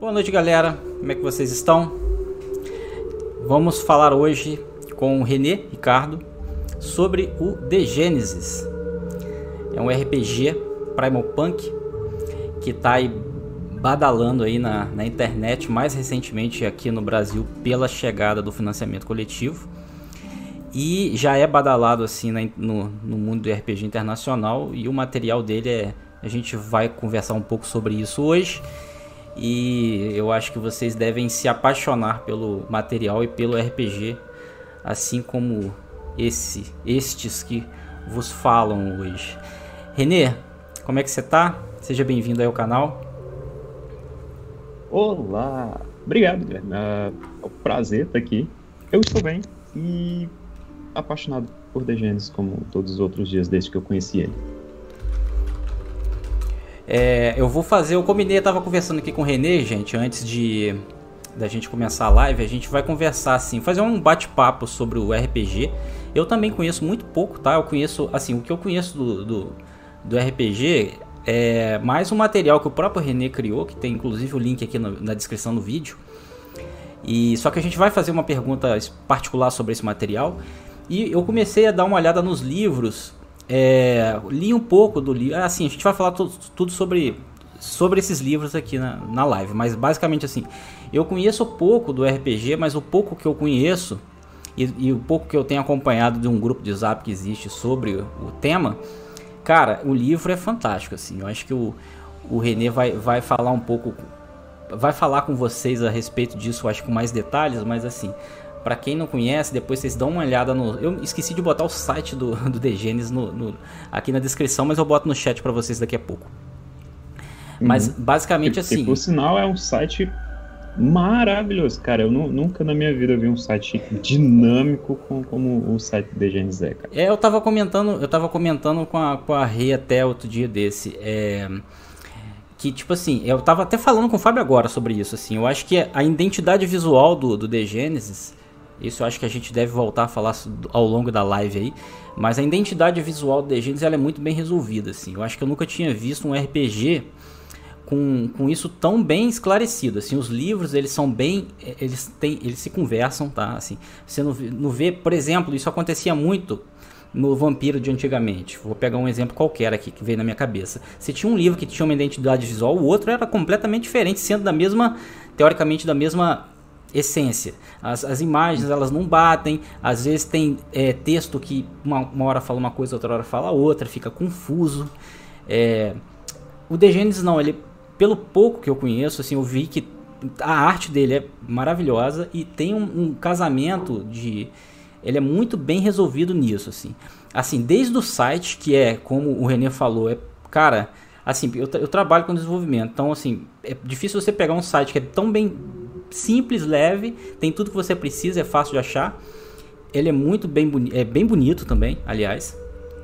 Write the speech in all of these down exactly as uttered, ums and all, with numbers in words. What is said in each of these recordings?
Boa noite, galera. Como é que vocês estão? Vamos falar hoje com o René Ricardo sobre o The Genesis. É um R P G Primal Punk que está aí badalando aí na, na internet, mais recentemente aqui no Brasil pela chegada do financiamento coletivo, e já é badalado assim na, no, no mundo do R P G internacional, e o material dele é, a gente vai conversar um pouco sobre isso hoje, e eu acho que vocês devem se apaixonar pelo material e pelo R P G, assim como esse, estes que vos falam hoje. René, como é que você tá? Seja bem-vindo aí ao canal. Olá, obrigado, Guilherme. É um prazer estar aqui. Eu estou bem e apaixonado por The Genesis como todos os outros dias desde que eu conheci ele. É, eu vou fazer, eu combinei, eu tava conversando aqui com o René, gente, antes de da gente começar a live, a gente vai conversar assim, fazer um bate-papo sobre o R P G. Eu também conheço muito pouco, tá? Eu conheço, assim, o que eu conheço do, do, do R P G é mais um material que o próprio René criou, que tem inclusive o link aqui no, na descrição do vídeo. E só que a gente vai fazer uma pergunta particular sobre esse material. E eu comecei a dar uma olhada nos livros, é, li um pouco do livro, assim, a gente vai falar tudo, tudo sobre, sobre esses livros aqui na, na live, mas basicamente assim, eu conheço pouco do R P G, mas o pouco que eu conheço e, e o pouco que eu tenho acompanhado de um grupo de zap que existe sobre o, o tema, cara, o livro é fantástico, assim, eu acho que o, o René vai, vai falar um pouco, vai falar com vocês a respeito disso, eu acho com mais detalhes, mas assim, pra quem não conhece, depois vocês dão uma olhada no... Eu esqueci de botar o site do, do The Genesis no, no, aqui na descrição, mas eu boto no chat pra vocês daqui a pouco. Uhum. Mas basicamente e, assim... E por sinal é um site maravilhoso, cara. Eu nu, nunca na minha vida vi um site dinâmico com, como o site do The Genesis é, cara. É, eu tava comentando, eu tava comentando com a, com a Rê até outro dia desse, é... que tipo assim, eu tava até falando com o Fábio agora sobre isso, assim, eu acho que a identidade visual do, do The Genesis, isso eu acho que a gente deve voltar a falar ao longo da live aí, mas a identidade visual do The Genesis, ela é muito bem resolvida, assim, eu acho que eu nunca tinha visto um R P G com, com isso tão bem esclarecido, assim, os livros, eles são bem, eles, têm, eles se conversam, tá, assim, você não, não vê, por exemplo, isso acontecia muito no Vampiro de antigamente. Vou pegar um exemplo qualquer aqui que veio na minha cabeça. Você tinha um livro que tinha uma identidade visual, o outro era completamente diferente, sendo da mesma, teoricamente da mesma essência. As, as imagens, elas não batem, às vezes tem é, texto que uma, uma hora fala uma coisa, outra hora fala outra, fica confuso. É, o The Genesis não, ele, pelo pouco que eu conheço, assim, eu vi que a arte dele é maravilhosa e tem um, um casamento de... Ele é muito bem resolvido nisso, assim. Assim, desde o site, que é, como o René falou, é, cara, assim, eu, eu trabalho com desenvolvimento, então, assim, é difícil você pegar um site que é tão bem simples, leve, tem tudo que você precisa, é fácil de achar. Ele é muito bem, boni é bem bonito também, aliás.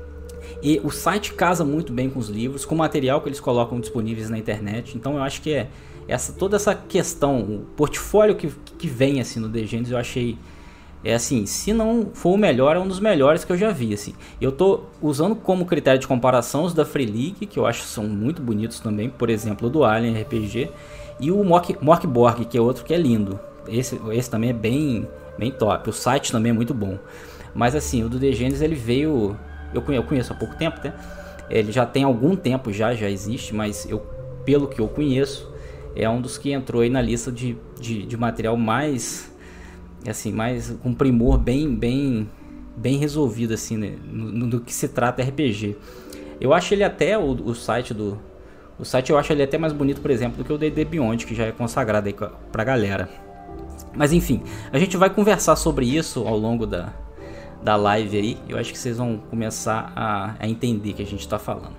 E o site casa muito bem com os livros, com o material que eles colocam disponíveis na internet. Então, eu acho que é essa, toda essa questão, o portfólio que, que vem, assim, no The Genesis, eu achei... É assim, se não for o melhor, é um dos melhores que eu já vi, assim. Eu tô usando como critério de comparação os da Free League, que eu acho que são muito bonitos também, por exemplo, o do Alien R P G, e o Morkborg, que é outro que é lindo. Esse, esse também é bem, bem top. O site também é muito bom. Mas assim, o do The Genesis, ele veio... Eu conheço, eu conheço há pouco tempo, né? Ele já tem algum tempo, já, já existe, mas eu, pelo que eu conheço, é um dos que entrou aí na lista de, de, de material mais... assim, mais com um primor bem, bem, bem resolvido, assim, né, no, no, do que se trata R P G. Eu acho ele até, o, o site do... O site eu acho ele até mais bonito, por exemplo, do que o D and D Beyond, que já é consagrado aí pra galera. Mas enfim, a gente vai conversar sobre isso ao longo da, da live aí. Eu acho que vocês vão começar a, a entender o que a gente tá falando.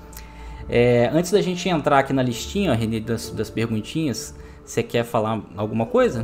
É, antes da gente entrar aqui na listinha, René, das, das perguntinhas, você quer falar alguma coisa?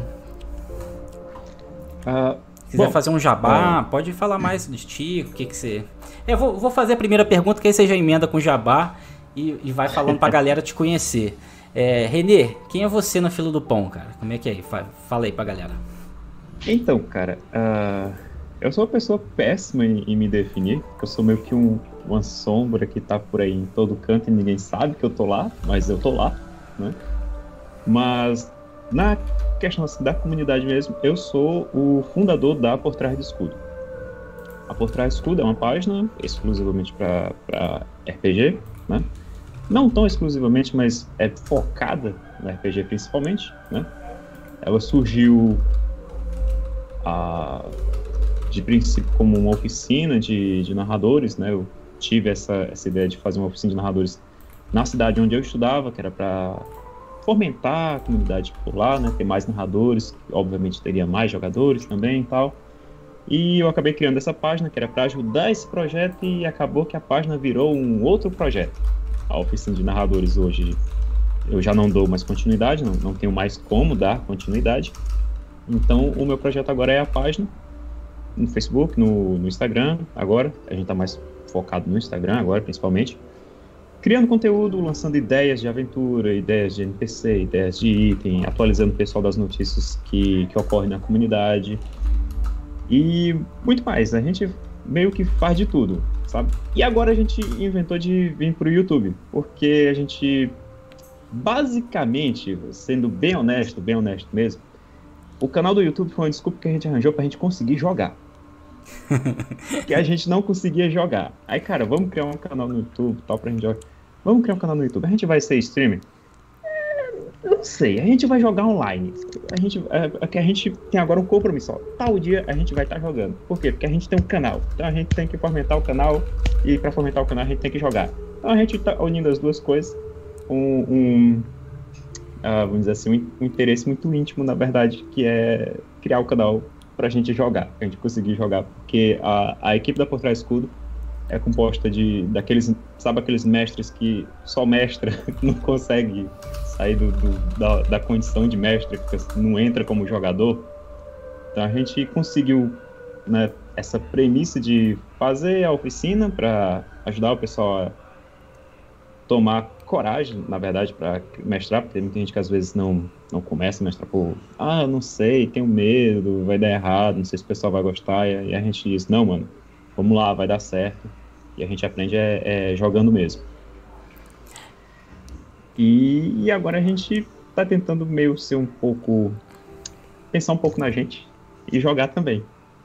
Uh, Se quiser bom, fazer um jabá, uh, pode falar mais de ti, o que que você... Eu vou, vou fazer a primeira pergunta, que aí você já emenda com jabá e, e vai falando pra galera te conhecer. É, René, quem é você na fila do pão, cara? Como é que é aí? Fala aí pra galera. Então, cara, uh, eu sou uma pessoa péssima em, em me definir, porque eu sou meio que um, uma sombra que tá por aí em todo canto e ninguém sabe que eu tô lá, mas eu tô lá, né? Mas na questão assim, da comunidade mesmo, eu sou o fundador da Por Trás do Escudo. A Por Trás do Escudo é uma página exclusivamente para R P G, né? Não tão exclusivamente, mas é focada no R P G principalmente, né? Ela surgiu a, de princípio como uma oficina de, de narradores, né? Eu tive essa, essa ideia de fazer uma oficina de narradores na cidade onde eu estudava, que era para fomentar a comunidade por lá, né? Ter mais narradores, obviamente teria mais jogadores também e tal. E eu acabei criando essa página que era para ajudar esse projeto e acabou que a página virou um outro projeto. A oficina de narradores hoje eu já não dou mais continuidade, não, não tenho mais como dar continuidade. Então o meu projeto agora é a página no Facebook, no, no Instagram agora. A gente está mais focado no Instagram agora, principalmente. Criando conteúdo, lançando ideias de aventura, ideias de N P C, ideias de item, atualizando o pessoal das notícias que, que ocorrem na comunidade. E muito mais, a gente meio que faz de tudo, sabe? E agora a gente inventou de vir pro YouTube, porque a gente, basicamente, sendo bem honesto, bem honesto mesmo, o canal do YouTube foi uma desculpa que a gente arranjou pra gente conseguir jogar. Que a gente não conseguia jogar. Aí, cara, vamos criar um canal no YouTube, tal, pra gente jogar. Vamos criar um canal no YouTube, a gente vai ser streamer? Não sei, a gente vai jogar online. A gente, é, é a gente tem agora um compromisso. Ó. Tal dia a gente vai estar tá jogando. Por quê? Porque a gente tem um canal. Então a gente tem que fomentar o canal. E para fomentar o canal a gente tem que jogar. Então a gente está unindo as duas coisas. Um, um uh, vamos dizer assim, um, um interesse muito íntimo, na verdade, que é criar o canal para a gente jogar. Pra gente conseguir jogar. Porque a, a equipe da Por Trás do Escudo é composta de daqueles, sabe, aqueles mestres que só mestra não consegue sair do, do, da, da condição de mestre, porque não entra como jogador. Então a gente conseguiu, né, essa premissa de fazer a oficina para ajudar o pessoal a tomar coragem, na verdade, para mestrar, porque tem muita gente que às vezes não, não começa a mestrar por, ah, não sei, tenho medo, vai dar errado, não sei se o pessoal vai gostar, e a gente diz, não, mano, vamos lá, vai dar certo. E a gente aprende é, é, jogando mesmo. E, e agora a gente tá tentando meio ser um pouco... Pensar um pouco na gente e jogar também.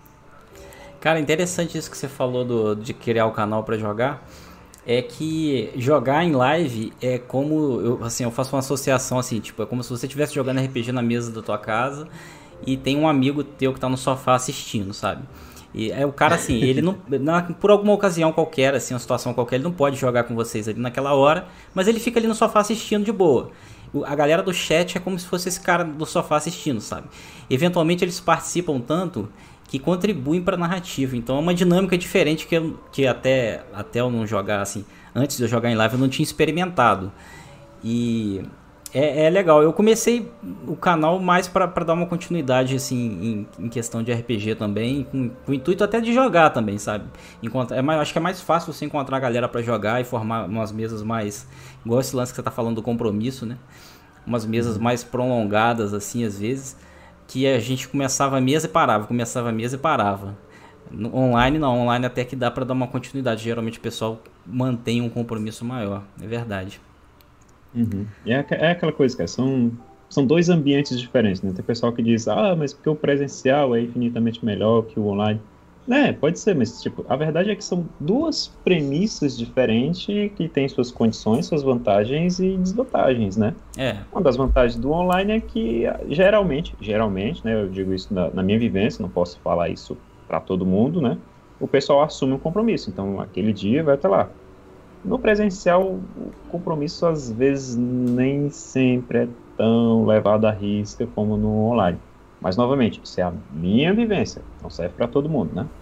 Cara, interessante isso que você falou do, de criar o canal pra jogar. É que jogar em live é como... Eu, assim, eu faço uma associação assim, tipo, é como se você estivesse jogando R P G na mesa da tua casa e tem um amigo teu que tá no sofá assistindo, sabe? E é o cara assim, ele não, na, por alguma ocasião qualquer, assim, uma situação qualquer, ele não pode jogar com vocês ali naquela hora, mas ele fica ali no sofá assistindo de boa. O, a galera do chat é como se fosse esse cara do sofá assistindo, sabe? Eventualmente eles participam tanto que contribuem para a narrativa, então é uma dinâmica diferente que, eu, que até, até eu não jogar assim, antes de eu jogar em live eu não tinha experimentado. E... É, é legal, eu comecei o canal mais para dar uma continuidade assim, em, em questão de R P G também, com, com o intuito até de jogar também, sabe? Encontra, é mais, acho que é mais fácil você encontrar a galera para jogar e formar umas mesas mais... Igual esse lance que você tá falando do compromisso, né? Umas mesas mais prolongadas assim, às vezes, que a gente começava a mesa e parava, começava a mesa e parava. No, online não, online até que dá para dar uma continuidade, geralmente o pessoal mantém um compromisso maior, é verdade. Uhum. É, é aquela coisa, cara, são, são dois ambientes diferentes, né? Tem pessoal que diz, ah, mas porque o presencial é infinitamente melhor que o online. É, pode ser, mas tipo, a verdade é que são duas premissas diferentes que têm suas condições, suas vantagens e desvantagens, né? É. Uma das vantagens do online é que geralmente, geralmente, né, eu digo isso na, na minha vivência, não posso falar isso para todo mundo, né? O pessoal assume um compromisso, então aquele dia vai estar lá. No presencial, o compromisso às vezes nem sempre é tão levado à risca como no online. Mas, novamente, isso é a minha vivência, não serve para todo mundo, né?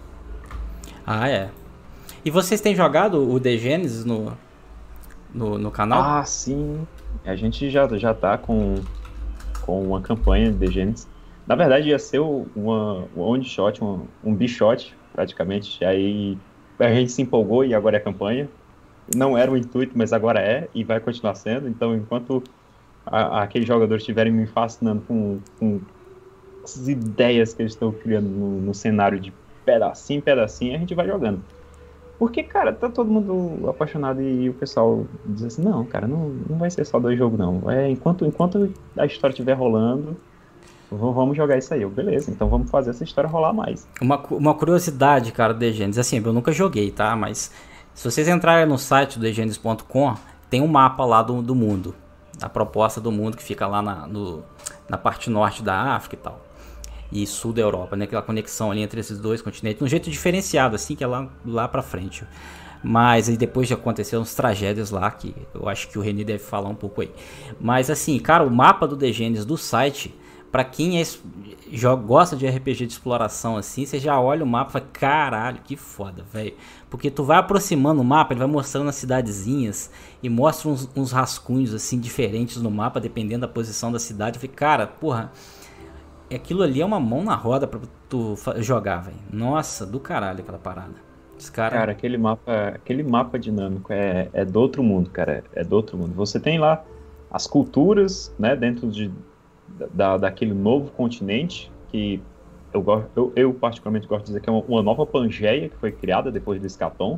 Ah, é. E vocês têm jogado o The Genesis no, no, no canal? Ah, sim. A gente já, já tá com, com uma campanha de The Genesis. Na verdade, ia ser uma, uma one-shot, um, um B-shot, praticamente. Aí a gente se empolgou e agora é campanha. Não era o intuito, mas agora é e vai continuar sendo. Então, enquanto a, aqueles jogadores estiverem me fascinando com, com essas ideias que eles estão criando no, no cenário de pedacinho em pedacinho, a gente vai jogando. Porque, cara, tá todo mundo apaixonado e o pessoal diz assim, não, cara, não, não vai ser só dois jogos, não. É, enquanto, enquanto a história estiver rolando, v- vamos jogar isso aí. Eu, beleza, então vamos fazer essa história rolar mais. Uma, cu- uma curiosidade, cara, do The Genesis, assim, eu nunca joguei, tá? Mas se vocês entrarem no site do the genesis ponto com, tem um mapa lá do, do mundo. A proposta do mundo que fica lá na, no- na parte norte da África e tal. E sul da Europa, né? Aquela conexão ali entre esses dois continentes. De um jeito diferenciado, assim, que é lá, lá pra frente. Mas aí depois de acontecer uns tragédias lá, que eu acho que o Reni deve falar um pouco aí. Mas assim, cara, o mapa do The Genesis do site, pra quem é, es- joga, gosta de R P G de exploração assim, você já olha o mapa e fala, caralho, que foda, velho. Porque tu vai aproximando o mapa, ele vai mostrando as cidadezinhas e mostra uns, uns rascunhos assim diferentes no mapa, dependendo da posição da cidade. Eu falei, cara, porra, aquilo ali é uma mão na roda pra tu fa- jogar, velho. Nossa, do caralho aquela parada. Os caras. Cara, aquele mapa, aquele mapa dinâmico é, é do outro mundo, cara. É do outro mundo. Você tem lá as culturas, né, dentro de, da, daquele novo continente, que eu, gosto, eu, eu particularmente gosto de dizer que é uma, uma nova Pangeia que foi criada depois do Escatom.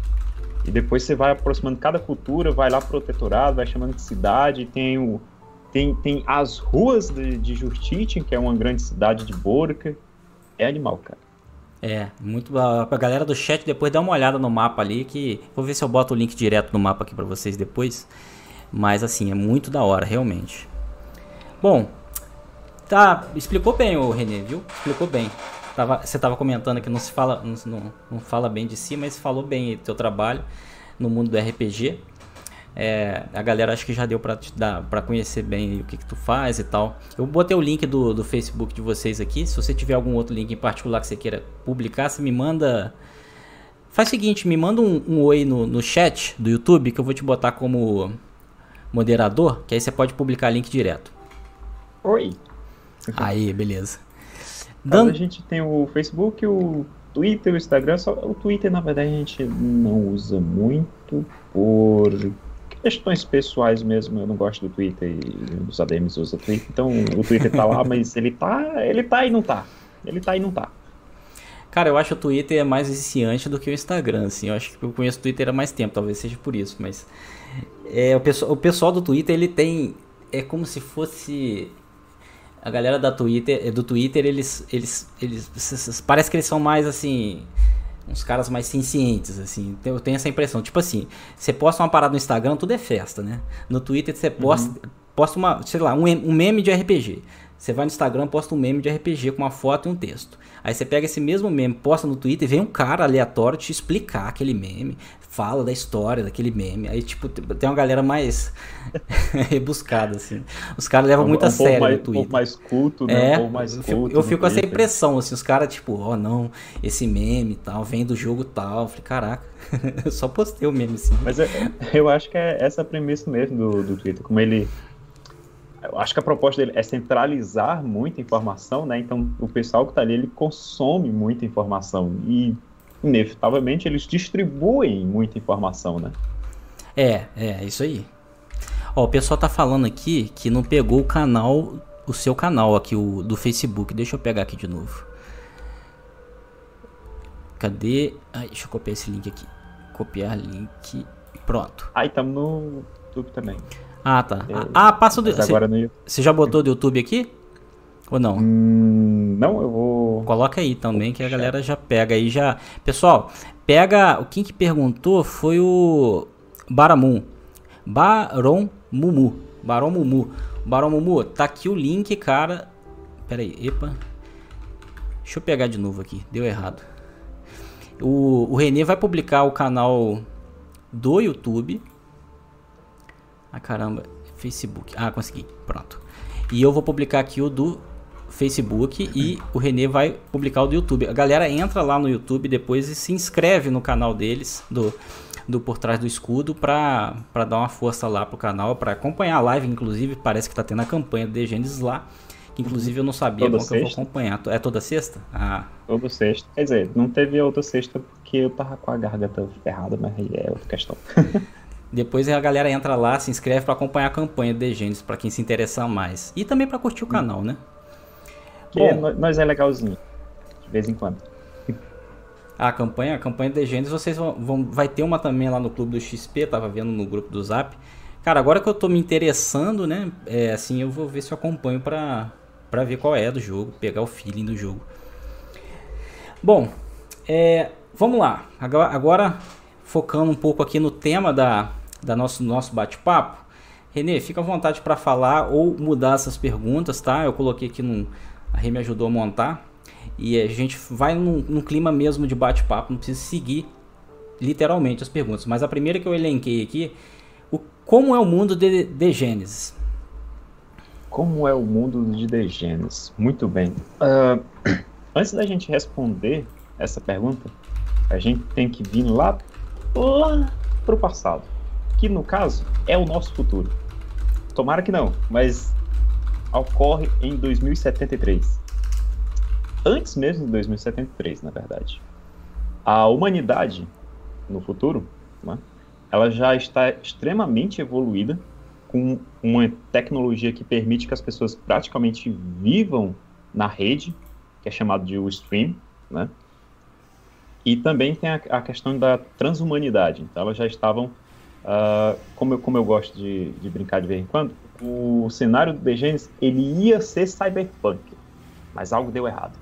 E depois você vai aproximando cada cultura, vai lá pro protetorado, vai chamando de cidade, tem, o, tem, tem as ruas de, de Justitia, que é uma grande cidade de Borca. É animal, cara. É, muito. A, a galera do chat depois dá uma olhada no mapa ali, que vou ver se eu boto o link direto no mapa aqui pra vocês depois. Mas assim, é muito da hora, realmente. Bom, tá, explicou bem o Renê, viu? Explicou bem. Tava, você tava comentando que não se fala, não, não, não fala bem de si, mas falou bem do teu trabalho no mundo do R P G. É, a galera acho que já deu pra, te dar, pra conhecer bem o que, que tu faz e tal. Eu botei o link do, do Facebook de vocês aqui. Se você tiver algum outro link em particular que você queira publicar, você me manda. Faz o seguinte, me manda um, um oi no, no chat do YouTube, que eu vou te botar como moderador, que aí você pode publicar link direto. Oi! Aí, beleza. Mas Dan- a gente tem o Facebook, o Twitter, o Instagram. Só, o Twitter, na verdade, a gente não usa muito por questões pessoais mesmo. Eu não gosto do Twitter e os A D Ms usam o Twitter. Então o Twitter tá lá, mas ele tá, ele tá e não tá. Ele tá e não tá. Cara, eu acho que o Twitter é mais viciante do que o Instagram, assim. Eu acho que eu conheço o Twitter há mais tempo, talvez seja por isso, mas... É, o, pessoal, o pessoal do Twitter, ele tem... É como se fosse... A galera da Twitter, do Twitter, eles, eles, eles... Parece que eles são mais, assim... Uns caras mais cientes, assim. Eu tenho essa impressão. Tipo assim, você posta uma parada no Instagram, tudo é festa, né? No Twitter, você posta, uhum. posta uma, sei lá, um, um meme de R P G. Você vai no Instagram, posta um meme de R P G com uma foto e um texto. Aí você pega esse mesmo meme, posta no Twitter e vem um cara aleatório te explicar aquele meme, fala da história daquele meme. Aí, tipo, tem uma galera mais rebuscada, assim. Os caras levam um, muito a um sério mais, no Twitter. Um pouco mais culto, né? É, um pouco mais eu culto fico, eu fico com essa Twitter. impressão, assim, os caras, tipo, ó, oh, não, esse meme e tal, vem do jogo tal. Eu falei, caraca, eu só postei o meme, assim. Mas é, eu acho que é essa a premissa mesmo do, do Twitter, como ele... Eu acho que a proposta dele é centralizar muita informação, né? Então, o pessoal que tá ali, ele consome muita informação e, inevitavelmente, eles distribuem muita informação, né? É, é, isso aí. Ó, o pessoal tá falando aqui que não pegou o canal, o seu canal aqui, o do Facebook. Deixa eu pegar aqui de novo. Cadê? Ai, deixa eu copiar esse link aqui. Copiar link. Pronto. Aí, estamos no YouTube também. Ah, tá. É, ah, passa do... Você, agora no... você já botou do YouTube aqui? Ou não? Hum, não, eu vou... Coloca aí também, que a galera já pega aí, já... Pessoal, pega... Quem que perguntou foi o... Baramun. Baron Mumu. Baron Mumu. Baron Mumu, tá aqui o link, cara. Pera aí, epa. Deixa eu pegar de novo aqui, deu errado. O, o Renê vai publicar o canal do YouTube. Ah, caramba, Facebook. Ah, consegui, pronto. E eu vou publicar aqui o do Facebook e o Renê vai publicar o do YouTube. A galera entra lá no YouTube depois e se inscreve no canal deles, do, do Por Trás do Escudo, pra, pra dar uma força lá pro canal, pra acompanhar a live. Inclusive, parece que tá tendo a campanha do The Genesis lá, que inclusive eu não sabia toda como que eu vou acompanhar. É toda sexta? Ah. Toda sexta. Quer dizer, não teve outra sexta porque eu tava com a garganta ferrada, mas aí é outra questão. Depois a galera entra lá, se inscreve para acompanhar a campanha do The Genesis, para quem se interessar mais. E também para curtir o canal, né? Porque Bom, nós é legalzinho, de vez em quando. A campanha, a campanha de Gênesis, vocês vão, vão, vai ter uma também lá no Clube do X P, tava vendo no grupo do Zap. Cara, agora que eu tô me interessando, né, é, assim, eu vou ver se eu acompanho pra, pra ver qual é do jogo, pegar o feeling do jogo. Bom, é, vamos lá. Agora, agora, focando um pouco aqui no tema da, da nosso, nosso bate-papo. Renê, fica à vontade para falar ou mudar essas perguntas, tá? Eu coloquei aqui, no, a Rê me ajudou a montar. E a gente vai num, num clima mesmo de bate-papo, não precisa seguir literalmente as perguntas. Mas a primeira que eu elenquei aqui, o, como é o mundo de, de Gênesis? Como é o mundo de The Genesis? Muito bem. Uh, antes da gente responder essa pergunta, a gente tem que vir lá, lá pro passado. Que no caso é o nosso futuro. Tomara que não, mas ocorre em dois mil e setenta e três. Antes mesmo de dois mil e setenta e três, na verdade. A humanidade, no futuro, né, ela já está extremamente evoluída, com uma tecnologia que permite que as pessoas praticamente vivam na rede, que é chamado de Ustream, né? E também tem a, a questão da transhumanidade. Então, elas já estavam, uh, como, eu, como eu gosto de, de brincar de vez em quando, o cenário do The Genesis, ele ia ser cyberpunk, mas algo deu errado.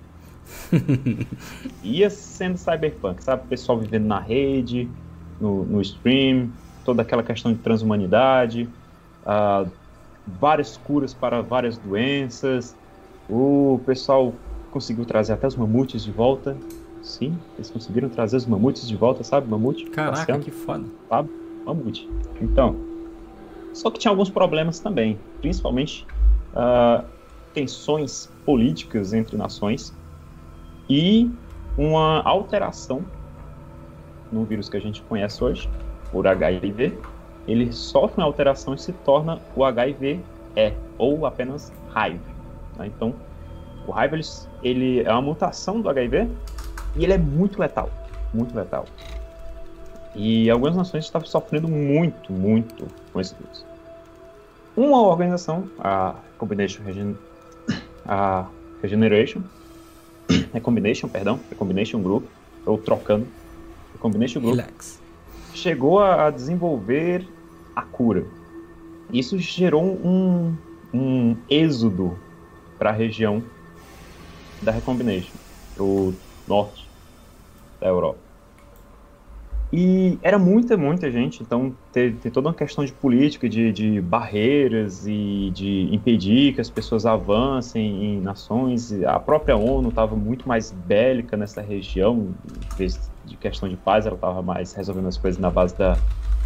Ia sendo cyberpunk, sabe? O pessoal vivendo na rede, no, no stream, toda aquela questão de transhumanidade, uh, várias curas para várias doenças. O pessoal conseguiu trazer até os mamutes de volta. Sim, eles conseguiram trazer os mamutes de volta, sabe? Mamute. Caraca, passeando, que foda. sabe? Mamute. Então, só que tinha alguns problemas também, principalmente uh, tensões políticas entre nações e uma alteração no vírus que a gente conhece hoje, por H I V. Ele sofre uma alteração e se torna o H I V E, ou apenas H I V. Né? Então, o H I V ele, ele é uma mutação do H I V e ele é muito letal, muito letal. E algumas nações estavam sofrendo muito, muito com esse vírus. Uma organização, a Combination Regen... a Regeneration, Recombination, perdão, Recombination Group, ou trocando, Recombination Group, Relax. chegou a desenvolver a cura. Isso gerou um, um êxodo para a região da Recombination, para o norte da Europa. E era muita, muita gente, então tem, tem toda uma questão de política, de, de barreiras e de impedir que as pessoas avancem em nações. A própria ONU estava muito mais bélica nessa região, em vez de questão de paz, ela estava mais resolvendo as coisas na base da...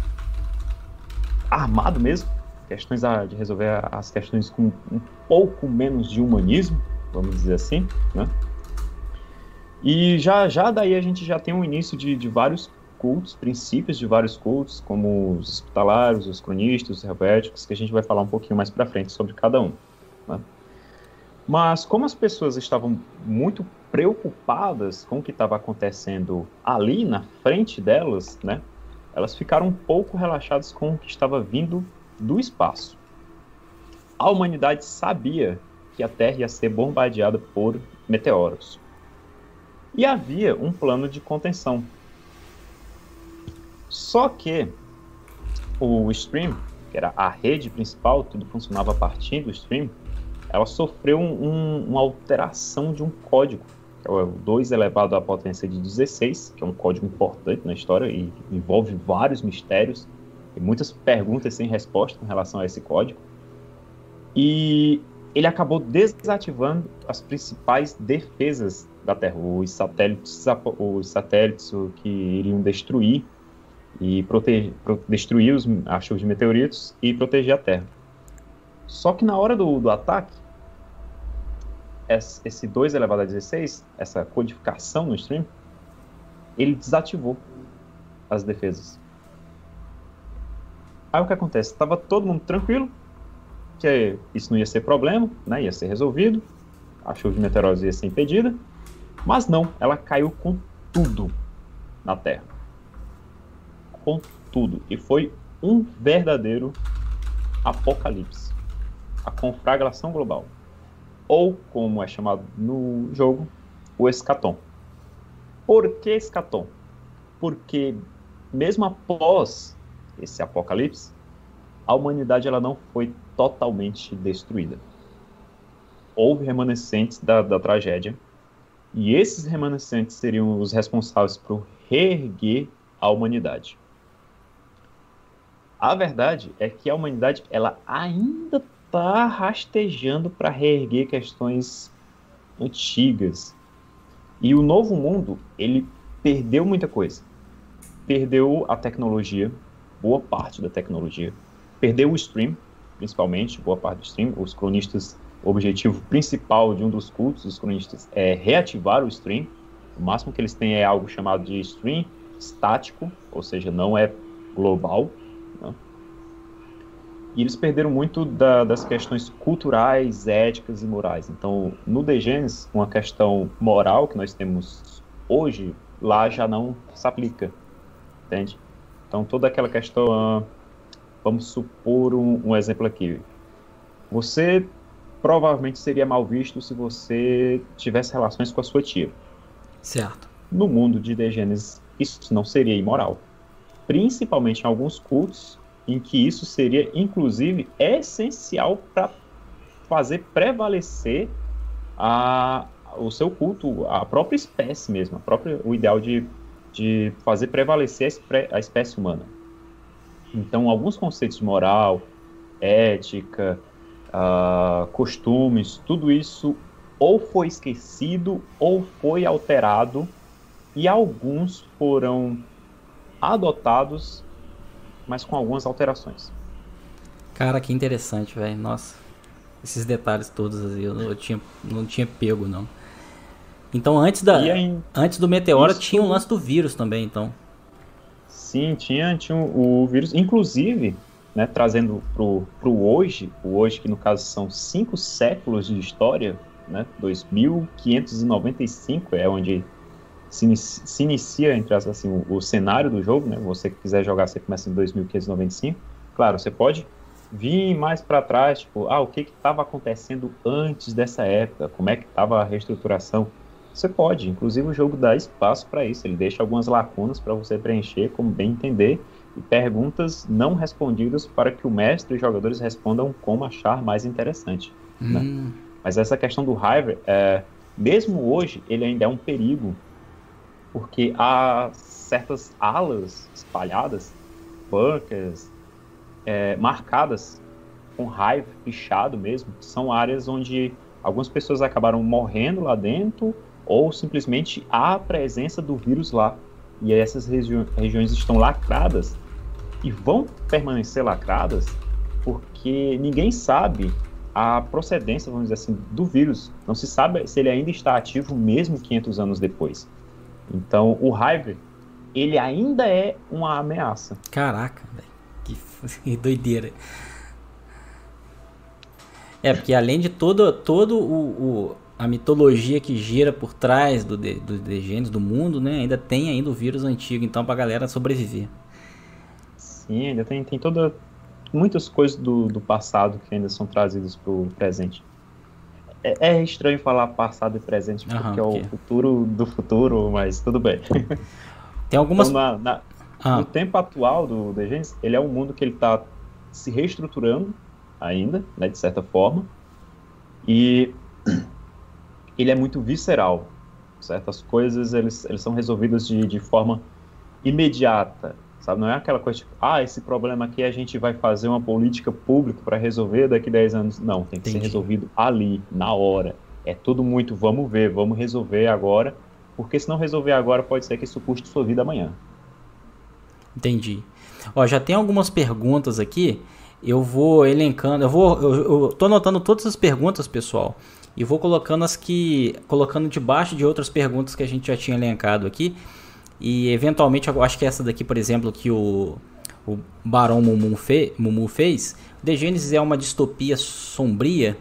armado mesmo, questões de resolver as questões com um pouco menos de humanismo, vamos dizer assim, né? E já, já daí a gente já tem um início de, de vários cultos, princípios de vários cultos, como os hospitalários, os cronistas, os helvéticos, que a gente vai falar um pouquinho mais para frente sobre cada um. Né? Mas como as pessoas estavam muito preocupadas com o que estava acontecendo ali na frente delas, né, elas ficaram um pouco relaxadas com o que estava vindo do espaço. A humanidade sabia que a Terra ia ser bombardeada por meteoros. E havia um plano de contenção. Só que o Stream, que era a rede principal, tudo funcionava a partir do Stream, ela sofreu um, um, uma alteração de um código, que é o dois elevado à potência de dezesseis, que é um código importante na história e envolve vários mistérios e muitas perguntas sem resposta com relação a esse código. E ele acabou desativando as principais defesas da Terra, os satélites, os satélites que iriam destruir e proteger, destruir os achos de meteoritos e proteger a Terra. Só que na hora do, do ataque, esse dois elevado a dezesseis, essa codificação no stream, ele desativou as defesas. Aí o que acontece? Estava todo mundo tranquilo, que isso não ia ser problema, né? Ia ser resolvido, a chuva de meteoros ia ser impedida, mas não, ela caiu com tudo na Terra. Com tudo. E foi um verdadeiro apocalipse. A conflagração global. Ou, como é chamado no jogo, o escatom. Por que escatom? Porque mesmo após esse apocalipse, a humanidade ela não foi totalmente destruída. Houve remanescentes da, da tragédia, e esses remanescentes seriam os responsáveis por reerguer a humanidade. A verdade é que a humanidade ela ainda está rastejando para reerguer questões antigas. E o novo mundo, ele perdeu muita coisa. Perdeu a tecnologia, boa parte da tecnologia. Perdeu o stream, principalmente, boa parte do stream. Os cronistas, o objetivo principal de um dos cultos dos cronistas é reativar o stream. O máximo que eles têm é algo chamado de stream estático, ou seja, não é global. Né? E eles perderam muito da, das questões culturais, éticas e morais. Então, no The Genesis, uma questão moral que nós temos hoje, lá já não se aplica, entende? Então, toda aquela questão, vamos supor um, um exemplo aqui. Você provavelmente seria mal visto se você tivesse relações com a sua tia. Certo. No mundo de The Genesis, isso não seria imoral. Principalmente em alguns cultos, em que isso seria, inclusive, essencial para fazer prevalecer a, o seu culto, a própria espécie mesmo, a própria, o ideal de, de fazer prevalecer a, espé, a espécie humana. Então, alguns conceitos de moral, ética, uh, costumes, tudo isso ou foi esquecido ou foi alterado, e alguns foram adotados, mas com algumas alterações. Cara, que interessante, velho. Nossa, esses detalhes todos aí, eu não, eu tinha, não tinha pego, não. Então, antes, da, aí, antes do meteoro, isso... tinha o lance do vírus também, então. Sim, tinha, tinha o, o vírus. Inclusive, né, trazendo pro, pro hoje, o hoje que no caso são cinco séculos de história, né, dois mil quinhentos e noventa e cinco é onde se inicia, se inicia entre as, assim, o, o cenário do jogo, né? Você que quiser jogar, você começa em dois mil quinhentos e noventa e cinco. Claro, você pode vir mais para trás, tipo, ah, o que estava acontecendo antes dessa época, como é que estava a reestruturação. Você pode, inclusive o jogo dá espaço para isso, ele deixa algumas lacunas para você preencher, como bem entender, e perguntas não respondidas para que o mestre e os jogadores respondam como achar mais interessante. Hum. Né? Mas essa questão do Hive, é, mesmo hoje, ele ainda é um perigo, porque há certas alas espalhadas, bunkers, é, marcadas com Hive, pichado mesmo, que são áreas onde algumas pessoas acabaram morrendo lá dentro, ou simplesmente há a presença do vírus lá. E essas regi- regiões estão lacradas, e vão permanecer lacradas, porque ninguém sabe a procedência, vamos dizer assim, do vírus. Não se sabe se ele ainda está ativo mesmo quinhentos anos depois. Então, o Hive, ele ainda é uma ameaça. Caraca, velho. Que doideira. É, porque além de todo, todo o, o, a mitologia que gira por trás do, do The Genesis, do mundo, né? Ainda tem ainda o vírus antigo, então, pra galera sobreviver. Sim, ainda tem, tem toda, muitas coisas do, do passado que ainda são trazidas pro presente. É estranho falar passado e presente, porque uhum, é o futuro do futuro, mas tudo bem. Tem algumas... Então, na, na, ah. no tempo atual do The Genesis, ele é um mundo que ele está se reestruturando ainda, né, de certa forma, e ele é muito visceral. Certas coisas, eles, eles são resolvidas de, de forma imediata, sabe? Não é aquela coisa tipo, ah, esse problema aqui a gente vai fazer uma política pública para resolver daqui a dez anos. Não, tem que Entendi. ser resolvido ali, na hora. É tudo muito, vamos ver, vamos resolver agora, porque se não resolver agora, pode ser que isso custe sua vida amanhã. Entendi. Ó, já tem algumas perguntas aqui, eu vou elencando, eu vou, eu, eu tô anotando todas as perguntas, pessoal, e vou colocando as que, colocando debaixo de outras perguntas que a gente já tinha elencado aqui. E eventualmente, eu acho que essa daqui, por exemplo, que o, o Barão Mumu, fe, Mumu fez, The Genesis é uma distopia sombria.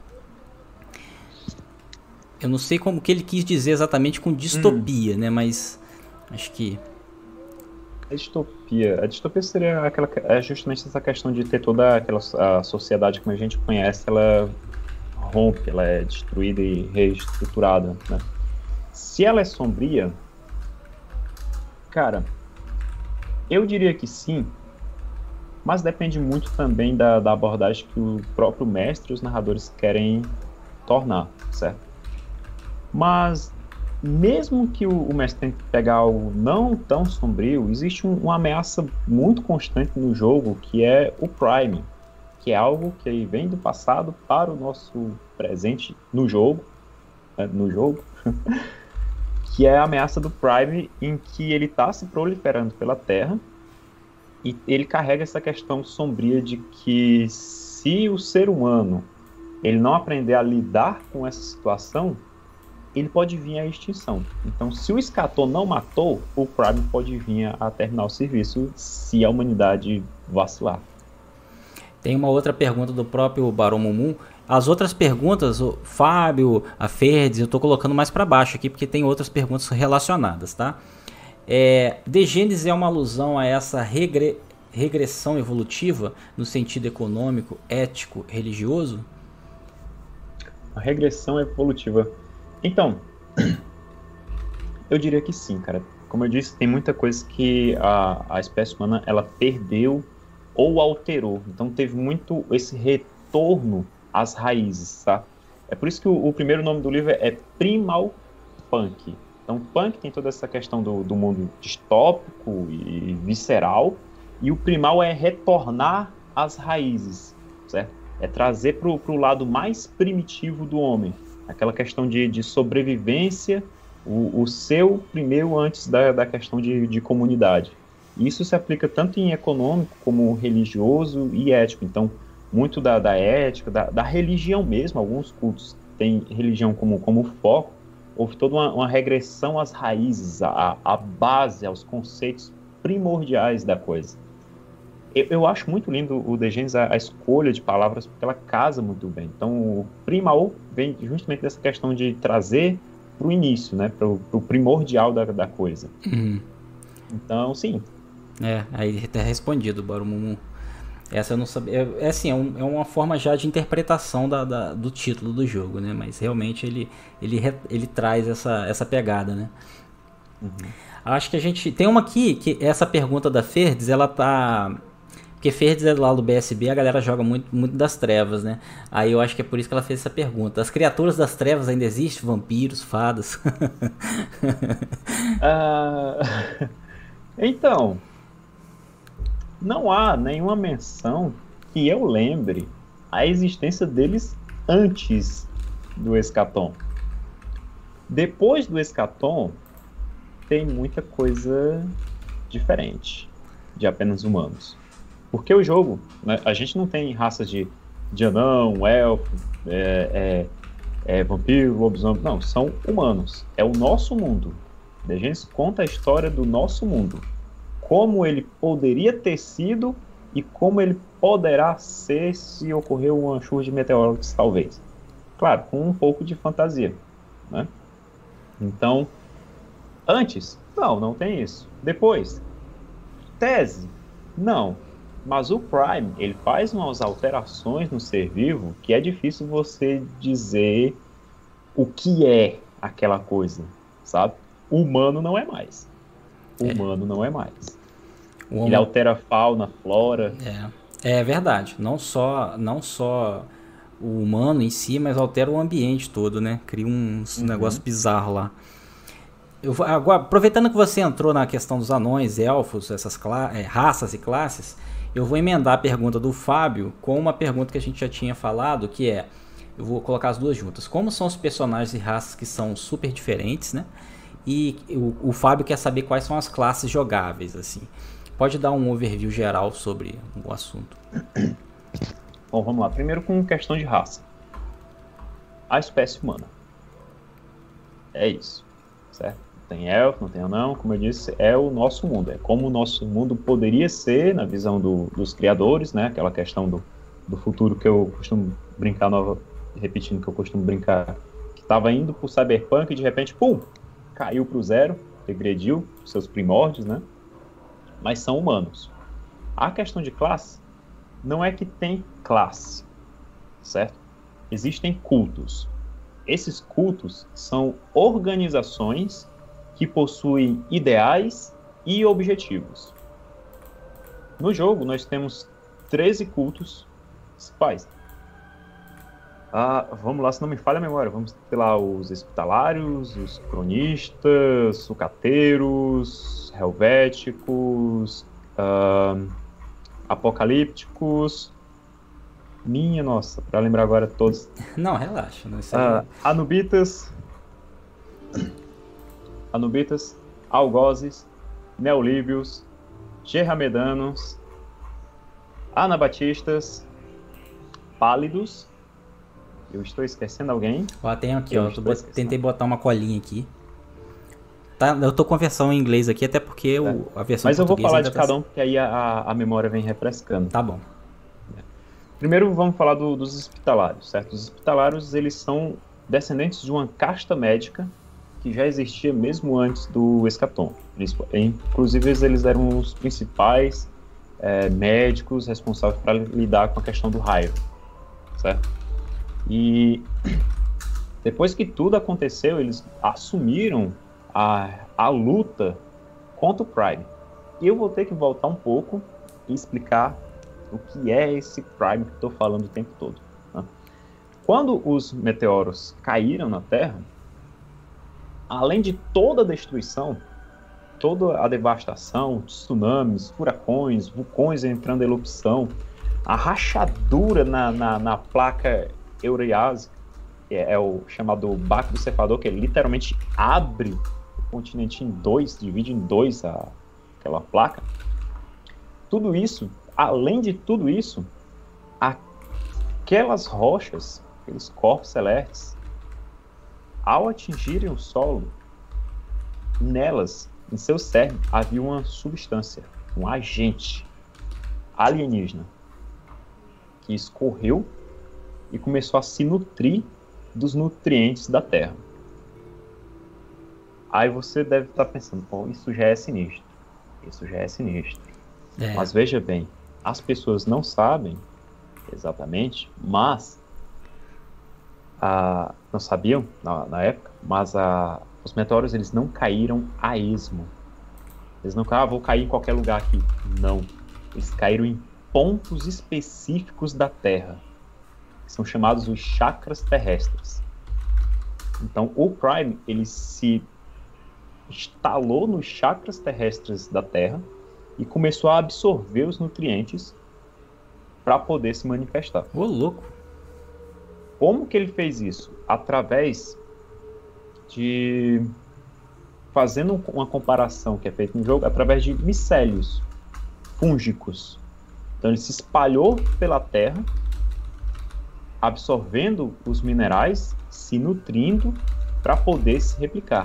Eu não sei como que ele quis dizer exatamente com distopia, hum. né? Mas acho que... A distopia, a distopia seria aquela, é justamente essa questão de ter toda aquela a sociedade como a gente conhece, ela rompe, ela é destruída e reestruturada, né? Se ela é sombria, Cara, eu diria que sim, mas depende muito também da, da abordagem que o próprio mestre e os narradores querem tornar, certo? Mas, mesmo que o, o mestre tente pegar algo não tão sombrio, existe um, uma ameaça muito constante no jogo, que é o Prime, que é algo que vem do passado para o nosso presente no jogo, né, no jogo, que é a ameaça do Prime, em que ele está se proliferando pela Terra, e ele carrega essa questão sombria de que se o ser humano ele não aprender a lidar com essa situação, ele pode vir à extinção. Então, se o Escator não matou, o Prime pode vir a terminar o serviço se a humanidade vacilar. Tem uma outra pergunta do próprio Barão Mumu. As outras perguntas, o Fábio, a Ferdes, eu estou colocando mais para baixo aqui, porque tem outras perguntas relacionadas, tá? É, The Genesis é uma alusão a essa regre, regressão evolutiva no sentido econômico, ético, religioso? A regressão evolutiva. Então, eu diria que sim, cara. Como eu disse, tem muita coisa que a, a espécie humana ela perdeu ou alterou. Então teve muito esse retorno às raízes, tá? É por isso que o, o primeiro nome do livro é Primal Punk. Então, Punk tem toda essa questão do, do mundo distópico e visceral, e o primal é retornar às raízes, certo? É trazer para o lado mais primitivo do homem, aquela questão de, de sobrevivência, o, o seu primeiro antes da, da questão de, de comunidade. Isso se aplica tanto em econômico como religioso e ético. Então, muito da, da ética, da, da religião mesmo, alguns cultos têm religião como, como foco. Houve toda uma, uma regressão às raízes, à, à base, aos conceitos primordiais da coisa. Eu, eu acho muito lindo o The Genesis, a, a escolha de palavras, porque ela casa muito bem. Então, o primal vem justamente dessa questão de trazer para o início, né, para o primordial da, da coisa. Uhum. Então, sim. É, aí tá respondido, Barumumu. Essa eu não sabia. É, é assim, é, um, é uma forma já de interpretação da, da, do título do jogo, né? Mas realmente ele, ele, ele traz essa, essa pegada, né? Uhum. Acho que a gente... Tem uma aqui, que essa pergunta da Ferdes, ela tá... Porque Ferdes é lá do B S B, a galera joga muito, muito das trevas, né? Aí eu acho que é por isso que ela fez essa pergunta. As criaturas das trevas ainda existem? Vampiros, fadas? uh... Então... Não há nenhuma menção que eu lembre a existência deles antes do Escatom. Depois do Escatom, tem muita coisa diferente de apenas humanos. Porque o jogo, né, a gente não tem raças de, de anão, elfo, é, é, é, vampiro, lobisomem. Não, são humanos. É o nosso mundo. A gente conta a história do nosso mundo. Como ele poderia ter sido e como ele poderá ser se ocorrer uma chuva de meteoros, talvez. Claro, com um pouco de fantasia, né? Então, antes, não, não tem isso. Depois, tese, não. Mas o Prime, ele faz umas alterações no ser vivo que é difícil você dizer o que é aquela coisa, sabe? O humano não é mais. O É. humano não é mais. O homem... Ele altera a fauna, a flora. É, é verdade. Não só, não só o humano em si, mas altera o ambiente todo, né? Cria um uhum. negócio bizarro lá. Eu, agora, aproveitando que você entrou na questão dos anões, elfos, essas é, raças e classes, eu vou emendar a pergunta do Fábio com uma pergunta que a gente já tinha falado, que é... Eu vou colocar as duas juntas. Como são os personagens e raças que são super diferentes, né? E o, o Fábio quer saber quais são as classes jogáveis, assim. Pode dar um overview geral sobre o assunto. Bom, vamos lá. Primeiro com questão de raça. A espécie humana. É isso, certo? Não tem elfo, não tem anão, como eu disse, é o nosso mundo. É como o nosso mundo poderia ser na visão do, dos criadores, né? Aquela questão do, do futuro que eu costumo brincar, nova, repetindo que eu costumo brincar, que estava indo pro cyberpunk e de repente, pum, caiu pro zero, regrediu seus primórdios, né? Mas são humanos. A questão de classe não é que tem classe, certo? Existem cultos. Esses cultos são organizações que possuem ideais e objetivos. No jogo, nós temos treze cultos principais. Ah, vamos lá, se não me falha a memória, vamos ter lá os Hospitalários, os Cronistas, Sucateiros, Helvéticos, ah, Apocalípticos. Minha nossa, para lembrar agora todos. Não, relaxa. Não sei. Ah, Anubitas, Anubitas, Algozes, Neolíbios, Gerramedanos, Anabatistas, Pálidos. Eu estou esquecendo alguém. Ó, tem aqui, Eu ó. estou Bot- esquecendo. Tentei botar uma colinha aqui. Tá, eu tô com a versão em inglês aqui, até porque o- a versão Mas eu vou portuguesa falar ainda de tá cada assim. um, porque aí a, a memória vem refrescando. Tá bom. Primeiro vamos falar do- dos Hospitalários, certo? Os Hospitalários, eles são descendentes de uma casta médica que já existia mesmo antes do Escatom. Eles- inclusive, eles eram os principais é, médicos responsáveis para lidar com a questão do raio, certo? E depois que tudo aconteceu, eles assumiram a, a luta contra o Prime. E eu vou ter que voltar um pouco e explicar o que é esse Prime que estou falando o tempo todo. Né? Quando os meteoros caíram na Terra, além de toda a destruição, toda a devastação, tsunamis, furacões, vulcões entrando em erupção, a rachadura na, na, na placa Eurásica, que é, é o chamado Baco do Cefador, que literalmente abre o continente em dois, divide em dois a, aquela placa. Tudo isso, além de tudo isso, aquelas rochas, aqueles corpos celestes, ao atingirem o solo, nelas, em seu cerne, havia uma substância, um agente alienígena que escorreu e começou a se nutrir dos nutrientes da Terra. Aí você deve estar pensando, pô, isso já é sinistro. Isso já é sinistro. É. Mas veja bem, as pessoas não sabem exatamente, mas ah, não sabiam na, na época, mas ah, os meteoros eles não caíram a esmo. Eles não caíram, ah, vou cair em qualquer lugar aqui. Não. Eles caíram em pontos específicos da Terra, que são chamados os chakras terrestres. Então, o Prime ele se instalou nos chakras terrestres da Terra e começou a absorver os nutrientes para poder se manifestar. Ô, louco. Como que ele fez isso? Através de... Fazendo uma comparação que é feita no jogo, através de micélios fúngicos. Então ele se espalhou pela Terra, absorvendo os minerais, se nutrindo para poder se replicar.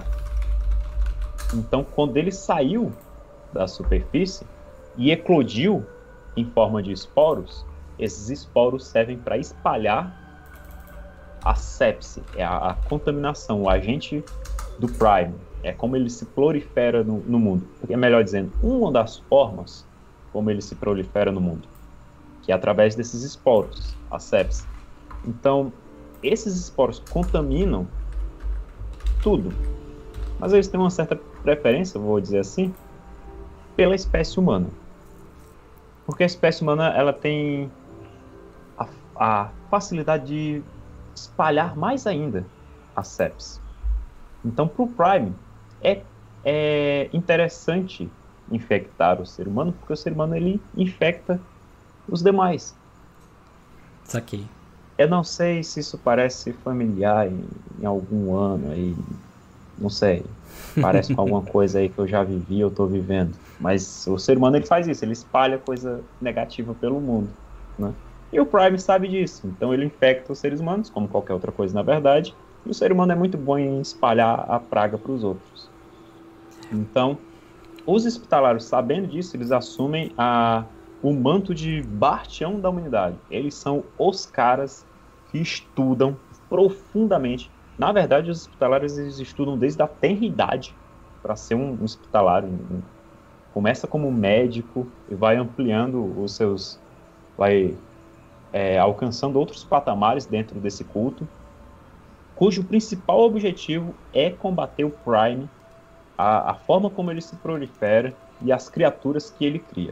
Então, quando ele saiu da superfície e eclodiu em forma de esporos, esses esporos servem para espalhar a sepse, é a, a contaminação, o agente do Prime. É como ele se prolifera no, no mundo. É melhor dizendo, uma das formas como ele se prolifera no mundo, que é através desses esporos, a sepse. Então, esses esporos contaminam tudo, mas eles têm uma certa preferência, vou dizer assim, pela espécie humana. Porque a espécie humana ela tem a, a facilidade de espalhar mais ainda a sepse. Então, para o Prime, é, é interessante infectar o ser humano, porque o ser humano ele infecta os demais. Saquei. Eu não sei se isso parece familiar em, em algum ano aí, não sei, parece com alguma coisa aí que eu já vivi, eu tô vivendo, mas o ser humano ele faz isso, ele espalha coisa negativa pelo mundo, né? E o Prime sabe disso, então ele infecta os seres humanos, como qualquer outra coisa na verdade, e o ser humano é muito bom em espalhar a praga para os outros. Então, os hospitalários, sabendo disso, eles assumem a, o manto de bastião da humanidade. Eles são os caras que estudam profundamente. Na verdade, os hospitalários eles estudam desde a tenra idade para ser um, um hospitalário. Um, começa como médico e vai ampliando os seus... vai é, alcançando outros patamares dentro desse culto, cujo principal objetivo é combater o Prime, a, a forma como ele se prolifera e as criaturas que ele cria.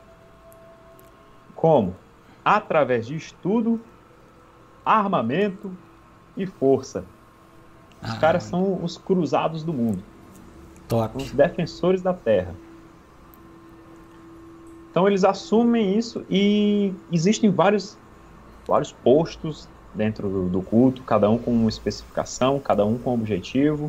Como? Através de estudo, armamento e força. Os ah, caras são os cruzados do mundo. Top. Os defensores da Terra. Então eles assumem isso e existem vários, vários postos dentro do, do culto, cada um com uma especificação, cada um com um objetivo.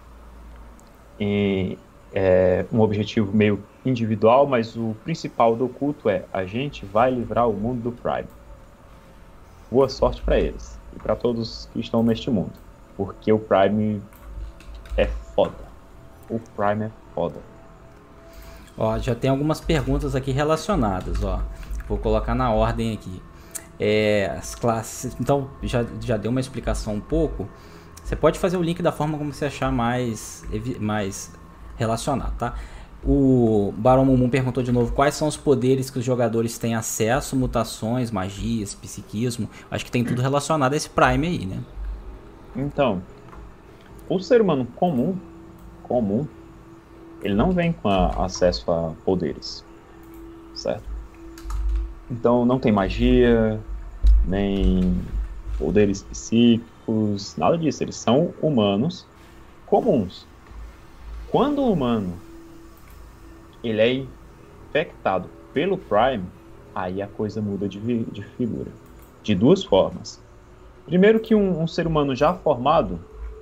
E, é, um objetivo meio individual, mas o principal do culto é: a gente vai livrar o mundo do Prime. Boa sorte para eles e para todos que estão neste mundo, porque o Prime é foda. O Prime é foda. Ó, já tem algumas perguntas aqui relacionadas, ó. Vou colocar na ordem aqui. É, as classes, então já, já deu uma explicação um pouco. Você pode fazer o link da forma como você achar mais, mais relacionado, tá? O Barão Mumu perguntou de novo quais são os poderes que os jogadores têm acesso, mutações, magias, psiquismo. Acho que tem tudo relacionado a esse Prime aí, né? Então, o ser humano comum, comum, ele não vem com a, acesso a poderes, certo? Então não tem magia, nem poderes psíquicos, nada disso. Eles são humanos comuns. Quando o humano ele é infectado pelo Prime, aí a coisa muda de, de figura. De duas formas. Primeiro que um, um ser humano já formado,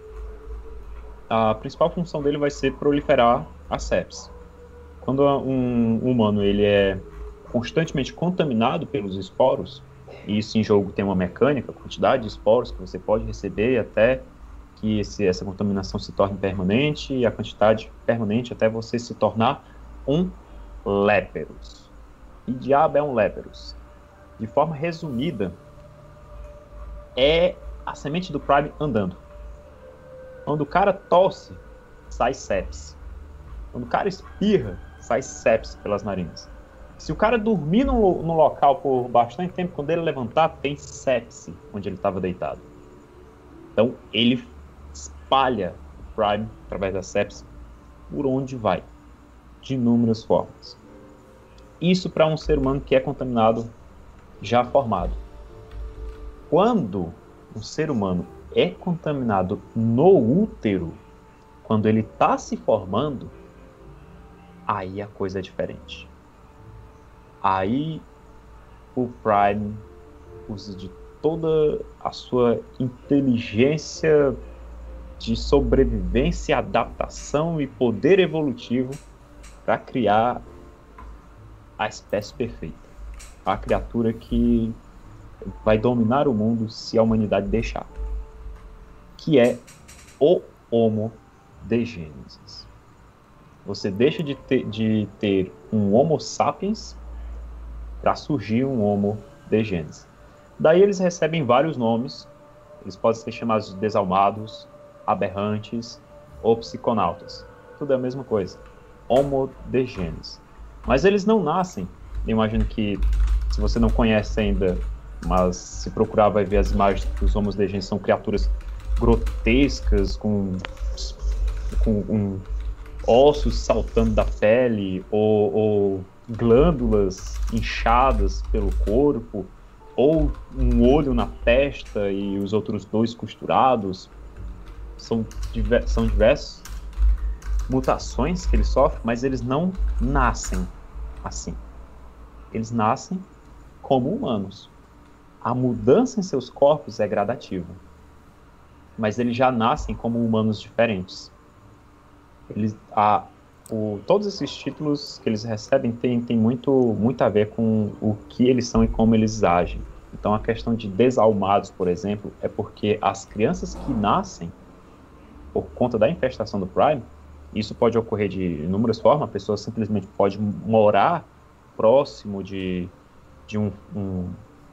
a principal função dele vai ser proliferar a sepsis. Quando um humano ele é constantemente contaminado pelos esporos, e isso em jogo tem uma mecânica, a quantidade de esporos que você pode receber até que esse, essa contaminação se torne permanente, e a quantidade permanente até você se tornar um léperos. E diabo é um léperos? De forma resumida, é a semente do Prime andando. Quando o cara tosse, sai sepsis. Quando o cara espirra, sai sepsis pelas narinas. Se o cara dormir no, no local por bastante tempo, quando ele levantar, tem sepse onde ele estava deitado. Então, ele espalha o Prime através da sepse por onde vai, de inúmeras formas. Isso para um ser humano que é contaminado já formado. Quando um ser humano é contaminado no útero, quando ele está se formando, aí a coisa é diferente. Aí o Prime usa de toda a sua inteligência de sobrevivência, adaptação e poder evolutivo para criar a espécie perfeita. A criatura que vai dominar o mundo se a humanidade deixar. Que é o Homo degenesis. Você deixa de ter, de ter um Homo sapiens para surgir um Homo degenesis. Daí eles recebem vários nomes. Eles podem ser chamados de desalmados, aberrantes ou psiconautas. Tudo é a mesma coisa. Homo degenesis. Mas eles não nascem. Eu imagino que, se você não conhece ainda, mas se procurar vai ver as imagens que os Homo degenesis são criaturas grotescas, com, com um, ossos saltando da pele, ou, ou glândulas inchadas pelo corpo, ou um olho na testa e os outros dois costurados. São, diver, são diversas mutações que eles sofrem, mas eles não nascem assim. Eles nascem como humanos. A mudança em seus corpos é gradativa, mas eles já nascem como humanos diferentes. Eles, a, o, todos esses títulos que eles recebem têm tem muito, muito a ver com o que eles são e como eles agem. Então a questão de desalmados, por exemplo, é porque as crianças que nascem por conta da infestação do Prime, isso pode ocorrer de inúmeras formas. A pessoa simplesmente pode morar próximo de, de um, um,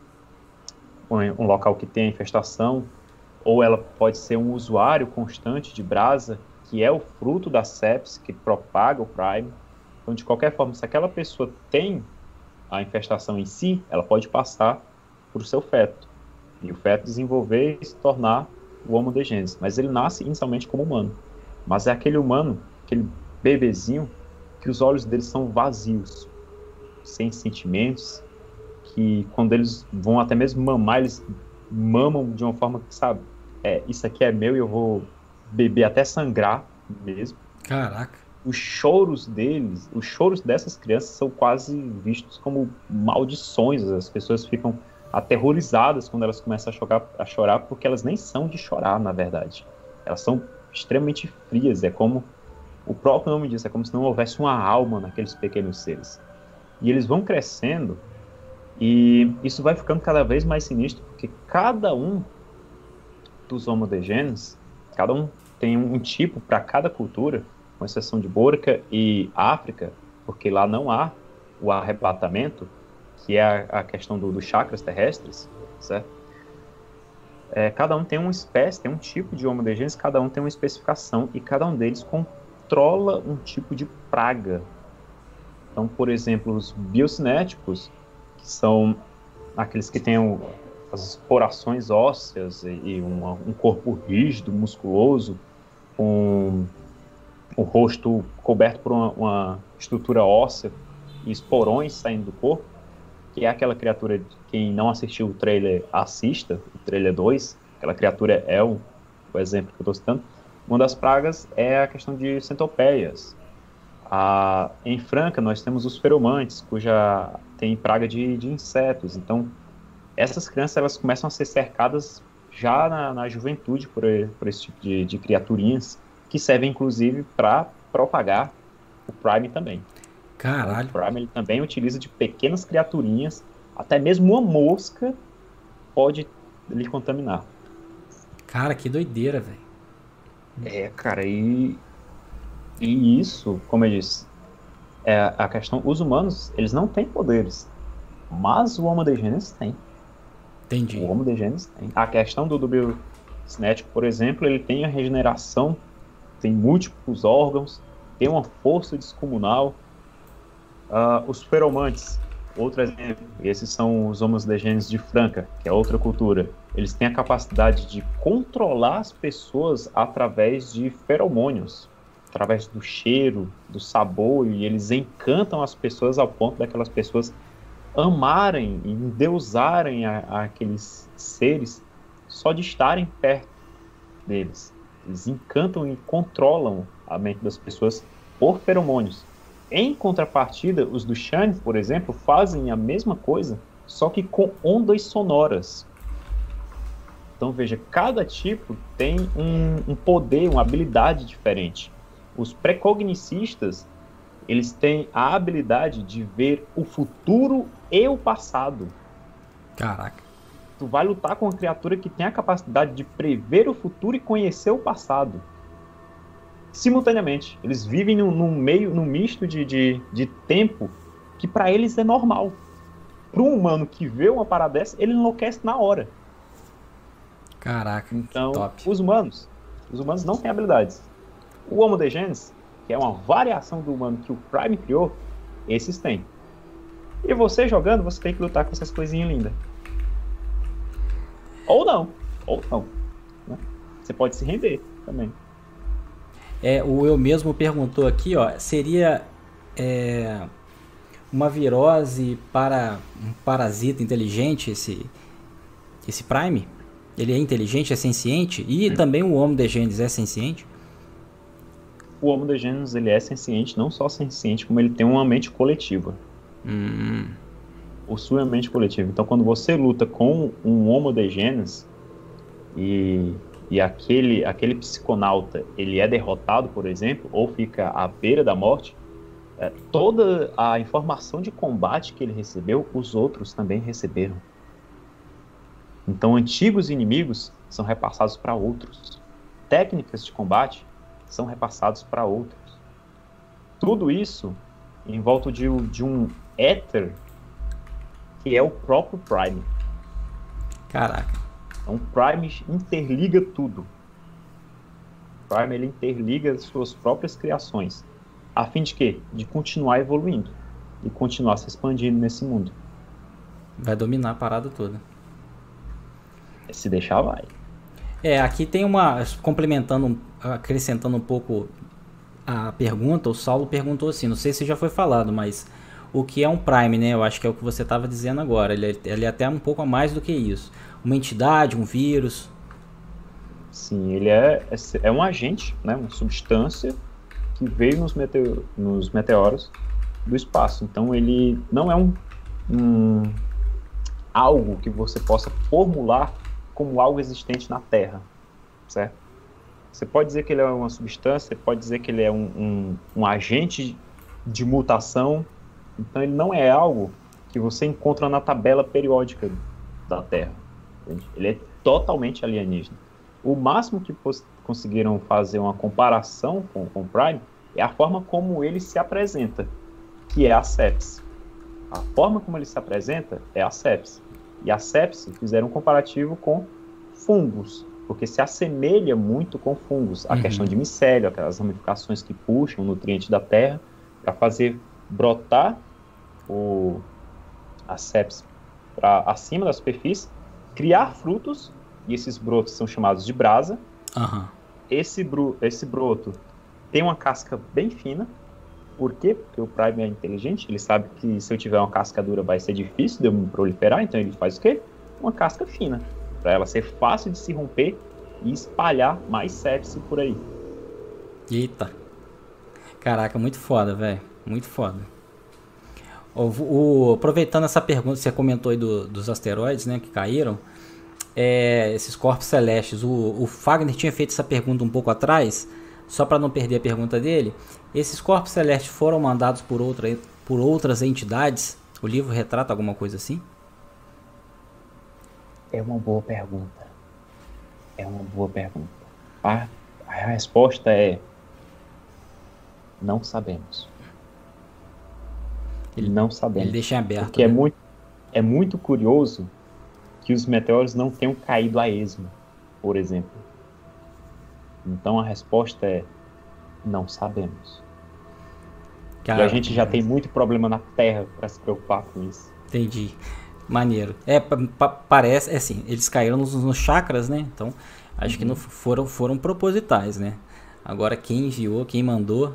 um local que tem a infestação, ou ela pode ser um usuário constante de brasa, que é o fruto da sepsis que propaga o Prime. Então, de qualquer forma, se aquela pessoa tem a infestação em si, ela pode passar para o seu feto, e o feto desenvolver e se tornar o Homo degenesis. Mas ele nasce inicialmente como humano. Mas é aquele humano, aquele bebezinho, que os olhos deles são vazios, sem sentimentos, que quando eles vão até mesmo mamar, eles mamam de uma forma que, sabe, é, isso aqui é meu e eu vou beber até sangrar mesmo. Caraca. Os choros deles, os choros dessas crianças são quase vistos como maldições. As pessoas ficam aterrorizadas quando elas começam a chorar, a chorar, porque elas nem são de chorar, na verdade. Elas são extremamente frias. É como o próprio nome diz, é como se não houvesse uma alma naqueles pequenos seres. E eles vão crescendo e isso vai ficando cada vez mais sinistro, porque cada um dos Homo degenes, cada um tem um tipo para cada cultura, com exceção de Borca e África, porque lá não há o arrebatamento, que é a, a questão do, dos chakras terrestres, certo? É, cada um tem uma espécie, tem um tipo de Homo degenes, cada um tem uma especificação, e cada um deles controla um tipo de praga. Então, por exemplo, os biocinéticos, que são aqueles que têm o, as esporações ósseas e, e uma, um corpo rígido, musculoso, com o rosto coberto por uma, uma estrutura óssea e esporões saindo do corpo, que é aquela criatura, quem não assistiu o trailer, assista, o trailer dois, aquela criatura é o, o exemplo que eu estou citando. Uma das pragas é a questão de centopeias. A, em Franca, nós temos os feromantes, cuja tem praga de, de insetos. Então, essas crianças elas começam a ser cercadas já na, na juventude por, por esse tipo de, de criaturinhas, que servem, inclusive, para propagar o Prime também. Caralho. O Prime ele também utiliza de pequenas criaturinhas, até mesmo uma mosca pode lhe contaminar. Cara, que doideira, velho. É, cara, e, e isso, como eu disse, é a questão, os humanos, eles não têm poderes, mas o Homo degenes tem. Entendi. O Homo degenes tem. A questão do, do biocinético, por exemplo, ele tem a regeneração, tem múltiplos órgãos, tem uma força descomunal. Uh, os feromantes, outro exemplo, esses são os Homo degenes de Franca, que é outra cultura. Eles têm a capacidade de controlar as pessoas através de feromônios, através do cheiro, do sabor, e eles encantam as pessoas ao ponto daquelas pessoas amarem e endeusarem a, a aqueles seres só de estarem perto deles. Eles encantam e controlam a mente das pessoas por feromônios. Em contrapartida, os do Shane, por exemplo, fazem a mesma coisa, só que com ondas sonoras. Então, veja, cada tipo tem um, um poder, uma habilidade diferente. Os precognicistas, eles têm a habilidade de ver o futuro e o passado. Caraca. Tu vai lutar com uma criatura que tem a capacidade de prever o futuro e conhecer o passado. Simultaneamente. Eles vivem num, num meio, num misto de, de, de tempo que para eles é normal. Para um humano que vê uma parada dessa, ele enlouquece na hora. Caraca, então, top. Os humanos, os humanos não têm habilidades. O Homo degenes, que é uma variação do humano que o Prime criou, esses têm. E você jogando, você tem que lutar com essas coisinhas lindas. Ou não, ou não. Né? Você pode se render também. É, o eu mesmo perguntou aqui, ó, seria é, uma virose para um parasita inteligente esse, esse Prime? Ele é inteligente, é senciente? E hum. também o Homo degenes é senciente? O Homo degenes, ele é senciente, não só senciente, como ele tem uma mente coletiva. Hum. Possui uma mente coletiva. Então, quando você luta com um Homo degenes e, e aquele, aquele psiconauta ele é derrotado, por exemplo, ou fica à beira da morte, é, toda a informação de combate que ele recebeu, os outros também receberam. Então, antigos inimigos são repassados para outros. Técnicas de combate são repassados para outros. Tudo isso em volta de, de um éter que é o próprio Prime. Caraca. Então, o Prime interliga tudo. O Prime ele interliga as suas próprias criações, a fim de quê? De continuar evoluindo e continuar se expandindo nesse mundo. Vai dominar a parada toda. Se deixar, vai. É, aqui tem uma, complementando, acrescentando um pouco a pergunta, o Saulo perguntou assim, não sei se já foi falado, mas o que é um Prime, né? Eu acho que é o que você estava dizendo agora. Ele é, ele é até um pouco a mais do que isso. Uma entidade, um vírus. Sim, ele é, é um agente, né? Uma substância que veio nos, meteo, nos meteoros do espaço. Então ele não é um, um algo que você possa formular como algo existente na Terra, certo? Você pode dizer que ele é uma substância, você pode dizer que ele é um, um, um agente de mutação. Então ele não é algo que você encontra na tabela periódica da Terra. Entende? Ele é totalmente alienígena. O máximo que conseguiram fazer uma comparação com, com o Prime é a forma como ele se apresenta, que é a sepse. A forma como ele se apresenta é a sepse. E a sepse fizeram um comparativo com fungos, porque se assemelha muito com fungos. A uhum. questão de micélio, aquelas ramificações que puxam o nutriente da terra para fazer brotar o, a sepse para acima da superfície, criar frutos, e esses brotos são chamados de brasa. Uhum. Esse, bro, esse broto tem uma casca bem fina. Por quê? Porque o Prime é inteligente, ele sabe que se eu tiver uma casca dura vai ser difícil de eu me proliferar, então ele faz o quê? Uma casca fina, para ela ser fácil de se romper e espalhar mais sepse por aí. Eita. Caraca, muito foda, velho. Muito foda. O, o, aproveitando essa pergunta que você comentou aí do, dos asteroides, né, que caíram, é, esses corpos celestes, o, o Fagner tinha feito essa pergunta um pouco atrás, só para não perder a pergunta dele. Esses corpos celestes foram mandados por, outra, por outras entidades? O livro retrata alguma coisa assim? É uma boa pergunta. É uma boa pergunta. A, a resposta é: não sabemos. Ele, não sabemos. Ele deixa aberto. Porque né? é, muito, é muito curioso que os meteoros não tenham caído a esmo, por exemplo. Então a resposta é: não sabemos. Cara, e a gente já tem muito problema na Terra para se preocupar com isso. Entendi. Maneiro. É, parece, é assim, eles caíram nos, nos chakras, né? Então, acho uhum. que não foram, foram propositais, né? Agora, quem enviou, quem mandou...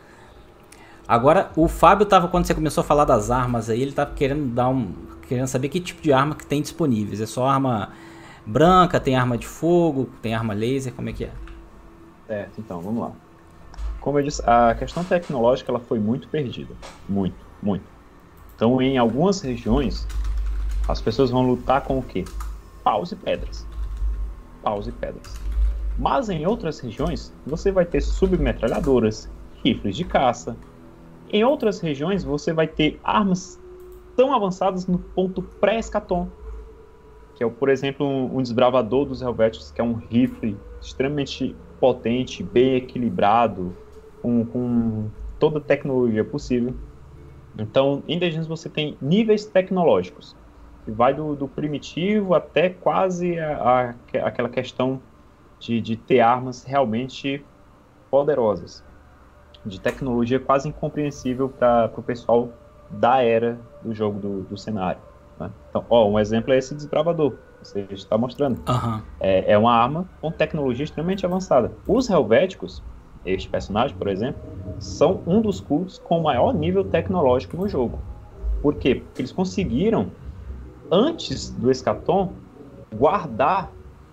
Agora, o Fábio tava, quando você começou a falar das armas aí, ele tava querendo dar um... querendo saber que tipo de arma que tem disponíveis. É só arma branca, tem arma de fogo, tem arma laser, como é que é? Certo, então, vamos lá. Como eu disse, a questão tecnológica ela foi muito perdida. Muito, muito. Então, em algumas regiões, as pessoas vão lutar com o quê? Paus e pedras. Paus e pedras. Mas em outras regiões, você vai ter submetralhadoras, rifles de caça. Em outras regiões, você vai ter armas tão avançadas no ponto pré-escatom, que é, por exemplo, um, um desbravador dos Helvéticos, que é um rifle extremamente potente, bem equilibrado, com, com toda a tecnologia possível. Então, em Degenes você tem níveis tecnológicos, que vai do, do primitivo até quase a, a, aquela questão de, de ter armas realmente poderosas, de tecnologia quase incompreensível para o pessoal da era do jogo, do, do cenário. Né? Então, ó, um exemplo é esse desbravador, que você está mostrando. Uhum. É, é uma arma com tecnologia extremamente avançada. Os Helvéticos, este personagem, por exemplo, são um dos cultos com maior nível tecnológico no jogo. Por quê? Porque eles conseguiram, antes do Escatom, guardar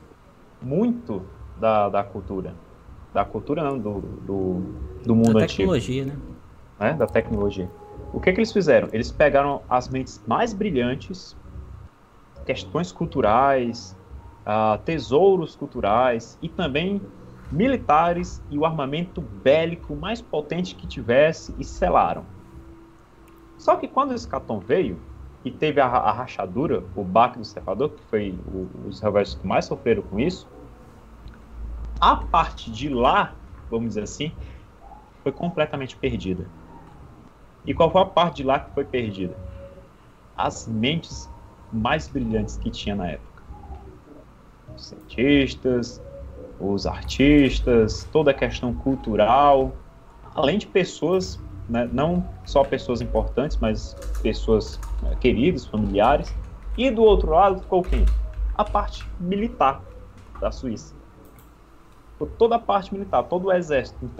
muito da, da cultura. Da cultura não, do, do, do mundo da antigo. Da tecnologia, né? né? Da tecnologia. O que, que eles fizeram? Eles pegaram as mentes mais brilhantes, questões culturais, uh, tesouros culturais e também militares e o armamento bélico mais potente que tivesse e selaram. Só que quando o Escatom veio e teve a, a rachadura, o baque do ceifador, que foi o, os Helvéticos que mais sofreram com isso, a parte de lá, vamos dizer assim, foi completamente perdida. E qual foi a parte de lá que foi perdida? As mentes mais brilhantes que tinha na época. Os cientistas, os artistas, toda a questão cultural, além de pessoas, né, não só pessoas importantes, mas pessoas né, queridas, familiares. E do outro lado ficou quem? A parte militar da Suíça. Toda a parte militar, todo o exército. Então,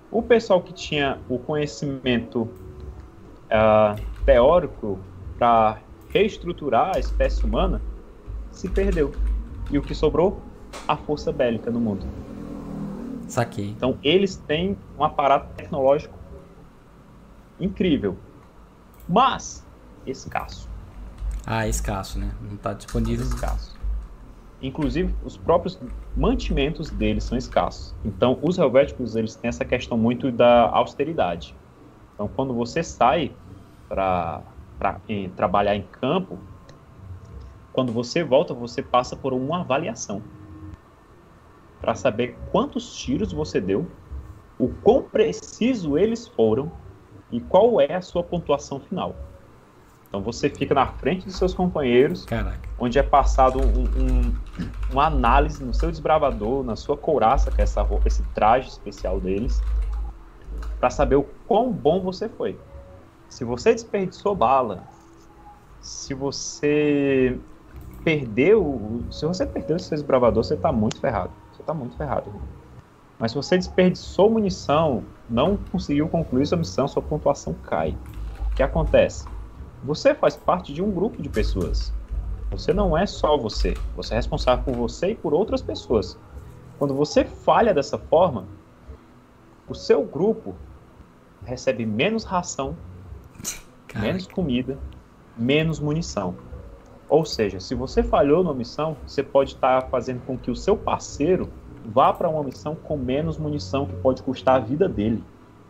O pessoal que tinha o conhecimento uh, teórico para reestruturar a espécie humana se perdeu. E o que sobrou? A força bélica no mundo. Saquei. Então, eles têm um aparato tecnológico incrível, mas escasso. Ah, escasso, né? Não está disponível. Escasso. Inclusive, os próprios mantimentos deles são escassos. Então, os helvéticos, eles têm essa questão muito da austeridade. Então, quando você sai para trabalhar em campo, quando você volta, você passa por uma avaliação para saber quantos tiros você deu, o quão preciso eles foram e qual é a sua pontuação final. Então você fica na frente dos seus companheiros, Caraca. onde é passado um, um, uma análise no seu desbravador, na sua couraça, que é essa roupa, esse traje especial deles, para saber o quão bom você foi. Se você desperdiçou bala, se você perdeu, se você perdeu o seu desbravador, você está muito ferrado. Você está muito ferrado. Mas se você desperdiçou munição, não conseguiu concluir sua missão, sua pontuação cai. O que acontece? Você faz parte de um grupo de pessoas. Você não é só você. Você é responsável por você e por outras pessoas. Quando você falha dessa forma, o seu grupo recebe menos ração, Caraca. menos comida, menos munição. Ou seja, se você falhou numa missão, você pode estar fazendo com que o seu parceiro vá para uma missão com menos munição, que pode custar a vida dele.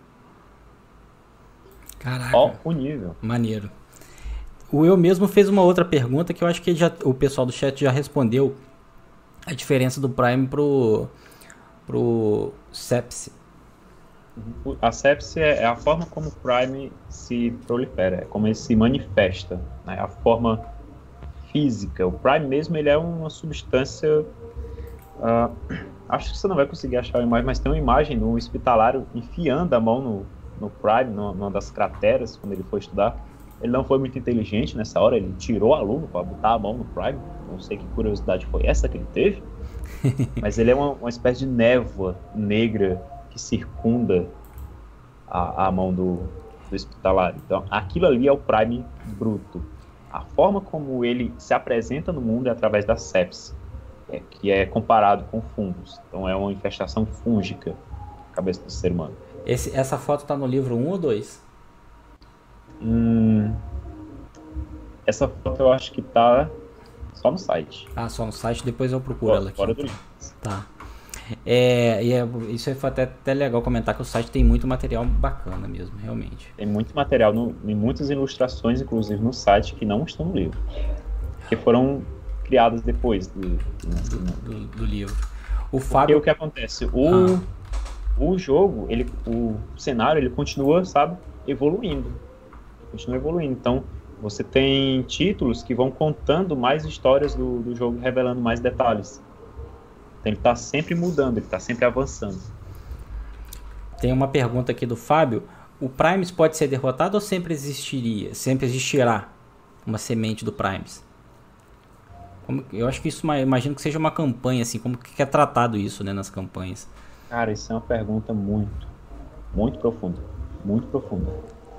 Caraca. Ó o nível. Maneiro. O eu mesmo fez uma outra pergunta que eu acho que já, o pessoal do chat já respondeu. A diferença do Prime pro, pro Sepsi. A sepse é a forma como o Prime se prolifera, é como ele se manifesta, né? A forma física. O Prime mesmo, ele é uma substância... Uh, acho que você não vai conseguir achar a imagem, mas tem uma imagem do hospitalário enfiando a mão no, no Prime, numa, numa das crateras, quando ele foi estudar. Ele não foi muito inteligente nessa hora, ele tirou a luva para botar a mão no Prime. Não sei que curiosidade foi essa que ele teve, mas ele é uma, uma espécie de névoa negra que circunda a, a mão do, do hospitalário. Então, aquilo ali é o Prime bruto. A forma como ele se apresenta no mundo é através da sepse, é, que é comparado com fungos. Então, é uma infestação fúngica na cabeça do ser humano. Esse, essa foto está no livro um ou dois? Hum, essa foto eu acho que tá só no site. Ah, só no site, depois eu procuro ela aqui. Fora do livro. Tá. É, e é, isso foi até, até legal comentar que o site tem muito material bacana mesmo, realmente. Tem muito material, no, e muitas ilustrações, inclusive, no site que não estão no livro. Que foram criadas depois do, do, do, do livro. O Fábio... Porque o que acontece? O, ah. o jogo, ele, o cenário, ele continua, sabe, evoluindo. Continua evoluindo. Então, você tem títulos que vão contando mais histórias do, do jogo, revelando mais detalhes. Então, ele está sempre mudando, ele está sempre avançando. Tem uma pergunta aqui do Fábio. O Primes pode ser derrotado ou sempre existiria? Sempre existirá uma semente do Primes? Como, eu acho que isso, imagino que seja uma campanha, assim, como que é tratado isso, né, nas campanhas? Cara, isso é uma pergunta muito, muito profunda. Muito profunda.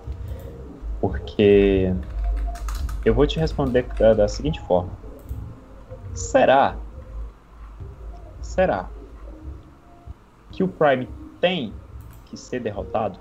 Porque eu vou te responder da, da seguinte forma. Será, será que o Prime tem que ser derrotado?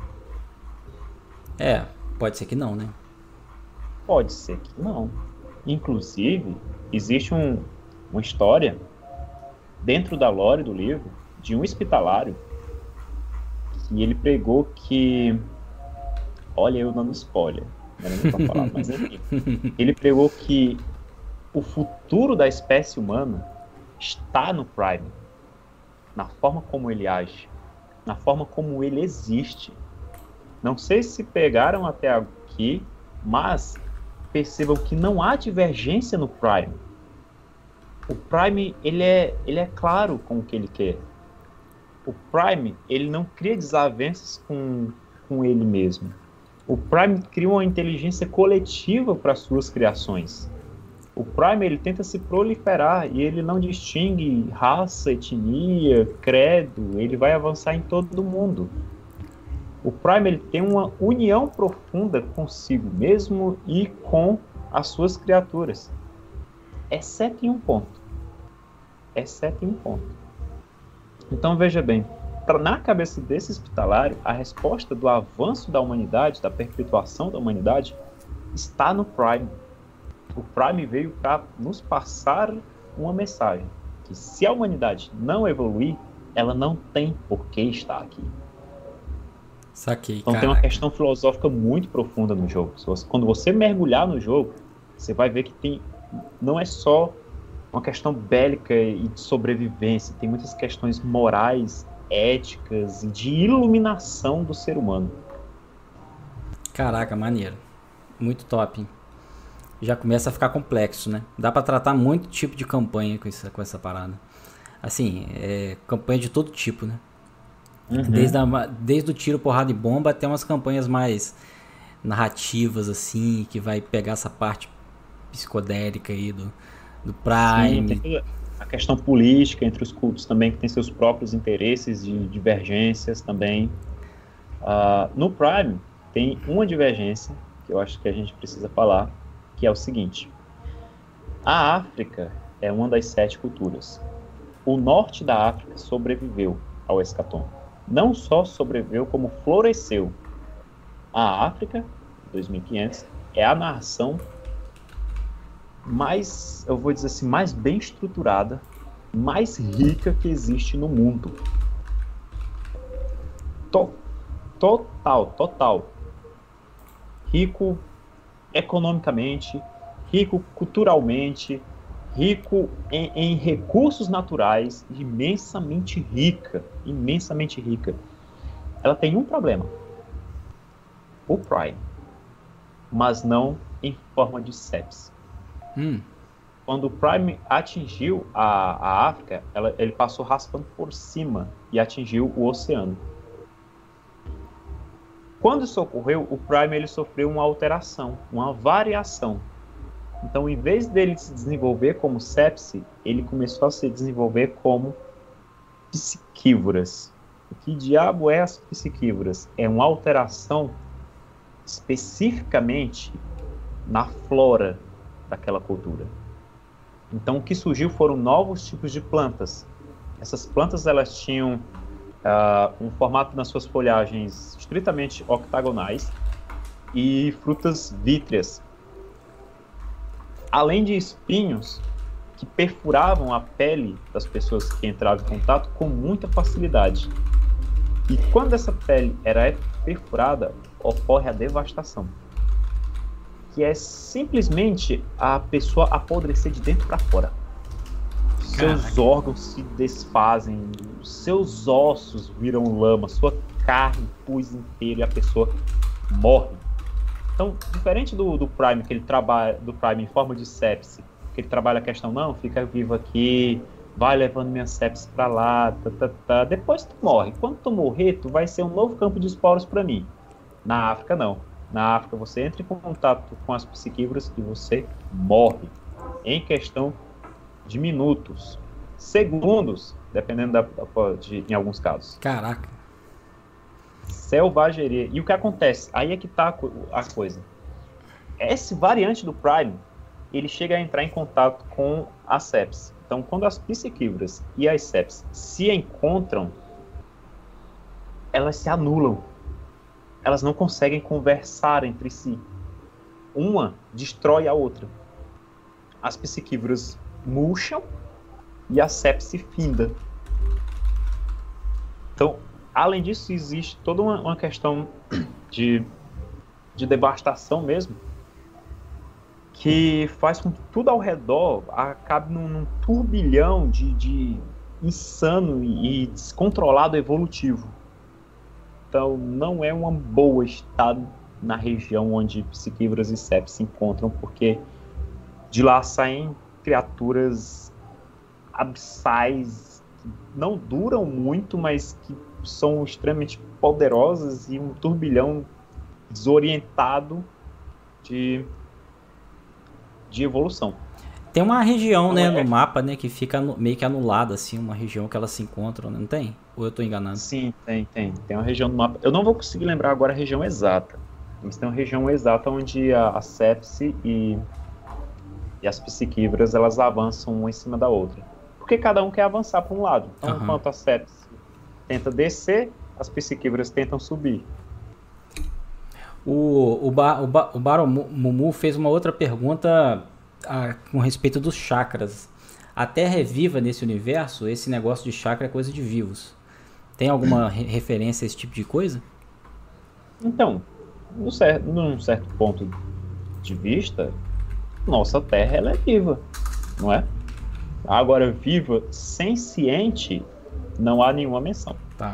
É, pode ser que não, né? Pode ser que não. Inclusive, existe um, uma história dentro da lore do livro de um hospitalário que ele pregou que... Olha, eu dando spoiler, não era pra falar, mas enfim. Ele pregou que o futuro da espécie humana está no Prime, na forma como ele age, na forma como ele existe. Não sei se pegaram até aqui, mas percebam que não há divergência no Prime. O Prime, ele é, ele é claro com o que ele quer. O Prime, ele não cria desavenças com, com ele mesmo. O Prime cria uma inteligência coletiva para suas criações. O O Prime, ele tenta se proliferar e ele não distingue raça, etnia, credo, ele vai avançar em todo mundo. O Prime, ele tem uma união profunda consigo mesmo e com as suas criaturas, exceto em um ponto. Exceto em um ponto. Então, veja bem, na cabeça desse hospitalário, a resposta do avanço da humanidade, da perpetuação da humanidade, está no Prime. O Prime veio para nos passar uma mensagem, que se a humanidade não evoluir, ela não tem por que estar aqui. Saquei, então caraca. Tem uma questão filosófica muito profunda no jogo. Quando você mergulhar no jogo, você vai ver que tem, não é só uma questão bélica e de sobrevivência, tem muitas questões morais, éticas e de iluminação do ser humano. Caraca, maneiro. Muito top. Já começa a ficar complexo, né? Dá pra tratar muito tipo de campanha com essa, com essa parada. Assim, é, campanha de todo tipo, né? Uhum. Desde, a, desde o tiro, porrada e bomba até umas campanhas mais narrativas, assim, que vai pegar essa parte psicodélica aí do, do Prime. Sim, tem a questão política entre os cultos também, que tem seus próprios interesses e divergências também. Uh, no Prime tem uma divergência que eu acho que a gente precisa falar, que é o seguinte: a África é uma das sete culturas. O norte da África sobreviveu ao Eschaton. Não só sobreviveu, como floresceu. A África, dois mil e quinhentos, é a nação mais, eu vou dizer assim, mais bem estruturada, mais rica que existe no mundo. To- total, total. Rico economicamente, rico culturalmente, rico em, em recursos naturais, imensamente rica, imensamente rica. Ela tem um problema: o Prime, mas não em forma de sepsis. Hum. Quando o Prime atingiu a, a África, ela, ele passou raspando por cima e atingiu o oceano. Quando isso ocorreu, o Prime ele sofreu uma alteração, uma variação. Então, em vez dele se desenvolver como sepse, ele começou a se desenvolver como psiquívoras. O que diabo é as psiquívoras? É uma alteração especificamente na flora daquela cultura. Então, o que surgiu foram novos tipos de plantas. Essas plantas elas tinham uh, um formato nas suas folhagens estritamente octagonais e frutas vítreas, além de espinhos que perfuravam a pele das pessoas que entravam em contato com muita facilidade. E quando essa pele era perfurada, ocorre a devastação, que é simplesmente a pessoa apodrecer de dentro para fora. Seus Caraca. órgãos se desfazem, seus ossos viram lama, sua carne pus inteiro e a pessoa morre. Então, diferente do, do Prime, que ele trabalha do Prime em forma de sepse, que ele trabalha a questão, não, fica vivo aqui, vai levando minha sepse pra lá, tá, tá, tá. Depois tu morre. Quando tu morrer, tu vai ser um novo campo de esporos para mim. Na África, não. Na África, você entra em contato com as psiquívoras e você morre. Em questão de minutos, segundos, dependendo da, de, em alguns casos. Caraca. Selvageria. E o que acontece? Aí é que tá a coisa. Esse variante do Prime, ele chega a entrar em contato com a sepse. Então, quando as psiquívoras e as sepses se encontram, elas se anulam. Elas não conseguem conversar entre si. Uma destrói a outra. As psiquívoras murcham e a sepse finda. Então, além disso, existe toda uma, uma questão de, de devastação mesmo, que faz com que tudo ao redor acabe num, num turbilhão de, de insano e descontrolado evolutivo. Então, não é uma boa estar na região onde psiquívoras e sepses se encontram, porque de lá saem criaturas abissais que não duram muito, mas que são extremamente poderosas e um turbilhão desorientado de, de evolução. Tem uma região, Não né, é- no mapa, né, que fica anu- meio que anulada, assim, uma região que elas se encontram, né? Não tem? Ou eu tô enganado? Sim, tem, tem. Tem uma região do mapa. Eu não vou conseguir lembrar agora a região exata. Mas tem uma região exata onde a, a sepse e, e as psiquivras elas avançam uma em cima da outra. Porque cada um quer avançar para um lado. Então, Aham. enquanto a sepse tenta descer, as psiquivras tentam subir. O, o, ba, o, ba, o Baro Mu- Mumu fez uma outra pergunta a, com respeito dos chakras. A Terra é viva nesse universo? Esse negócio de chakra é coisa de vivos. Tem alguma re- referência a esse tipo de coisa? Então, num certo, num certo ponto de vista, nossa Terra ela é viva, não é? Agora, viva, senciente, não há nenhuma menção. Tá.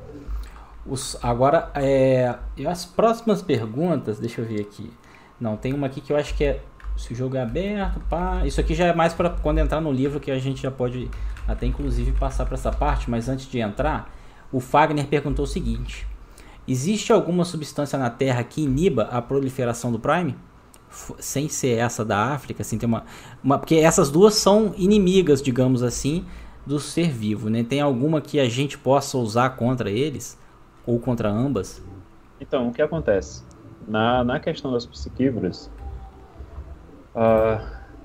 Os, agora, é, e as próximas perguntas, deixa eu ver aqui. Não, tem uma aqui que eu acho que é se o jogo é aberto, pá. Isso aqui já é mais para quando entrar no livro, que a gente já pode até inclusive passar para essa parte, mas antes de entrar, o Fagner perguntou o seguinte: existe alguma substância na Terra que iniba a proliferação do Prime? F- Sem ser essa da África, assim, tem uma, uma. Porque essas duas são inimigas, digamos assim, do ser vivo, né? Tem alguma que a gente possa usar contra eles? Ou contra ambas? Então, o que acontece? Na, na questão das psiquivras, ah,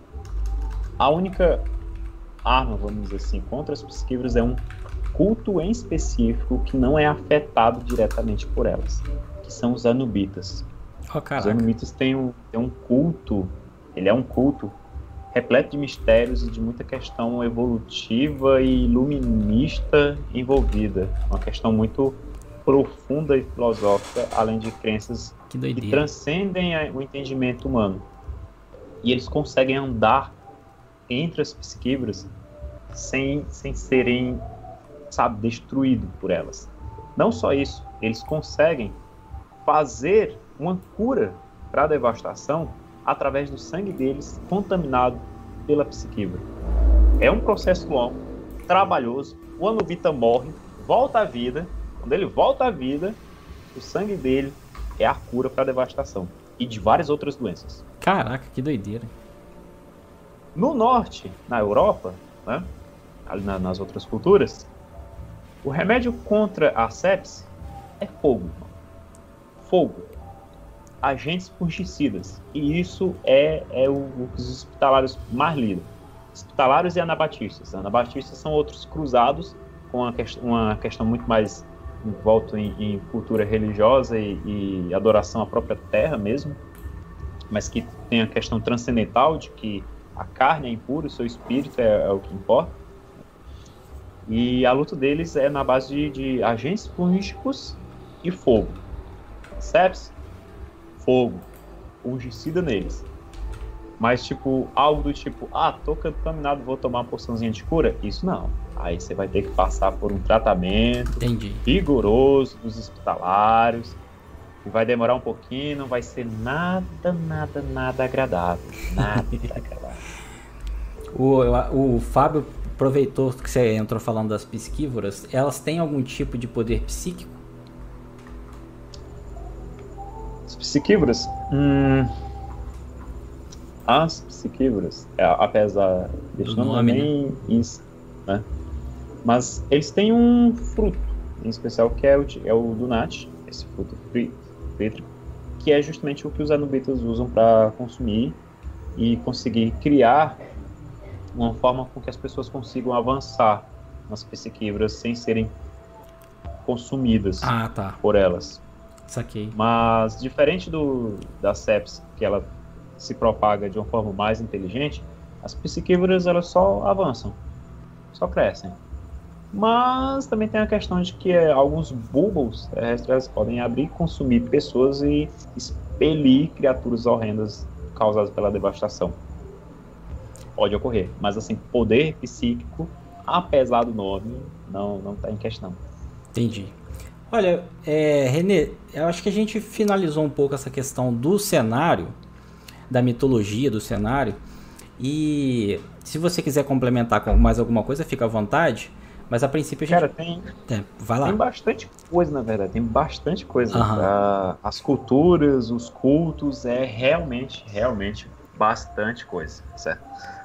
a única arma, vamos dizer assim, contra as psiquivras é um culto em específico que não é afetado diretamente por elas, que são os anubitas. Oh, Os caraca. anubitas têm um, têm um culto, ele é um culto repleto de mistérios e de muita questão evolutiva e iluminista envolvida. Uma questão muito profunda e filosófica, além de crenças Que que doideira. transcendem a- o entendimento humano. E eles conseguem andar entre as psiquivras sem, sem serem, sabe, destruídos por elas. Não só isso, eles conseguem fazer uma cura para a devastação através do sangue deles contaminado pela psiquivra. É um processo longo, trabalhoso. O anubita morre, volta à vida. Quando ele volta à vida, o sangue dele é a cura para a devastação e de várias outras doenças. Caraca, que doideira. No norte, na Europa, né, ali na- nas outras culturas, o remédio contra a sepse é fogo. Fogo. Agentes fungicidas. E isso é, é o, o que os hospitalários mais lidam. Hospitalários e anabatistas. Anabatistas são outros cruzados com uma, quest uma questão muito mais envolta em, em cultura religiosa e, e adoração à própria terra mesmo, mas que tem a questão transcendental de que a carne é impura, o seu espírito é, é o que importa. E a luta deles é na base de, de agentes fúngicos e fogo. Sepsis, fogo, fungicida neles. Mas, tipo, algo do tipo, ah, tô contaminado, vou tomar uma porçãozinha de cura? Isso não. Aí você vai ter que passar por um tratamento Entendi. rigoroso dos hospitalários, que vai demorar um pouquinho, não vai ser nada, nada, nada agradável. Nada agradável. O, o Fábio aproveitou que você entrou falando das psiquívoras. Elas têm algum tipo de poder psíquico? As psiquivras? Hum, as psiquivras, é, apesar Do de não nome, nem isso, né? Mas eles têm um fruto, em especial, que é o, de- é o Dunat, esse fruto fri- frítrico, que é justamente o que os anubitas usam para consumir e conseguir criar uma forma com que as pessoas consigam avançar nas psiquivras sem serem consumidas Ah, tá. por elas. Saquei. Mas, diferente do, da sepsis, que ela se propaga de uma forma mais inteligente, as psiquívoras elas só avançam, só crescem. Mas também tem a questão de que é, alguns bulbos terrestres podem abrir e consumir pessoas e expelir criaturas horrendas causadas pela devastação. Pode ocorrer, mas assim, poder psíquico, apesar do nome, não não está em questão. Entendi. Olha, é, Renê, eu acho que a gente finalizou um pouco essa questão do cenário, da mitologia do cenário. E se você quiser complementar com mais alguma coisa, fica à vontade. Mas a princípio a gente. Cara, tem, É, vai lá. tem bastante coisa, na verdade, tem bastante coisa. Aham. Ah, as culturas, os cultos, é realmente, realmente bastante coisa, certo?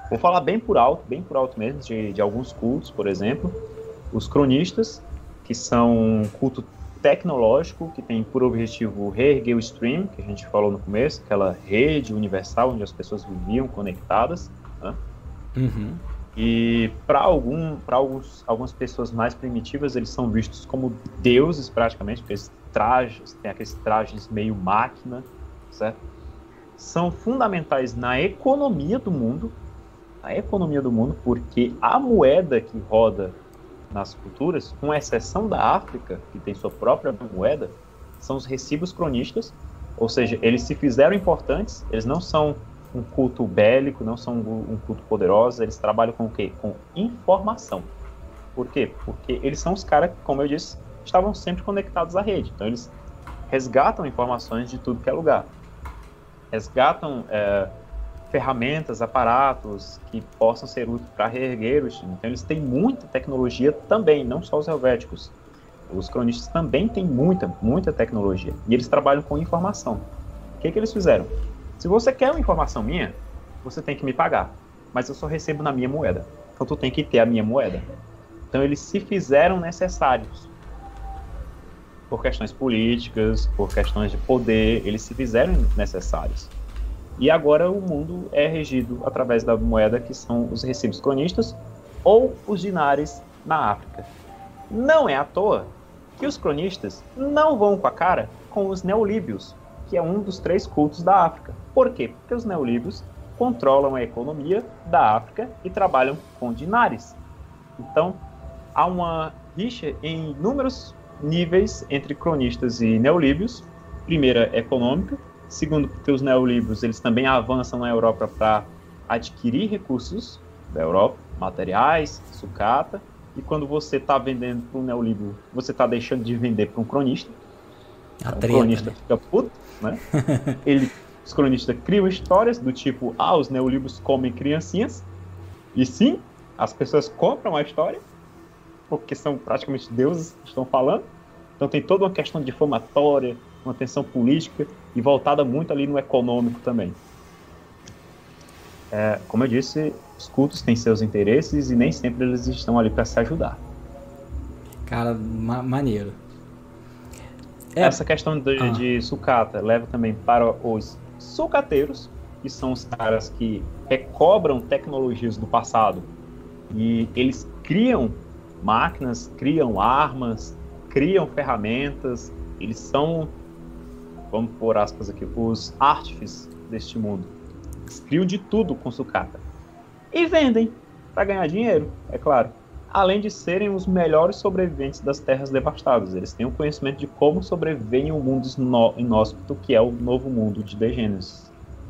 Vou falar bem por alto, bem por alto mesmo, de, de alguns cultos, por exemplo. Os cronistas, que são um culto tecnológico, que tem por objetivo reerguer o stream, que a gente falou no começo, aquela rede universal onde as pessoas viviam conectadas, né? Uhum. E para algum, para alguns, algumas pessoas mais primitivas, eles são vistos como deuses praticamente, porque eles trajes, tem aqueles trajes meio máquina, certo? São fundamentais na economia do mundo, na economia do mundo, porque a moeda que roda nas culturas, com exceção da África, que tem sua própria moeda, são os recibos cronistas, ou seja, eles se fizeram importantes, eles não são um culto bélico, não são um culto poderoso, eles trabalham com o quê? Com informação. Por quê? Porque eles são os caras que, como eu disse, estavam sempre conectados à rede. Então eles resgatam informações de tudo que é lugar. Resgatam é, ferramentas, aparatos que possam ser úteis para reerguer o time. Então eles têm muita tecnologia também, não só os helvéticos. Os cronistas também têm muita, muita tecnologia. E eles trabalham com informação. O que, que eles fizeram? Se você quer uma informação minha, você tem que me pagar. Mas eu só recebo na minha moeda. Então tu tem que ter a minha moeda. Então eles se fizeram necessários. Por questões políticas, por questões de poder, eles se fizeram necessários. E agora o mundo é regido através da moeda que são os recibos cronistas ou os dinares na África. Não é à toa que os cronistas não vão com a cara com os neolíbios, que é um dos três cultos da África. Por quê? Porque os neolíbios controlam a economia da África e trabalham com dinares. Então, há uma rixa em inúmeros níveis entre cronistas e neolíbios. Primeira, econômica. Segundo, porque os neolíbios eles também avançam na Europa para adquirir recursos da Europa, materiais, sucata. E quando você está vendendo para um neolíbio, você está deixando de vender para um cronista. A o treta, cronista né? fica puto, né? Ele, os cronistas criam histórias do tipo, ah, os neolíbios comem criancinhas. E sim, as pessoas compram a história, porque são praticamente deuses que estão falando. Então tem toda uma questão difamatória, uma tensão política e voltada muito ali no econômico também. É, como eu disse, os cultos têm seus interesses e nem sempre eles estão ali para se ajudar. Cara, ma maneiro. É. Essa questão de, ah. de sucata leva também para os sucateiros, que são os caras que recobram tecnologias do passado e eles criam máquinas, criam armas, criam ferramentas. Eles são, vamos pôr aspas aqui, os artífices deste mundo. Eles criam de tudo com sucata e vendem para ganhar dinheiro, é claro. Além de serem os melhores sobreviventes das terras devastadas. Eles têm o conhecimento de como sobreviver em um mundo inóspito, que é o novo mundo de The Genesis.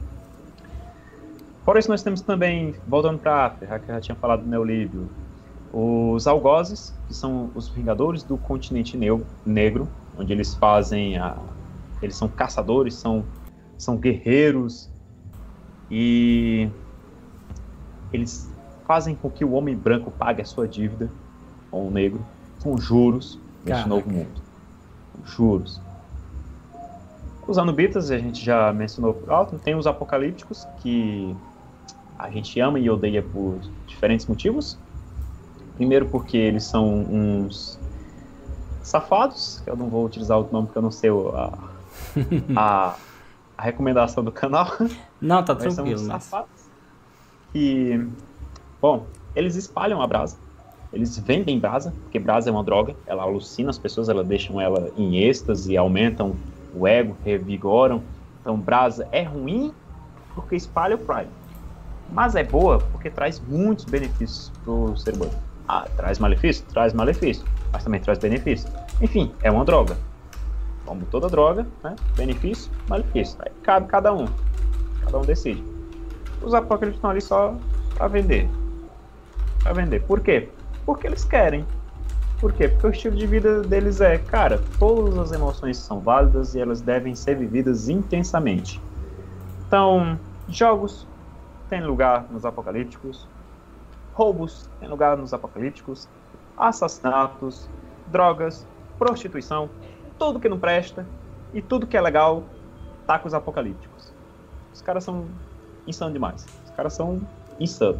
Fora isso, nós temos também, voltando para a África, que eu já tinha falado do Neolíbio, os algozes, que são os vingadores do continente negro, onde eles fazem, a, eles são caçadores, são, são guerreiros, e eles fazem com que o homem branco pague a sua dívida com o negro, com juros, neste Caraca. novo mundo. Com juros. Os anubitas, a gente já mencionou por alto, tem os apocalípticos, que a gente ama e odeia por diferentes motivos. Primeiro porque eles são uns safados, que eu não vou utilizar o nome porque eu não sei a, a, a recomendação do canal. Não, tá mas tranquilo. São uns mas... safados que... Bom, eles espalham a brasa, eles vendem brasa, porque brasa é uma droga, ela alucina as pessoas, ela deixam ela em êxtase, aumentam o ego, revigoram. Então brasa é ruim porque espalha o Prime, mas é boa porque traz muitos benefícios pro ser humano. Ah, traz malefício? Traz malefício, mas também traz benefício. Enfim, é uma droga. Como toda droga, né? Benefício, malefício. Aí cabe cada um, cada um decide. Os apocalipse estão ali só para vender. Pra vender. Por quê? Porque eles querem. Por quê? Porque o estilo de vida deles é, cara, todas as emoções são válidas e elas devem ser vividas intensamente. Então, jogos têm lugar nos apocalípticos, roubos têm lugar nos apocalípticos, assassinatos, drogas, prostituição, tudo que não presta e tudo que é legal tá com os apocalípticos. Os caras são insanos demais. Os caras são e sub.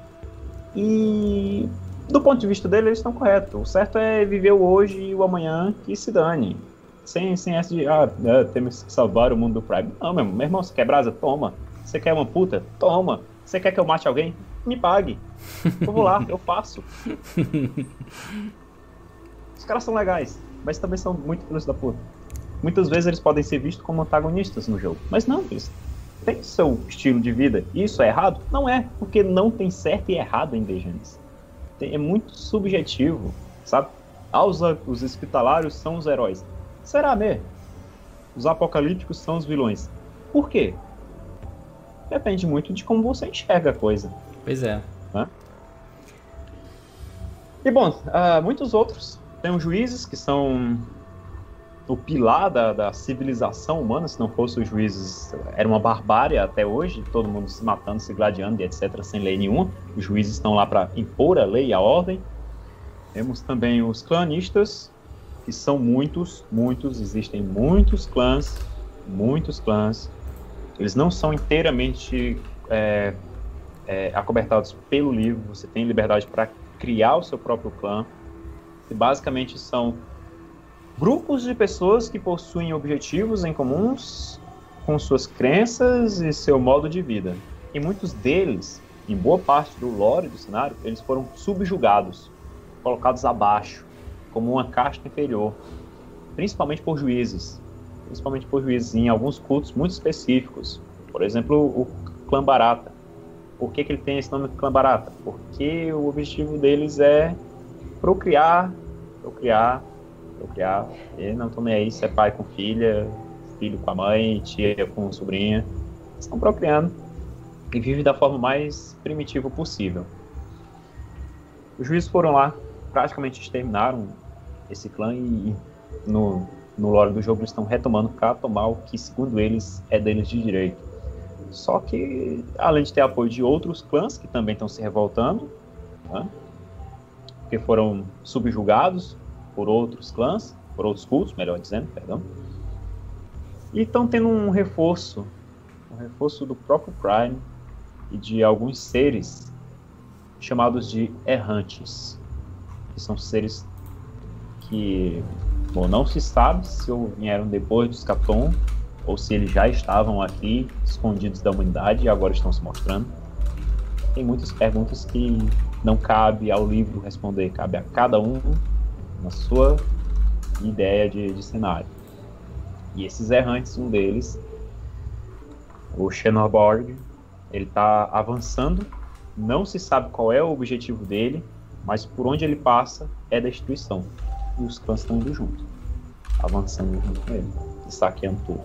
E do ponto de vista dele, eles estão corretos. O certo é viver o hoje e o amanhã que se dane. Sem, sem essa de, ah, é, temos que salvar o mundo do Prime. Não, meu, meu irmão, você quer brasa? Toma. Você quer uma puta? Toma. Você quer que eu mate alguém? Me pague. Eu vou lá, eu faço. Os caras são legais, mas também são muito filhos da puta. Muitas vezes eles podem ser vistos como antagonistas no jogo. Mas não, eles têm seu estilo de vida. E isso é errado? Não é, porque não tem certo e errado em The Genesis. É muito subjetivo, sabe? Ah, os, os hospitalários são os heróis. Será mesmo? Os apocalípticos são os vilões. Por quê? Depende muito de como você enxerga a coisa. Pois é. Né? E bom, uh, muitos outros. Tem os juízes, que são o pilar da, da civilização humana. Se não fossem os juízes, era uma barbárie até hoje. Todo mundo se matando, se gladiando, e etcétera, sem lei nenhuma. Os juízes estão lá para impor a lei e a ordem. Temos também os clanistas, que são muitos, muitos, existem muitos clãs, muitos clãs. Eles não são inteiramente é, é, acobertados pelo livro, você tem liberdade para criar o seu próprio clã. E basicamente são grupos de pessoas que possuem objetivos em comuns com suas crenças e seu modo de vida. E muitos deles, em boa parte do lore do cenário, eles foram subjugados, colocados abaixo, como uma casta inferior, principalmente por juízes, principalmente por juízes em alguns cultos muito específicos. Por exemplo, o clã Barata. Por que que ele tem esse nome de clã Barata? Porque o objetivo deles é procriar, procriar, procriar, e não estão nem aí se é pai com filha, filho com a mãe, tia com sobrinha. Eles estão procriando e vivem da forma mais primitiva possível. Os juízes foram lá, praticamente exterminaram esse clã e no, no lore do jogo eles estão retomando para tomar o que, segundo eles, é deles de direito. Só que, além de ter apoio de outros clãs que também estão se revoltando, né, porque foram subjugados por outros clãs, por outros cultos, melhor dizendo, perdão, e estão tendo um reforço, um reforço do próprio Prime e de alguns seres chamados de errantes, que são seres que, bom, não se sabe se vieram depois dos Scaton ou se eles já estavam aqui, escondidos da humanidade, e agora estão se mostrando. Tem muitas perguntas que não cabe ao livro responder, cabe a cada um na sua ideia de, de cenário. E esses errantes, um deles, o Xenorborg, ele está avançando, não se sabe qual é o objetivo dele, mas por onde ele passa é destruição. E os clãs estão indo junto, avançando junto com ele, e saqueando tudo.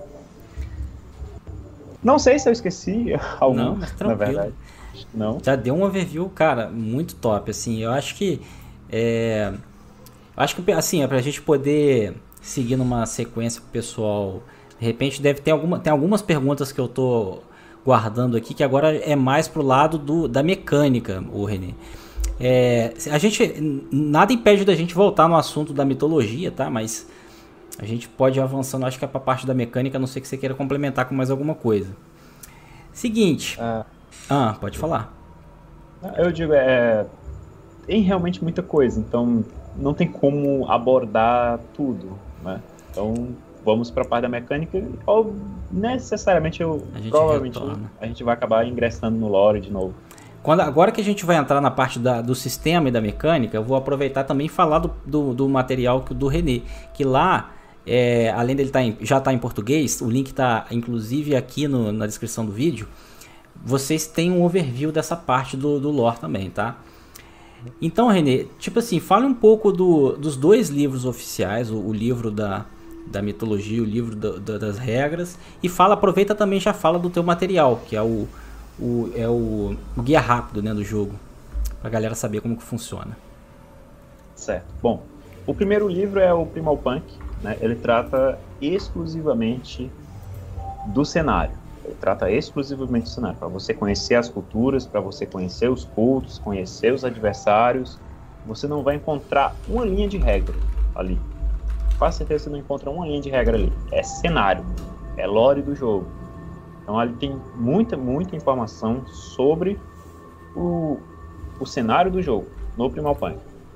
Não sei se eu esqueci algum, não, mas na verdade. Não. Já deu um overview, cara, muito top, assim. Eu acho que é, acho que assim, é pra gente poder seguir numa sequência pro pessoal. De repente deve ter alguma, tem algumas perguntas que eu tô guardando aqui que agora é mais pro lado do, da mecânica, o René. É, a gente, nada impede da gente voltar no assunto da mitologia, tá? Mas a gente pode ir avançando, acho que é pra parte da mecânica, a não ser que você queira complementar com mais alguma coisa. Seguinte. Ah, ah pode falar. Eu digo, é, tem realmente muita coisa, então não tem como abordar tudo, né? Então vamos para a parte da mecânica, ou necessariamente eu, a provavelmente retorna. A gente vai acabar ingressando no lore de novo. Quando, agora que a gente vai entrar na parte da, do sistema e da mecânica, eu vou aproveitar também e falar do, do, do material do René, que lá, é, além dele tá em, já estar tá em português, o link está inclusive aqui no, na descrição do vídeo, vocês têm um overview dessa parte do, do lore também, tá? Então, René, tipo assim, fale um pouco do, dos dois livros oficiais, o, o livro da, da mitologia, o livro do, do, das regras, e fala, aproveita também e já fala do teu material, que é o, o, é o, o guia rápido, né, do jogo, pra galera saber como que funciona. Certo. Bom, o primeiro livro é o Primal Punk, né? Ele trata exclusivamente do cenário. Ele trata exclusivamente do cenário, para você conhecer as culturas, para você conhecer os cultos, conhecer os adversários. Você não vai encontrar uma linha de regra ali. Com certeza você não encontra uma linha de regra ali. É cenário, é lore do jogo. Então ali tem muita, muita informação sobre o, o cenário do jogo no Primal Punk.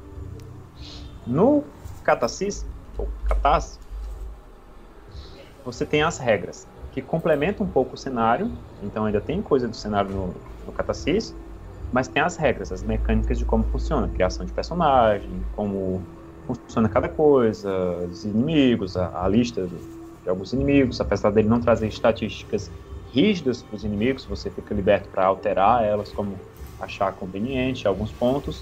No Catarsis, ou Catarse, você tem as regras, que complementam um pouco o cenário, então ainda tem coisa do cenário no, no Catarsis, mas tem as regras, as mecânicas de como funciona, criação de personagem, como funciona cada coisa, os inimigos, a, a lista de alguns inimigos, apesar dele não trazer estatísticas rígidas para os inimigos, você fica liberto para alterar elas como achar conveniente, alguns pontos,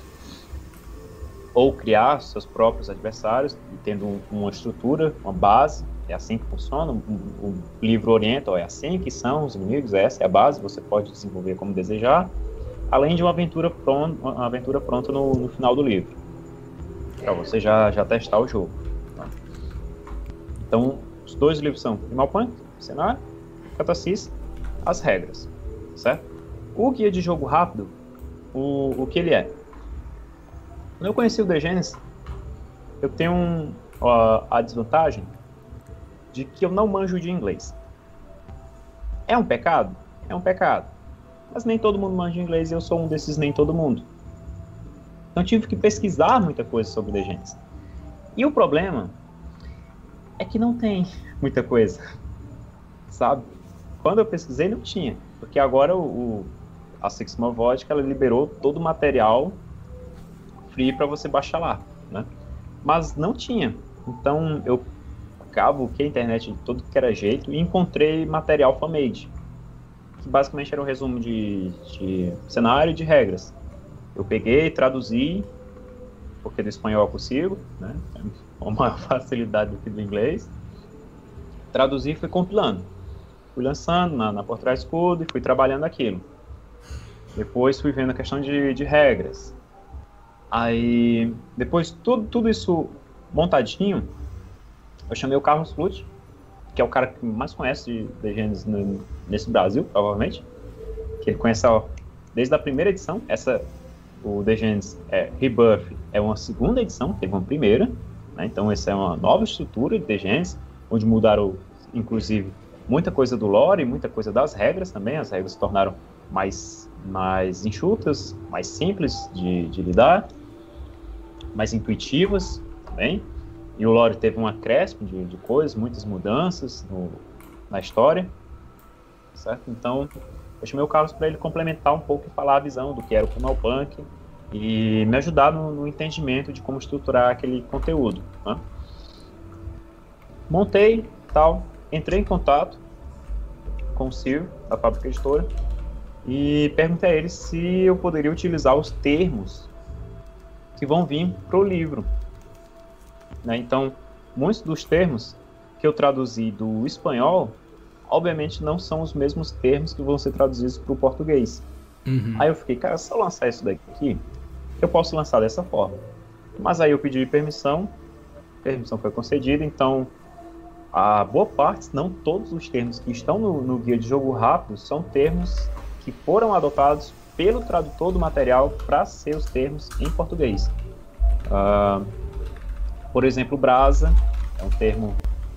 ou criar seus próprios adversários, tendo um, uma estrutura, uma base, é assim que funciona, o, o livro orienta, ó, é assim que são os inimigos, essa é a base, você pode desenvolver como desejar, além de uma aventura pronta, uma aventura pronta no, no final do livro, para você já, já testar o jogo. Tá? Então, os dois livros são Primal Punk, cenário, Catarsis, as regras, certo? O guia de jogo rápido, o, o que ele é? Quando eu conheci o The Genesis, eu tenho um, ó, a desvantagem de que eu não manjo de inglês. É um pecado? É um pecado. Mas nem todo mundo manja inglês e eu sou um desses nem todo mundo. Então tive que pesquisar muita coisa sobre o The Genesis. E o problema é que não tem muita coisa, sabe? Quando eu pesquisei não tinha, porque agora o, o, a Six More Vodka, ela liberou todo o material free para você baixar lá, né? Mas não tinha. Então eu cavuquei a internet de todo que era jeito e encontrei material fan-made, que basicamente era um resumo de, de cenário e de regras. Eu peguei, traduzi, porque do espanhol eu consigo, né? Com maior facilidade do que do inglês. Traduzi e fui compilando. Fui lançando na, na Por Trás do Escudo e fui trabalhando aquilo. Depois fui vendo a questão de, de regras. Aí, depois tudo, tudo isso montadinho, eu chamei o Carlos Flute, que é o cara que mais conhece de The Genesis nesse Brasil, provavelmente. Que ele conhece ó, desde a primeira edição. Essa, o The Genesis é, Rebirth é uma segunda edição, teve uma primeira. Né? Então essa é uma nova estrutura de The Genesis, onde mudaram, inclusive, muita coisa do lore, muita coisa das regras também. As regras se tornaram mais, mais enxutas, mais simples de, de lidar, mais intuitivas também. E o lore teve um acréscimo de, de coisas, muitas mudanças no, na história, certo? Então, eu chamei o Carlos para ele complementar um pouco e falar a visão do que era o Primal Punk e me ajudar no, no entendimento de como estruturar aquele conteúdo. Né? Montei, tal, entrei em contato com o Ciro, da Fábrica Editora, e perguntei a ele se eu poderia utilizar os termos que vão vir para o livro. Né? Então, muitos dos termos que eu traduzi do espanhol, obviamente não são os mesmos termos que vão ser traduzidos para o português. Uhum. Aí eu fiquei, cara, se eu lançar isso daqui, eu posso lançar dessa forma. Mas aí eu pedi permissão, permissão foi concedida, então a boa parte, não todos os termos que estão no, no guia de jogo rápido são termos que foram adotados pelo tradutor do material para ser os termos em português. Uh, por exemplo, brasa é um termo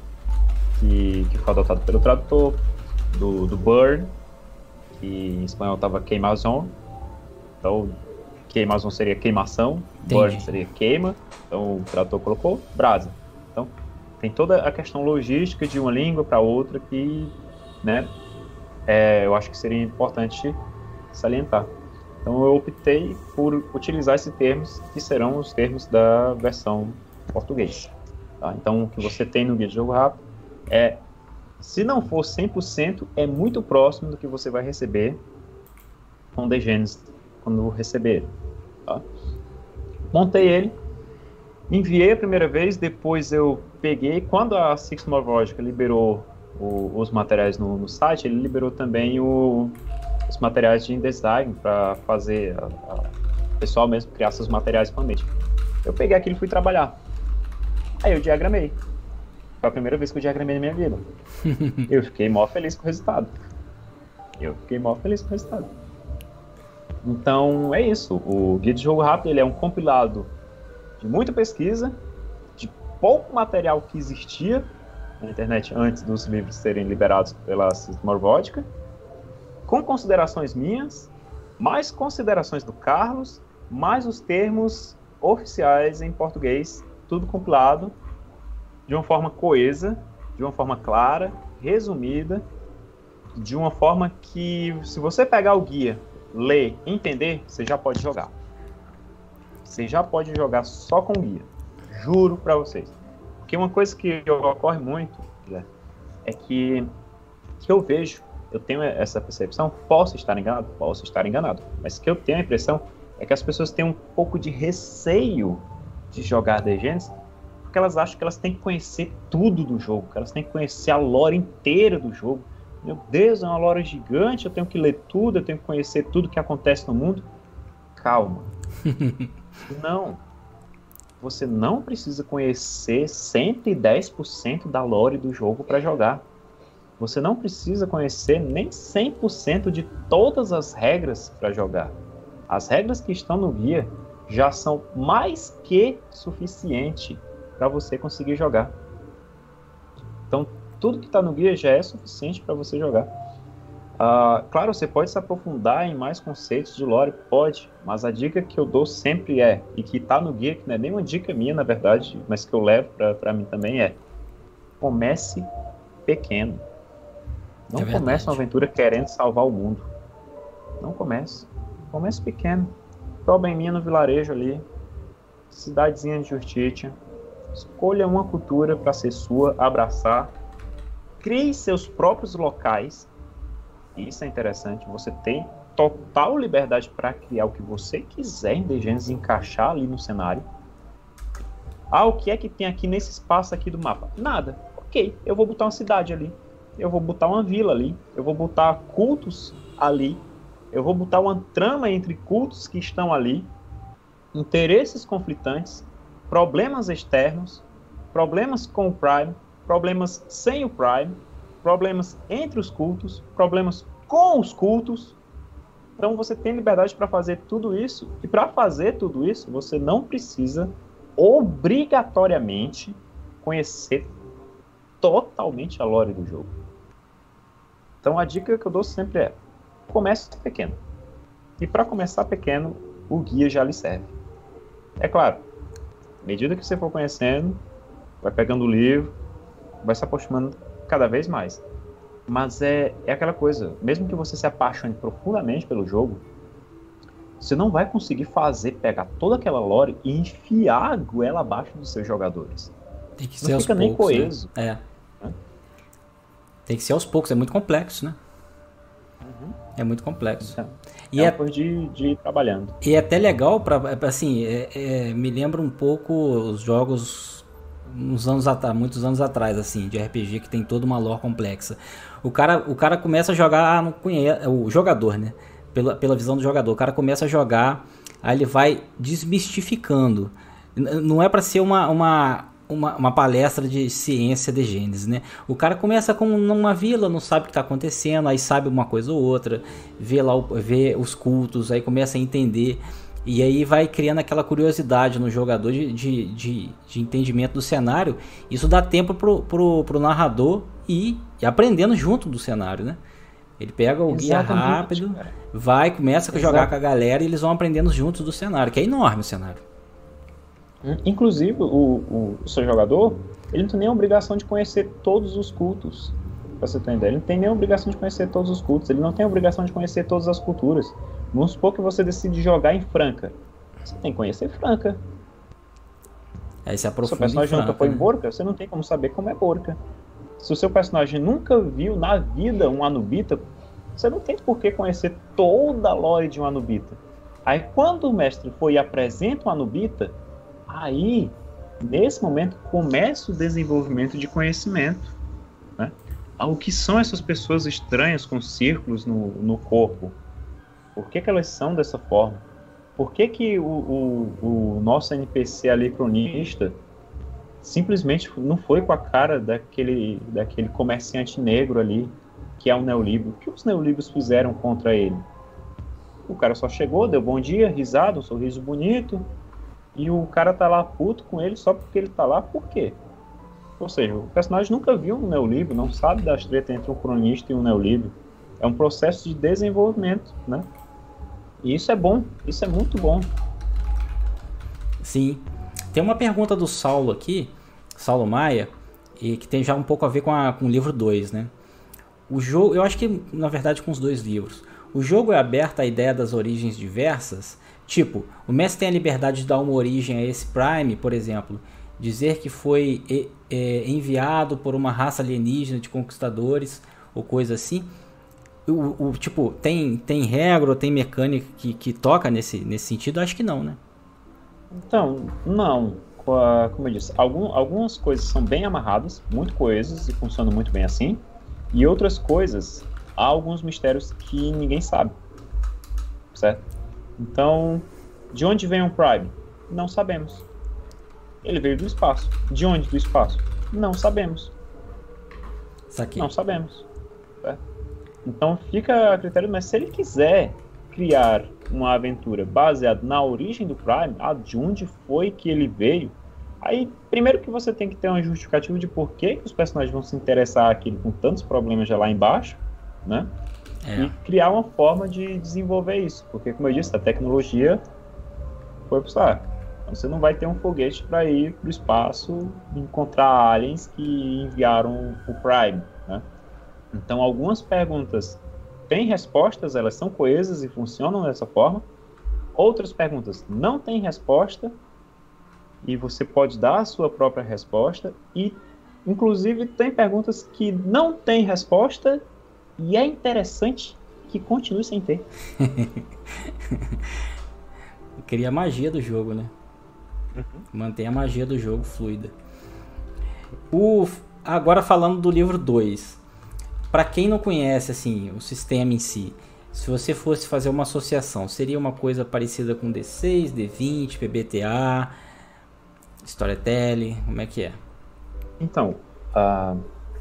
que, que foi adotado pelo tradutor, do, do burn, que em espanhol estava queimazón, então queimazón seria queimação, entendi. Burn seria queima, então o tradutor colocou brasa. Então tem toda a questão logística de uma língua para outra que, né, é, eu acho que seria importante salientar. Então eu optei por utilizar esses termos que serão os termos da versão português. Tá? Então o que você tem no guia de jogo rápido é, se não for cem por cento, é muito próximo do que você vai receber com The Genesis quando receber. Tá? Montei ele, enviei a primeira vez, depois eu peguei, quando a Six More Vodka liberou o, os materiais no, no site, ele liberou também o, os materiais de InDesign para fazer a, a, o pessoal mesmo criar seus materiais realmente. Eu peguei aquilo e fui trabalhar. Aí eu diagramei. Foi a primeira vez que eu diagramei na minha vida. Eu fiquei mó feliz com o resultado. Eu fiquei mó feliz com o resultado. Então é isso. O Guia de Jogo Rápido ele é um compilado de muita pesquisa, de pouco material que existia na internet antes dos livros serem liberados pela Six More Vodka, com considerações minhas mais considerações do Carlos, mais os termos oficiais em português, tudo compilado de uma forma coesa, de uma forma clara, resumida, de uma forma que, se você pegar o guia, ler, entender, você já pode jogar. Você já pode jogar só com o guia. Juro pra vocês. Porque uma coisa que ocorre muito, né, é que, que eu vejo, eu tenho essa percepção, posso estar enganado? Posso estar enganado. Mas que eu tenho a impressão é que as pessoas têm um pouco de receio de jogar The Genesis, porque elas acham que elas têm que conhecer tudo do jogo, que elas têm que conhecer a lore inteira do jogo. Meu Deus, é uma lore gigante, eu tenho que ler tudo, eu tenho que conhecer tudo que acontece no mundo. Calma. Não. Você não precisa conhecer cento e dez por cento da lore do jogo para jogar. Você não precisa conhecer nem cem por cento de todas as regras para jogar. As regras que estão no guia já são mais que suficiente para você conseguir jogar. Então, tudo que está no guia já é suficiente para você jogar. Uh, claro, você pode se aprofundar em mais conceitos de lore, pode, mas a dica que eu dou sempre é, e que está no guia, que não é nem uma dica minha, na verdade, mas que eu levo para mim também é, comece pequeno. Não é comece uma aventura querendo salvar o mundo. Não comece. Comece pequeno. Probleminha no vilarejo ali, cidadezinha de Justitia. Escolha uma cultura para ser sua, abraçar. Crie seus próprios locais. Isso é interessante. Você tem total liberdade para criar o que você quiser em The Genesis, encaixar ali no cenário. Ah, o que é que tem aqui nesse espaço aqui do mapa? Nada. Ok, eu vou botar uma cidade ali. Eu vou botar uma vila ali. Eu vou botar cultos ali. Eu vou botar uma trama entre cultos que estão ali. Interesses conflitantes. Problemas externos. Problemas com o Prime. Problemas sem o Prime. Problemas entre os cultos. Problemas com os cultos. Então você tem liberdade para fazer tudo isso. E para fazer tudo isso, você não precisa obrigatoriamente conhecer totalmente a lore do jogo. Então a dica que eu dou sempre é: comece pequeno. E para começar pequeno, o guia já lhe serve. É claro, à medida que você for conhecendo, vai pegando o livro, vai se aproximando cada vez mais. Mas é, é aquela coisa, mesmo que você se apaixone profundamente pelo jogo, você não vai conseguir fazer, pegar toda aquela lore e enfiar a goela abaixo dos seus jogadores. Tem que ser não aos fica poucos, nem coeso. Né? É. Tem que ser aos poucos, é muito complexo, né? Uhum. É muito complexo. É, e é é uma coisa de, de ir trabalhando. E é até legal, pra, assim, é, é, me lembra um pouco os jogos uns anos atrás, muitos anos atrás, assim, de R P G que tem toda uma lore complexa. O cara, o cara começa a jogar, ah, não conhece, o jogador, né? Pela, pela visão do jogador, o cara começa a jogar, aí ele vai desmistificando. Não é para ser uma, uma, uma, uma palestra de ciência de Gênesis, né? O cara começa com numa vila, não sabe o que está acontecendo, aí sabe uma coisa ou outra, vê lá, vê os cultos, aí começa a entender. E aí vai criando aquela curiosidade no jogador de, de, de, de entendimento do cenário. Isso dá tempo pro, pro, pro narrador ir, ir aprendendo junto do cenário, né? Ele pega o guia rápido, cara. Vai, começa a jogar com a galera e eles vão aprendendo juntos do cenário, que é enorme o cenário. Inclusive, o, o, o seu jogador, ele não tem nem a obrigação de conhecer todos os cultos. Pra você ter ideia. Ele não tem nem a obrigação de conhecer todos os cultos. Ele não tem a obrigação de conhecer todas as culturas. Vamos supor que você decide jogar em Franca. Você tem que conhecer Franca. Aí se aprofunda. Se o personagem nunca foi em Borca, você não tem como saber como é Borca. Se o seu personagem nunca viu na vida um Anubita, você não tem por que conhecer toda a lore de um Anubita. Aí quando o mestre foi e apresenta um Anubita, aí, nesse momento, começa o desenvolvimento de conhecimento. Né? O que são essas pessoas estranhas com círculos no, no corpo? Por que, que elas são dessa forma? Por que, que o, o, o nosso N P C ali, cronista, simplesmente não foi com a cara daquele, daquele comerciante negro ali, que é um neolibro? O que os neolibros fizeram contra ele? O cara só chegou, deu bom dia, risado, um sorriso bonito, e o cara tá lá puto com ele só porque ele tá lá, por quê? Ou seja, o personagem nunca viu um neolibro, não sabe das tretas entre um cronista e um neolibro. É um processo de desenvolvimento, né? E isso é bom, isso é muito bom. Sim. Tem uma pergunta do Saulo aqui, Saulo Maia, e que tem já um pouco a ver com, a, com o livro dois, né? O jogo, eu acho que na verdade com os dois livros. O jogo é aberto à ideia das origens diversas? Tipo, o mestre tem a liberdade de dar uma origem a esse Prime, por exemplo, dizer que foi é, é, enviado por uma raça alienígena de conquistadores ou coisa assim. O, o, tipo, tem, tem regra ou tem mecânica que, que toca nesse, nesse sentido? Acho que não, né? Então, não. Como eu disse, algum, algumas coisas são bem amarradas, muito coesas e funcionam muito bem assim. E outras coisas, há alguns mistérios que ninguém sabe. Certo? Então, de onde vem o Prime? Não sabemos. Ele veio do espaço. De onde do espaço? Não sabemos. Saquei. Não sabemos. Certo? Então fica a critério, mas se ele quiser criar uma aventura baseada na origem do Prime, ah, de onde foi que ele veio, aí primeiro que você tem que ter uma justificativa de por que, que os personagens vão se interessar aquilo com tantos problemas já lá embaixo, né? É. E criar uma forma de desenvolver isso, porque como eu disse, a tecnologia foi pro saco. Então, você não vai ter um foguete para ir pro espaço e encontrar aliens que enviaram o Prime, né? Então algumas perguntas têm respostas, elas são coesas e funcionam dessa forma. Outras perguntas não têm resposta e você pode dar a sua própria resposta. E, inclusive, tem perguntas que não têm resposta e é interessante que continue sem ter. Cria a magia do jogo, né? Uhum. Mantém a magia do jogo fluida. O... Agora falando do livro dois. Para quem não conhece assim, o sistema em si, se você fosse fazer uma associação, seria uma coisa parecida com D seis, D vinte, P B T A, Storytelling, como é que é? Então, uh,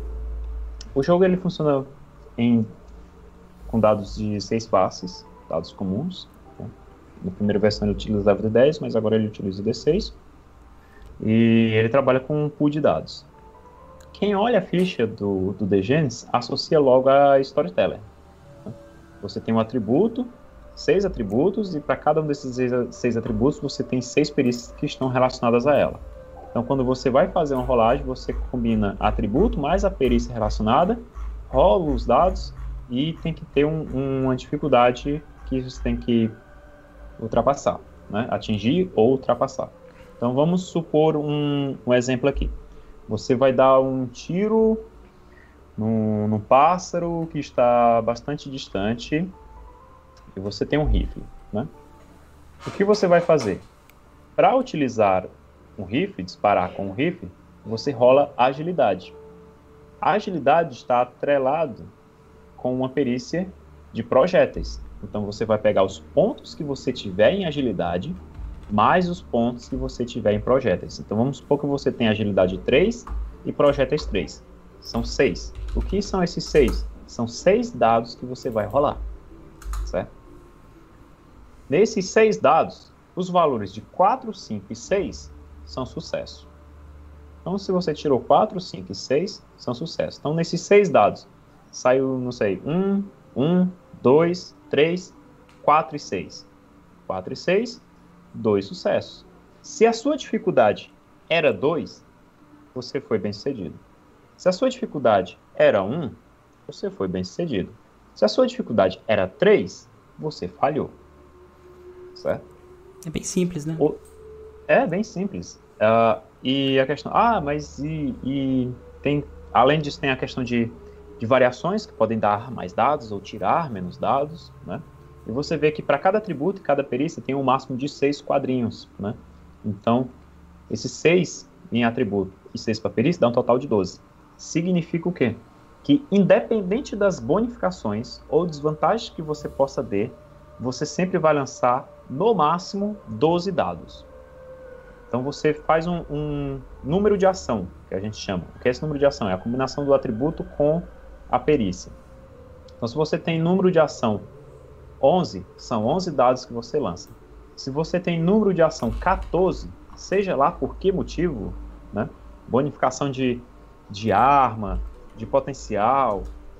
o jogo ele funciona em, com dados de seis faces, dados comuns. Né? Na primeira versão ele utilizava D dez, mas agora ele utiliza D seis. E ele trabalha com um pool de dados. Quem olha a ficha do, do Degenes associa logo a Storyteller. Você tem um atributo, seis atributos, e para cada um desses seis, seis atributos você tem seis perícias que estão relacionadas a ela. Então, quando você vai fazer uma rolagem, você combina atributo mais a perícia relacionada, rola os dados e tem que ter um, uma dificuldade que você tem que ultrapassar, né? Atingir ou ultrapassar. Então, vamos supor um, um exemplo aqui. Você vai dar um tiro num, num pássaro que está bastante distante e você tem um rifle, né? O que você vai fazer? Para utilizar um rifle, disparar com um rifle, você rola agilidade. A agilidade está atrelado com uma perícia de projéteis. Então você vai pegar os pontos que você tiver em agilidade mais os pontos que você tiver em projéteis. Então vamos supor que você tem agilidade três e projéteis três. São seis. O que são esses seis? São seis dados que você vai rolar. Certo? Nesses seis dados, os valores de quatro, cinco e seis são sucesso. Então se você tirou quatro, cinco e seis, são sucesso. Então nesses seis dados, saiu, não sei, um, um, dois, três, quatro e seis. quatro e seis, dois sucessos. Se a sua dificuldade era dois, você foi bem sucedido. Se a sua dificuldade era um, você foi bem sucedido. Se a sua dificuldade era três, você falhou. Certo? É bem simples, né? O... É bem simples. Uh, e a questão... Ah, mas e, e tem... Além disso, tem a questão de, de variações que podem dar mais dados ou tirar menos dados, né? E você vê que para cada atributo e cada perícia tem um máximo de seis quadrinhos, né? Então, esses seis em atributo e seis para perícia dá um total de doze. Significa o quê? Que independente das bonificações ou desvantagens que você possa ter, você sempre vai lançar no máximo doze dados. Então você faz um, um número de ação, que a gente chama. O que é esse número de ação? É a combinação do atributo com a perícia. Então se você tem número de ação onze, são onze dados que você lança. Se você tem número de ação quatorze, seja lá por que motivo, né? Bonificação de, de arma, de potencial,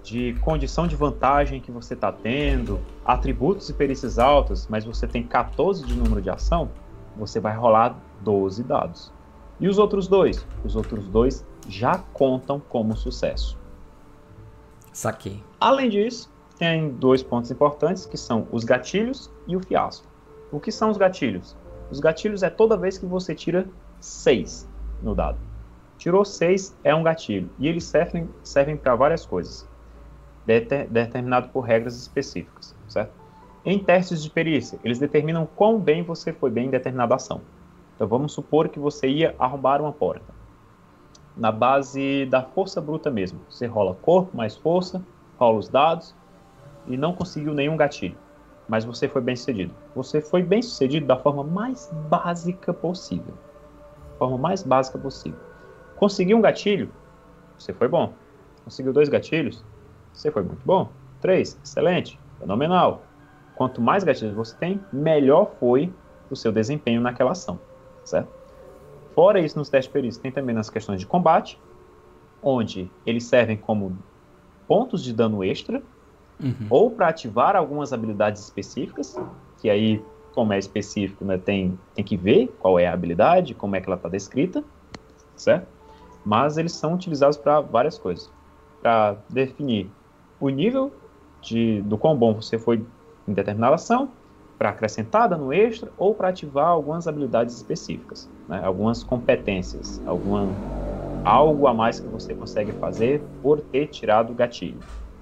de condição de vantagem que você está tendo, atributos e perícias altas, mas você tem quatorze de número de ação, você vai rolar doze dados. E os outros dois? Os outros dois já contam como sucesso. Saquei. Além disso, tem dois pontos importantes, que são os gatilhos e o fiasco. O que são os gatilhos? Os gatilhos é toda vez que você tira seis no dado. Tirou seis é um gatilho. E eles servem, servem para várias coisas. Deter, determinado por regras específicas, certo? Em testes de perícia, eles determinam quão bem você foi bem em determinada ação. Então vamos supor que você ia arrombar uma porta. Na base da força bruta mesmo. Você rola corpo mais força, rola os dados e não conseguiu nenhum gatilho. Mas você foi bem sucedido. Você foi bem sucedido da forma mais básica possível. Forma mais básica possível. Conseguiu um gatilho? Você foi bom. Conseguiu dois gatilhos? Você foi muito bom. Três? Excelente. Fenomenal. Quanto mais gatilhos você tem, melhor foi o seu desempenho naquela ação. Certo? Fora isso, nos testes de perícia, tem também nas questões de combate, onde eles servem como pontos de dano extra, uhum. ou para ativar algumas habilidades específicas, que aí, como é específico, né, tem, tem que ver qual é a habilidade, como é que ela está descrita, certo? Mas eles são utilizados para várias coisas. Para definir o nível de, do quão bom você foi em determinada ação, para acrescentar dano extra ou para ativar algumas habilidades específicas, né? Algumas competências, alguma, algo a mais que você consegue fazer por ter tirado o gatilho.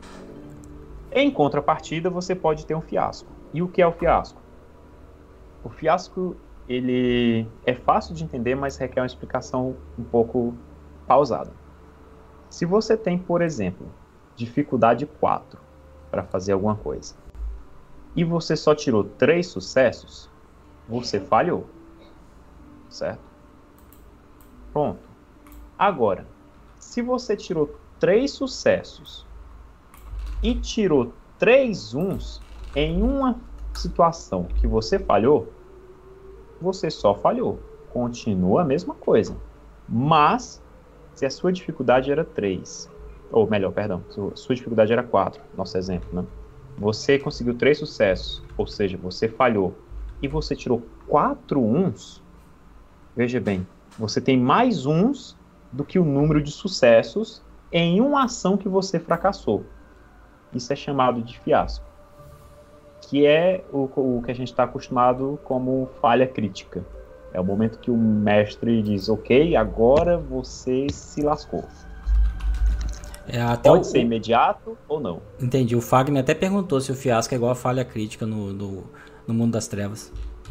Em contrapartida, você pode ter um fiasco. E o que é o fiasco? O fiasco ele é fácil de entender, mas requer uma explicação um pouco pausada. Se você tem, por exemplo, dificuldade quatro para fazer alguma coisa, e você só tirou três sucessos, você falhou. Certo? Pronto. Agora, se você tirou três sucessos e tirou três uns em uma situação que você falhou, você só falhou. Continua a mesma coisa. Mas, se a sua dificuldade era três, ou melhor, perdão, a sua dificuldade era quatro, nosso exemplo, né? Você conseguiu três sucessos, ou seja, você falhou, e você tirou quatro uns, veja bem, você tem mais uns do que o número de sucessos em uma ação que você fracassou. Isso é chamado de fiasco, que é o, o que a gente está acostumado como falha crítica. É o momento que o mestre diz, ok, agora você se lascou. É, até Pode o, ser imediato ou não. Entendi. O Fagner até perguntou se o fiasco é igual a falha crítica no, no, no mundo das trevas.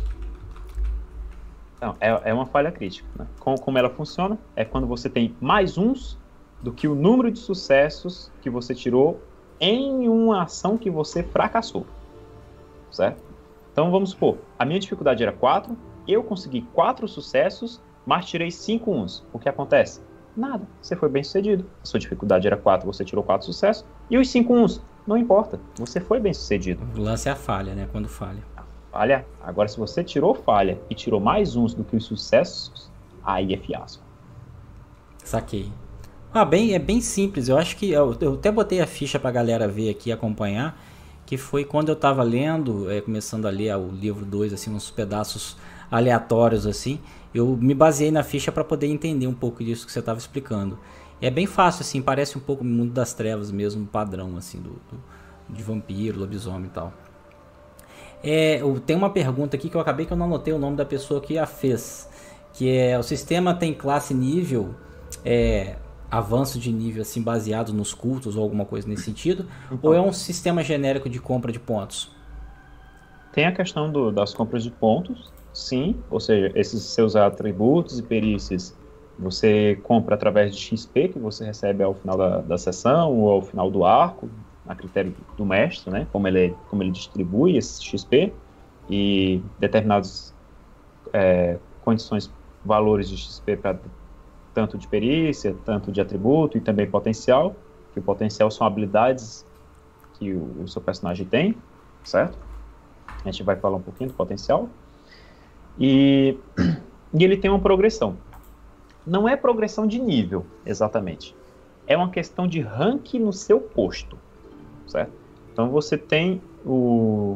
Não, é, é uma falha crítica. Né? Como, como ela funciona? É quando você tem mais uns do que o número de sucessos que você tirou em uma ação que você fracassou. Certo? Então vamos supor, a minha dificuldade era quatro, eu consegui quatro sucessos, mas tirei cinco uns. O que acontece? Nada, você foi bem sucedido. A sua dificuldade era quatro, você tirou quatro sucessos. E os cinco uns, não importa, você foi bem sucedido. O lance é a falha, né? Quando falha. A falha, agora se você tirou falha e tirou mais uns do que os sucessos, aí é fiasco. Saquei. Ah, bem, é bem simples. Eu acho que eu, eu até botei a ficha pra galera ver aqui e acompanhar. Que foi quando eu tava lendo, é, começando a ler o livro dois, assim, uns pedaços aleatórios assim. Eu me baseei na ficha para poder entender um pouco disso que você estava explicando. E é bem fácil, assim, parece um pouco o mundo das trevas mesmo, padrão, assim, do, do, de vampiro, lobisomem e tal. É, eu, tem uma pergunta aqui que eu acabei que eu não anotei o nome da pessoa que a fez. Que é, o sistema tem classe nível, é, avanço de nível, assim, baseado nos cultos ou alguma coisa nesse sentido? Então, ou é um sistema genérico de compra de pontos? Tem a questão do, das compras de pontos. Sim, ou seja, esses seus atributos e perícias você compra através de X P que você recebe ao final da, da sessão ou ao final do arco, a critério do mestre, né? Como ele, como ele distribui esse X P e determinadas é, condições, valores de X P para tanto de perícia, tanto de atributo e também potencial, que o potencial são habilidades que o, o seu personagem tem, certo? A gente vai falar um pouquinho do potencial. E, e ele tem uma progressão. Não é progressão de nível, exatamente. é uma questão de rank no seu posto, certo? Então você tem o...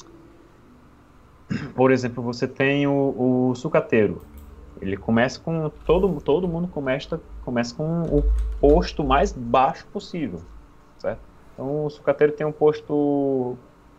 Por exemplo, você tem o, o sucateiro. Ele começa com... Todo, todo mundo começa, começa com o posto mais baixo possível, certo? Então o sucateiro tem um posto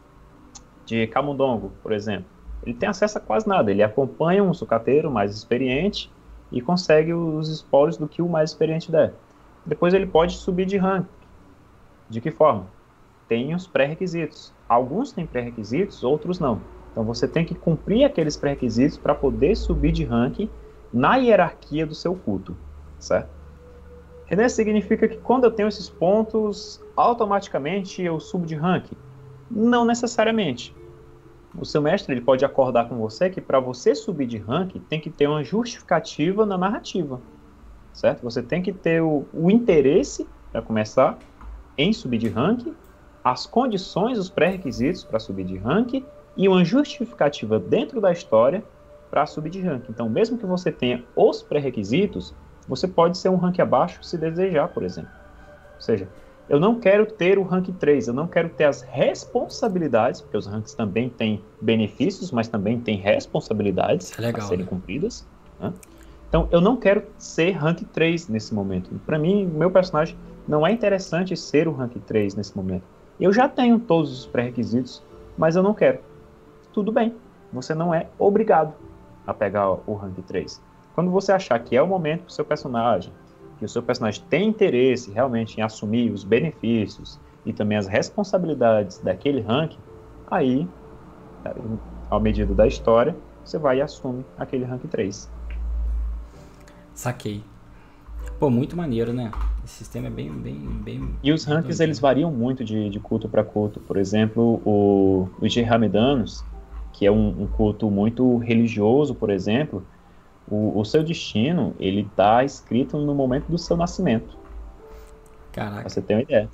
de camundongo, por exemplo. Ele tem acesso a quase nada. Ele acompanha um sucateiro mais experiente e consegue os espólios do que o mais experiente der. Depois ele pode subir de rank. De que forma? Tem os pré-requisitos. Alguns têm pré-requisitos, outros não. Então você tem que cumprir aqueles pré-requisitos para poder subir de rank na hierarquia do seu culto, certo? René, significa que quando eu tenho esses pontos, automaticamente eu subo de rank? Não necessariamente. O seu mestre ele pode acordar com você que para você subir de rank tem que ter uma justificativa na narrativa, certo? Você tem que ter o, o interesse, para começar, em subir de rank, as condições, os pré-requisitos para subir de rank e uma justificativa dentro da história para subir de rank. Então, mesmo que você tenha os pré-requisitos, você pode ser um rank abaixo se desejar, por exemplo. Ou seja, eu não quero ter o rank três, eu não quero ter as responsabilidades, porque os ranks também têm benefícios, mas também têm responsabilidades é legal, a serem né? cumpridas. Né? Então, eu não quero ser rank três nesse momento. Para mim, meu personagem não é interessante ser o rank três nesse momento. Eu já tenho todos os pré-requisitos, mas eu não quero. Tudo bem, você não é obrigado a pegar o rank três. Quando você achar que é o momento para o seu personagem, que o seu personagem tem interesse realmente em assumir os benefícios e também as responsabilidades daquele rank, aí, ao medida da história, você vai e assume aquele rank três. Saquei. Pô, muito maneiro, né? Esse sistema é bem... bem, bem e os ranks, eles variam muito de, de culto para culto. Por exemplo, o, os Gerhamedanos, que é um, um culto muito religioso, por exemplo, o, o seu destino, ele está escrito no momento do seu nascimento. Caraca. Pra você ter uma ideia.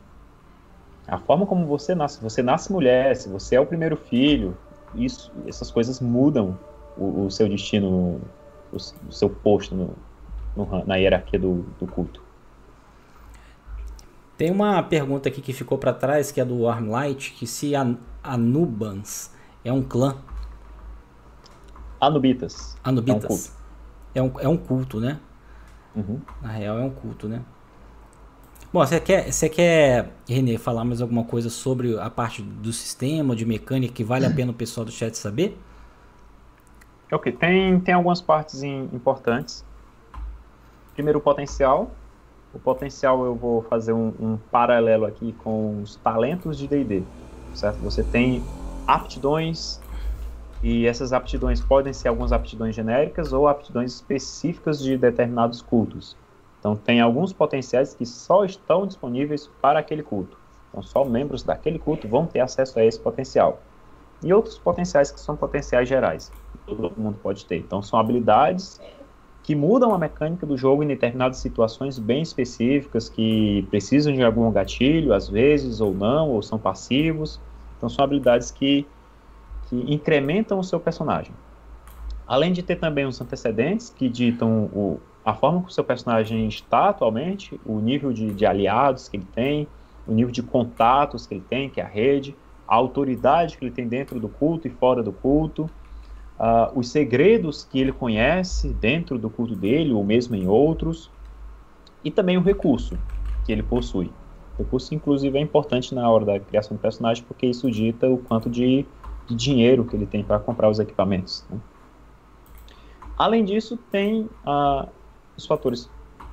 A forma como você nasce, você nasce mulher, se você é o primeiro filho, isso, essas coisas mudam o, o seu destino, o, o seu posto no, no, na hierarquia do, do culto. Tem uma pergunta aqui que ficou para trás, que é do Warmlight, que se a Anubans é um clã. Anubitas. Anubitas. É um culto, é um, é um culto, né? Uhum. Na real é um culto, né? Bom, você quer, você quer, Renê, falar mais alguma coisa sobre a parte do sistema, de mecânica, que vale a pena o pessoal do chat saber? Ok, tem, tem algumas partes in, importantes. Primeiro, o potencial. O potencial eu vou fazer um, um paralelo aqui com os talentos de D e D, certo? Você tem aptidões, e essas aptidões podem ser algumas aptidões genéricas ou aptidões específicas de determinados cultos. Então, tem alguns potenciais que só estão disponíveis para aquele culto. Então, só membros daquele culto vão ter acesso a esse potencial. E outros potenciais que são potenciais gerais, que todo mundo pode ter. Então, são habilidades que mudam a mecânica do jogo em determinadas situações bem específicas, que precisam de algum gatilho, às vezes, ou não, ou são passivos. Então, são habilidades que, que incrementam o seu personagem. Além de ter também os antecedentes, que ditam o a forma que o seu personagem está atualmente, o nível de, de aliados que ele tem, o nível de contatos que ele tem, que é a rede, a autoridade que ele tem dentro do culto e fora do culto, uh, os segredos que ele conhece dentro do culto dele, ou mesmo em outros, e também o recurso que ele possui. O recurso, inclusive, é importante na hora da criação do personagem, porque isso dita o quanto de, de dinheiro que ele tem para comprar os equipamentos, né? Além disso, tem a uh, os fatores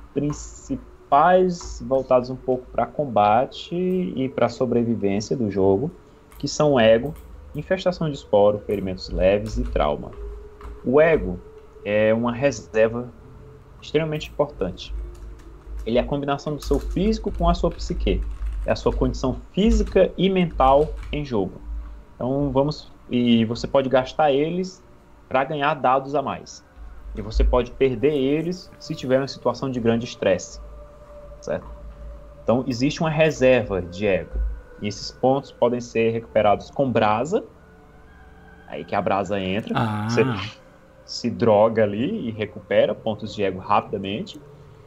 principais voltados um pouco para combate e para sobrevivência do jogo, que são ego, infestação de esporo, ferimentos leves e trauma. O ego é uma reserva extremamente importante. Ele é a combinação do seu físico com a sua psique, é a sua condição física e mental em jogo. Então vamos, e você pode gastar eles para ganhar dados a mais. E você pode perder eles se tiver uma situação de grande estresse, certo? Então, existe uma reserva de ego. E esses pontos podem ser recuperados com brasa. Aí que a brasa entra. Ah. Você se droga ali e recupera pontos de ego rapidamente.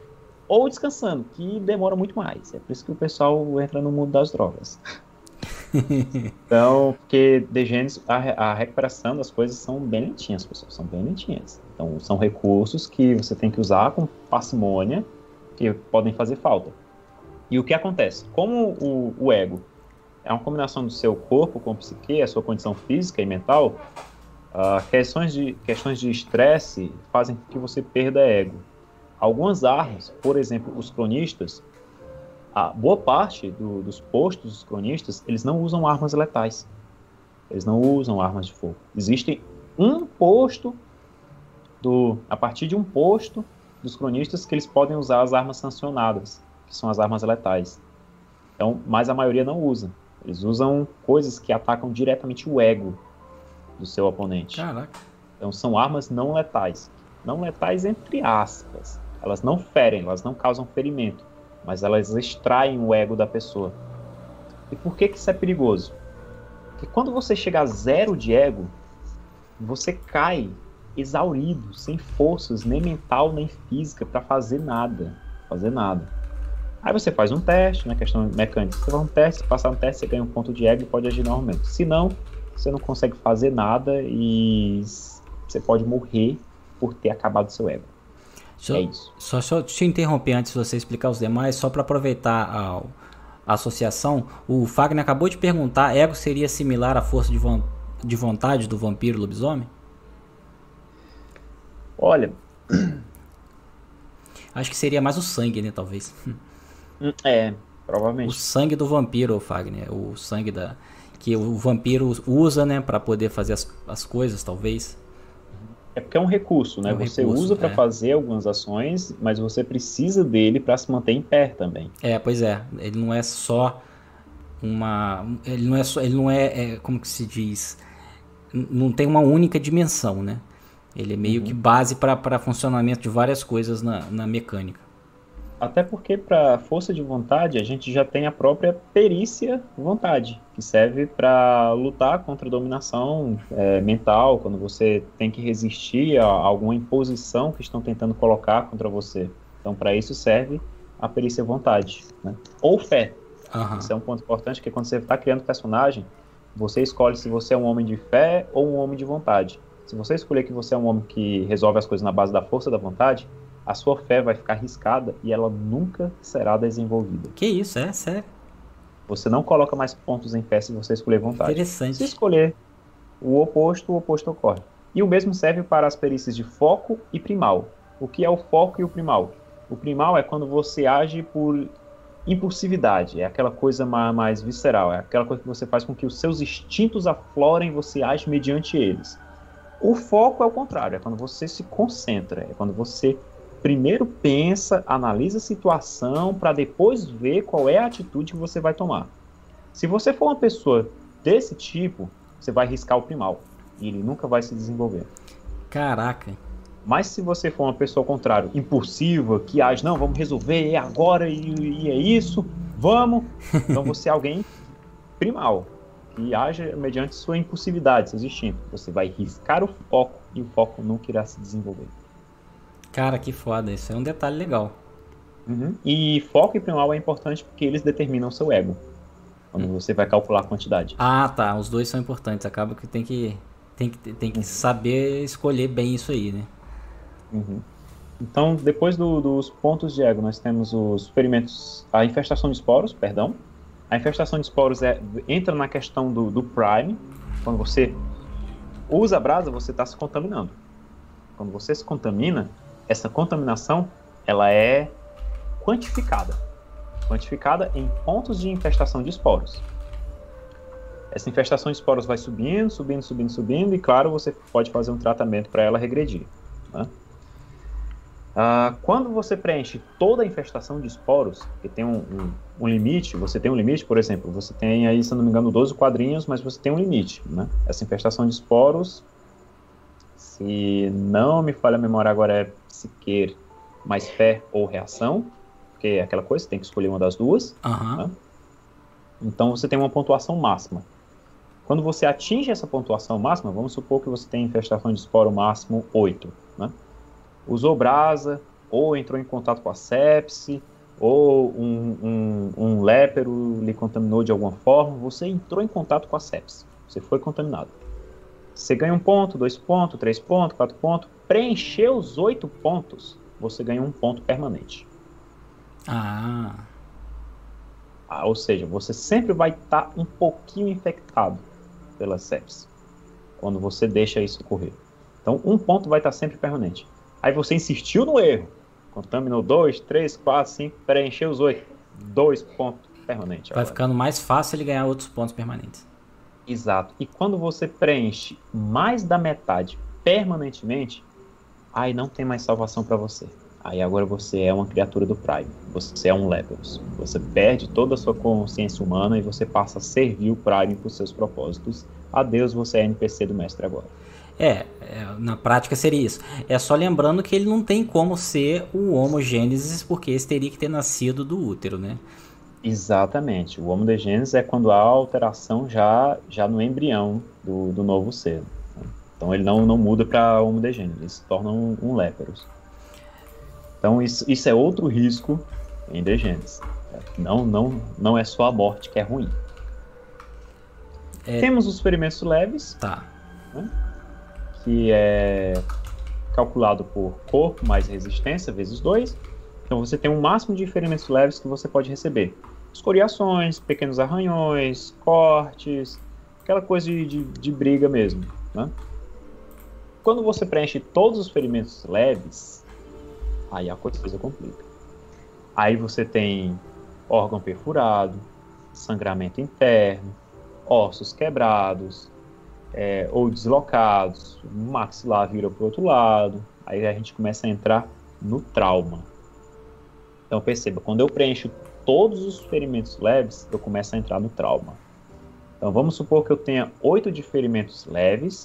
ou descansando, que demora muito mais. É por isso que o pessoal entra no mundo das drogas. Então, porque de Gênesis, a, a recuperação das coisas são bem lentinhas, pessoal, são bem lentinhas. Então, são recursos que você tem que usar com parcimônia, que podem fazer falta. E o que acontece? Como o, o ego é uma combinação do seu corpo com a psique, a sua condição física e mental, uh, questões de questões de estresse fazem com que você perda ego. Algumas armas, por exemplo, os cronistas, a boa parte do, dos postos dos cronistas, eles não usam armas letais. Eles não usam armas de fogo. Existe um posto, do, a partir de um posto dos cronistas, que eles podem usar as armas sancionadas, que são as armas letais. Então, mas a maioria não usa. Eles usam coisas que atacam diretamente o ego do seu oponente. Caraca. Então, são armas não letais. Não letais entre aspas. Elas não ferem, elas não causam ferimento, mas elas extraem o ego da pessoa. E por que que isso é perigoso? Porque quando você chega a zero de ego, você cai exaurido, sem forças, nem mental, nem física, para fazer nada. Fazer nada. Aí você faz um teste, na questão mecânica, você faz um teste, se passar um teste, você ganha um ponto de ego e pode agir normalmente. Se não, você não consegue fazer nada e você pode morrer por ter acabado seu ego. Só, é isso. Só, só te interromper antes de você explicar os demais, só para aproveitar a, a associação, o Fagner acabou de perguntar, ego seria similar à força de, von, de vontade do vampiro lobisomem? Olha... Acho que seria mais o sangue, né, talvez. É, provavelmente. O sangue do vampiro, Fagner, o sangue da que o vampiro usa, né, para poder fazer as, as coisas, talvez. É porque é um recurso, né? É um você recurso, usa para é. fazer algumas ações, mas você precisa dele para se manter em pé também. É, pois é. Ele não é só uma, ele não é só, ele não é, é como que se diz, não tem uma única dimensão, né? Ele é meio uhum. que base para funcionamento de várias coisas na, na mecânica. Até porque para força de vontade a gente já tem a própria perícia vontade, que serve para lutar contra a dominação é, mental, quando você tem que resistir a alguma imposição que estão tentando colocar contra você. Então para isso serve a perícia vontade, né? Ou fé. Uhum. Isso é um ponto importante, porque quando você está criando personagem, você escolhe se você é um homem de fé ou um homem de vontade. Se você escolher que você é um homem que resolve as coisas na base da força da vontade, a sua fé vai ficar riscada e ela nunca será desenvolvida. Que isso, é sério. Você não coloca mais pontos em fé se você escolher vontade. Interessante. Se escolher o oposto, o oposto ocorre. E o mesmo serve para as perícias de foco e primal. O que é o foco e o primal? O primal é quando você age por impulsividade, é aquela coisa mais visceral, é aquela coisa que você faz com que os seus instintos aflorem e você age mediante eles. O foco é o contrário, é quando você se concentra, é quando você primeiro pensa, analisa a situação para depois ver qual é a atitude que você vai tomar. Se você for uma pessoa desse tipo, você vai riscar o primal e ele nunca vai se desenvolver. Caraca. Mas se você for uma pessoa ao contrário, impulsiva, que age, não, vamos resolver, é agora e, e é isso, vamos. Então você é alguém primal, que age mediante sua impulsividade, seus instintos. Você vai riscar o foco e o foco nunca irá se desenvolver. Cara, que foda, isso é um detalhe legal. Uhum. E foco e primal é importante porque eles determinam o seu ego, quando hum. você vai calcular a quantidade. Ah, tá, os dois são importantes, acaba que tem que, tem que, tem que uhum. saber escolher bem isso aí, né? Uhum. Então, depois do, dos pontos de ego, nós temos os ferimentos, a infestação de esporos, perdão. A infestação de esporos é, entra na questão do, do prime. Quando você usa a brasa, você está se contaminando. Quando você se contamina, essa contaminação, ela é quantificada. Quantificada em pontos de infestação de esporos. Essa infestação de esporos vai subindo, subindo, subindo, subindo, e claro, você pode fazer um tratamento para ela regredir, né? Ah, quando você preenche toda a infestação de esporos, que tem um, um, um limite, você tem um limite, por exemplo, você tem aí, se não me engano, doze quadrinhos, mas você tem um limite, né? Essa infestação de esporos, se não me falha a memória agora, é psique mais fé ou reação, porque é aquela coisa, você tem que escolher uma das duas. Uhum. Né? Então você tem uma pontuação máxima. Quando você atinge essa pontuação máxima, vamos supor que você tem infestação de esporo máximo oito, né? Usou brasa ou entrou em contato com a sepse, ou um, um, um lépero lhe contaminou de alguma forma, você entrou em contato com a sepse, você foi contaminado. Você ganha um ponto, dois pontos, três pontos, quatro pontos. Preencher os oito pontos, você ganha um ponto permanente. Ah. Ah, ou seja, você sempre vai estar um pouquinho infectado pela sepse, quando você deixa isso ocorrer. Então, um ponto vai estar sempre permanente. Aí você insistiu no erro, contaminou dois, três, quatro, cinco, preencheu os oito, dois pontos permanentes. Vai agora. ficando mais fácil ele ganhar outros pontos permanentes. Exato. E quando você preenche mais da metade permanentemente, aí não tem mais salvação para você. Aí agora você é uma criatura do Prime. Você é um Leperus. Você perde toda a sua consciência humana e você passa a servir o Prime para os seus propósitos. Adeus, você é N P C do mestre agora. É, é, na prática seria isso. É só lembrando que ele não tem como ser o Homo Gênesis, porque esse teria que ter nascido do útero, né? Exatamente. O Homo de Gênesis é quando há alteração já, já no embrião do, do novo ser. Então ele não, não muda para Homo de Gênesis, ele se torna um, um Leperus. Então isso, isso é outro risco em Degênesis. Não, não, não é só a morte que é ruim. É... Temos os ferimentos leves, tá. Né, que é calculado por corpo mais resistência vezes dois. Então você tem um máximo de ferimentos leves que você pode receber. Escoriações, pequenos arranhões, cortes, aquela coisa de, de, de briga mesmo. Né? Quando você preenche todos os ferimentos leves, aí a coisa complica. Aí você tem órgão perfurado, sangramento interno, ossos quebrados, é, ou deslocados, o maxilar vira para o outro lado, aí a gente começa a entrar no trauma. Então perceba, quando eu preencho todos os ferimentos leves, eu começo a entrar no trauma. Então vamos supor que eu tenha oito de ferimentos leves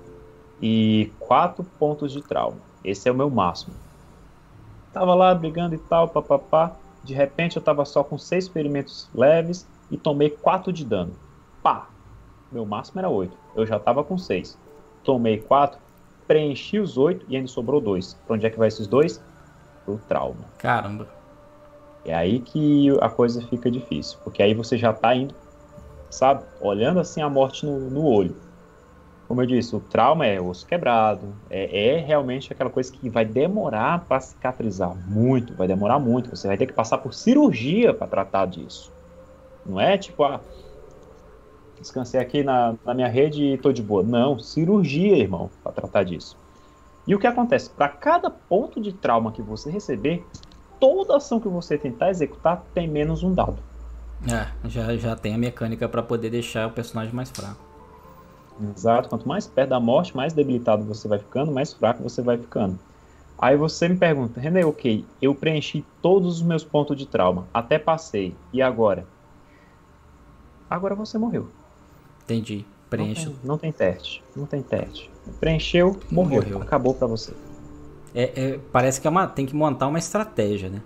e quatro pontos de trauma. Esse é o meu máximo. Tava lá brigando e tal, papapá. De repente eu tava só com seis ferimentos leves e tomei quatro de dano. Pá! Meu máximo era oito. Eu já tava com seis. Tomei quatro, preenchi os oito e ainda sobrou dois. Pra onde é que vai esses dois? Pro trauma. Caramba. É aí que a coisa fica difícil. Porque aí você já tá indo, sabe? Olhando assim a morte no, no olho. Como eu disse, o trauma é osso quebrado, é, é realmente aquela coisa que vai demorar para cicatrizar muito, vai demorar muito, você vai ter que passar por cirurgia para tratar disso. Não é tipo, ah, descansei aqui na, na minha rede e tô de boa. Não, cirurgia, irmão, para tratar disso. E o que acontece? Para cada ponto de trauma que você receber, toda ação que você tentar executar tem menos um dado. É, já, já tem a mecânica para poder deixar o personagem mais fraco. Exato, quanto mais perto da morte, mais debilitado você vai ficando, mais fraco você vai ficando. Aí você me pergunta, René, ok, eu preenchi todos os meus pontos de trauma, até passei, e agora? Agora você morreu. Entendi, preenche. Não tem, não tem teste, não tem teste. Preencheu, morreu, morreu. Acabou pra você. É, é, parece que é uma, tem que montar uma estratégia, né?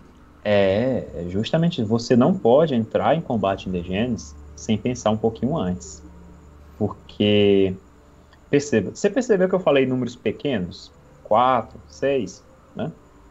É, é justamente, você não pode entrar em combate em Degênesis sem pensar um pouquinho antes. Porque, perceba, você percebeu que eu falei números pequenos? quatro, seis, né?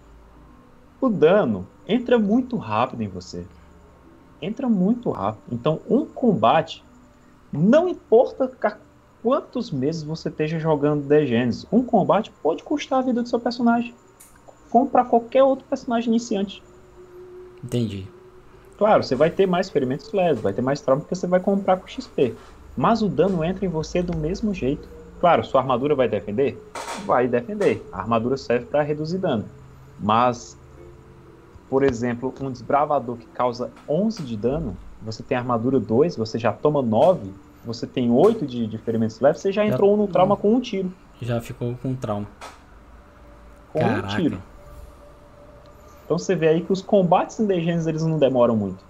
O dano entra muito rápido em você. Entra muito rápido. Então, um combate, não importa quantos meses você esteja jogando Degênesis, um combate pode custar a vida do seu personagem. Como para qualquer outro personagem iniciante. Entendi. Claro, você vai ter mais ferimentos leves, vai ter mais trauma porque você vai comprar com X P. Mas o dano entra em você do mesmo jeito. Claro, sua armadura vai defender? Vai defender. A armadura serve para reduzir dano. Mas, por exemplo, um desbravador que causa onze de dano, você tem armadura dois, você já toma nove, você tem oito de, de ferimentos leves, você já, já entrou no trauma com um tiro. Já ficou com trauma. Com Caraca. um tiro. Então você vê aí que os combates em Degênesis, eles não demoram muito.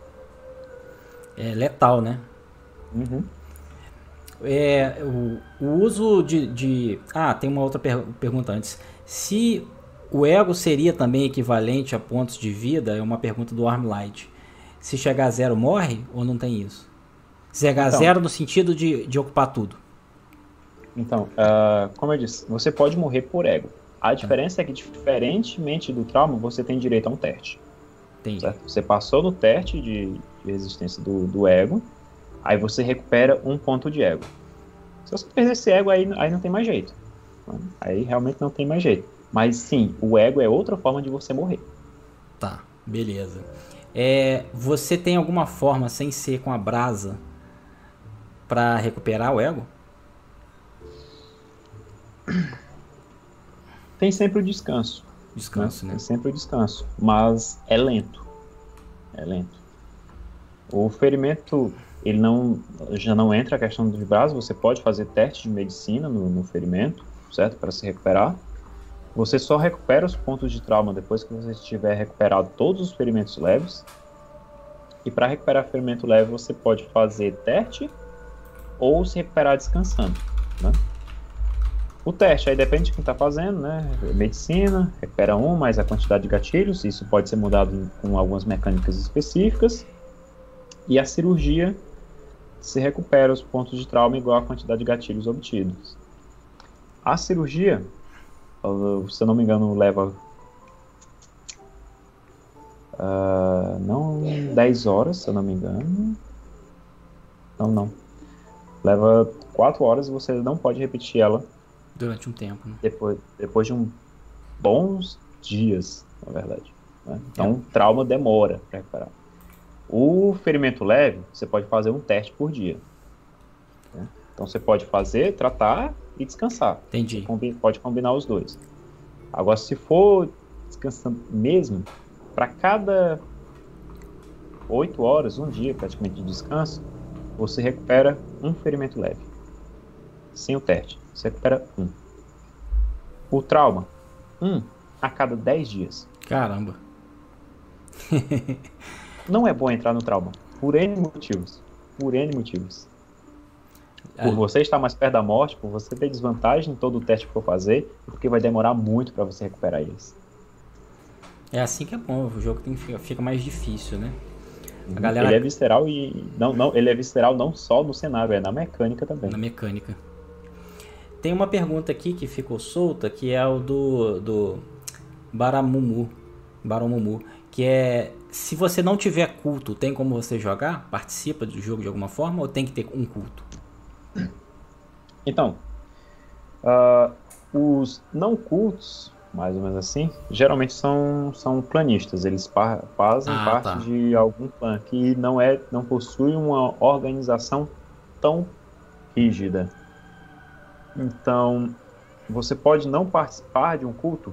É letal, né? Uhum. É, o, o uso de, de... Ah, tem uma outra per pergunta antes. Se o ego seria também equivalente a pontos de vida, é uma pergunta do Armlight. Se chegar a zero, morre ou não tem isso? Chegar então, a zero no sentido de, de ocupar tudo. Então, uh, como eu disse, você pode morrer por ego. A diferença é que, diferentemente do trauma, você tem direito a um teste. Entendi. Certo? Você passou no teste de, de resistência do, do ego, aí você recupera um ponto de ego. Se você perder esse ego, aí, aí não tem mais jeito. Aí realmente não tem mais jeito. Mas sim, o ego é outra forma de você morrer. Tá, beleza. É, você tem alguma forma, sem ser com a brasa, pra recuperar o ego? Tem sempre o descanso. Descanso, né? Tem sempre o descanso. Mas é lento. É lento. O ferimento, ele não, já não entra a questão de brasa. Você pode fazer teste de medicina no, no ferimento, certo? Para se recuperar. Você só recupera os pontos de trauma depois que você tiver recuperado todos os ferimentos leves. E para recuperar ferimento leve, você pode fazer teste ou se recuperar descansando, né? O teste aí depende de quem está fazendo, né? Medicina, recupera um, mais a quantidade de gatilhos. Isso pode ser mudado com algumas mecânicas específicas. E a cirurgia se recupera os pontos de trauma igual a quantidade de gatilhos obtidos. A cirurgia, se eu não me engano, leva uh, não dez horas, se eu não me engano. Não, não. Leva quatro horas e você não pode repetir ela durante um tempo, né? Depois, depois de um bons dias, na verdade, né? Então, o trauma demora para recuperar. O ferimento leve, você pode fazer um teste por dia, né? Então, você pode fazer, tratar e descansar. Entendi. Você combi- pode combinar os dois. Agora, se for descansando mesmo, para cada oito horas, um dia praticamente de descanso, você recupera um ferimento leve. Sem o teste. Você recupera um. O trauma, um a cada dez dias. Caramba. Não é bom entrar no trauma. Por N motivos. Por N motivos. Por Ah. você estar mais perto da morte, por você ter desvantagem em todo o teste que for fazer, porque vai demorar muito para você recuperar eles. É assim que é bom, o jogo tem, fica, fica mais difícil, né? A galera... Ele é visceral e não, não, ele é visceral não só no cenário, é na mecânica também. Na mecânica. Tem uma pergunta aqui que ficou solta, que é o do, do Baramumu, Baramumu, que é: se você não tiver culto, tem como você jogar? Participa do jogo de alguma forma ou tem que ter um culto? Então, uh, os não cultos, mais ou menos assim, geralmente são, são clanistas. Eles pa- fazem Ah, parte tá. de algum clã que não, é, não possui uma organização tão rígida. Então, você pode não participar de um culto?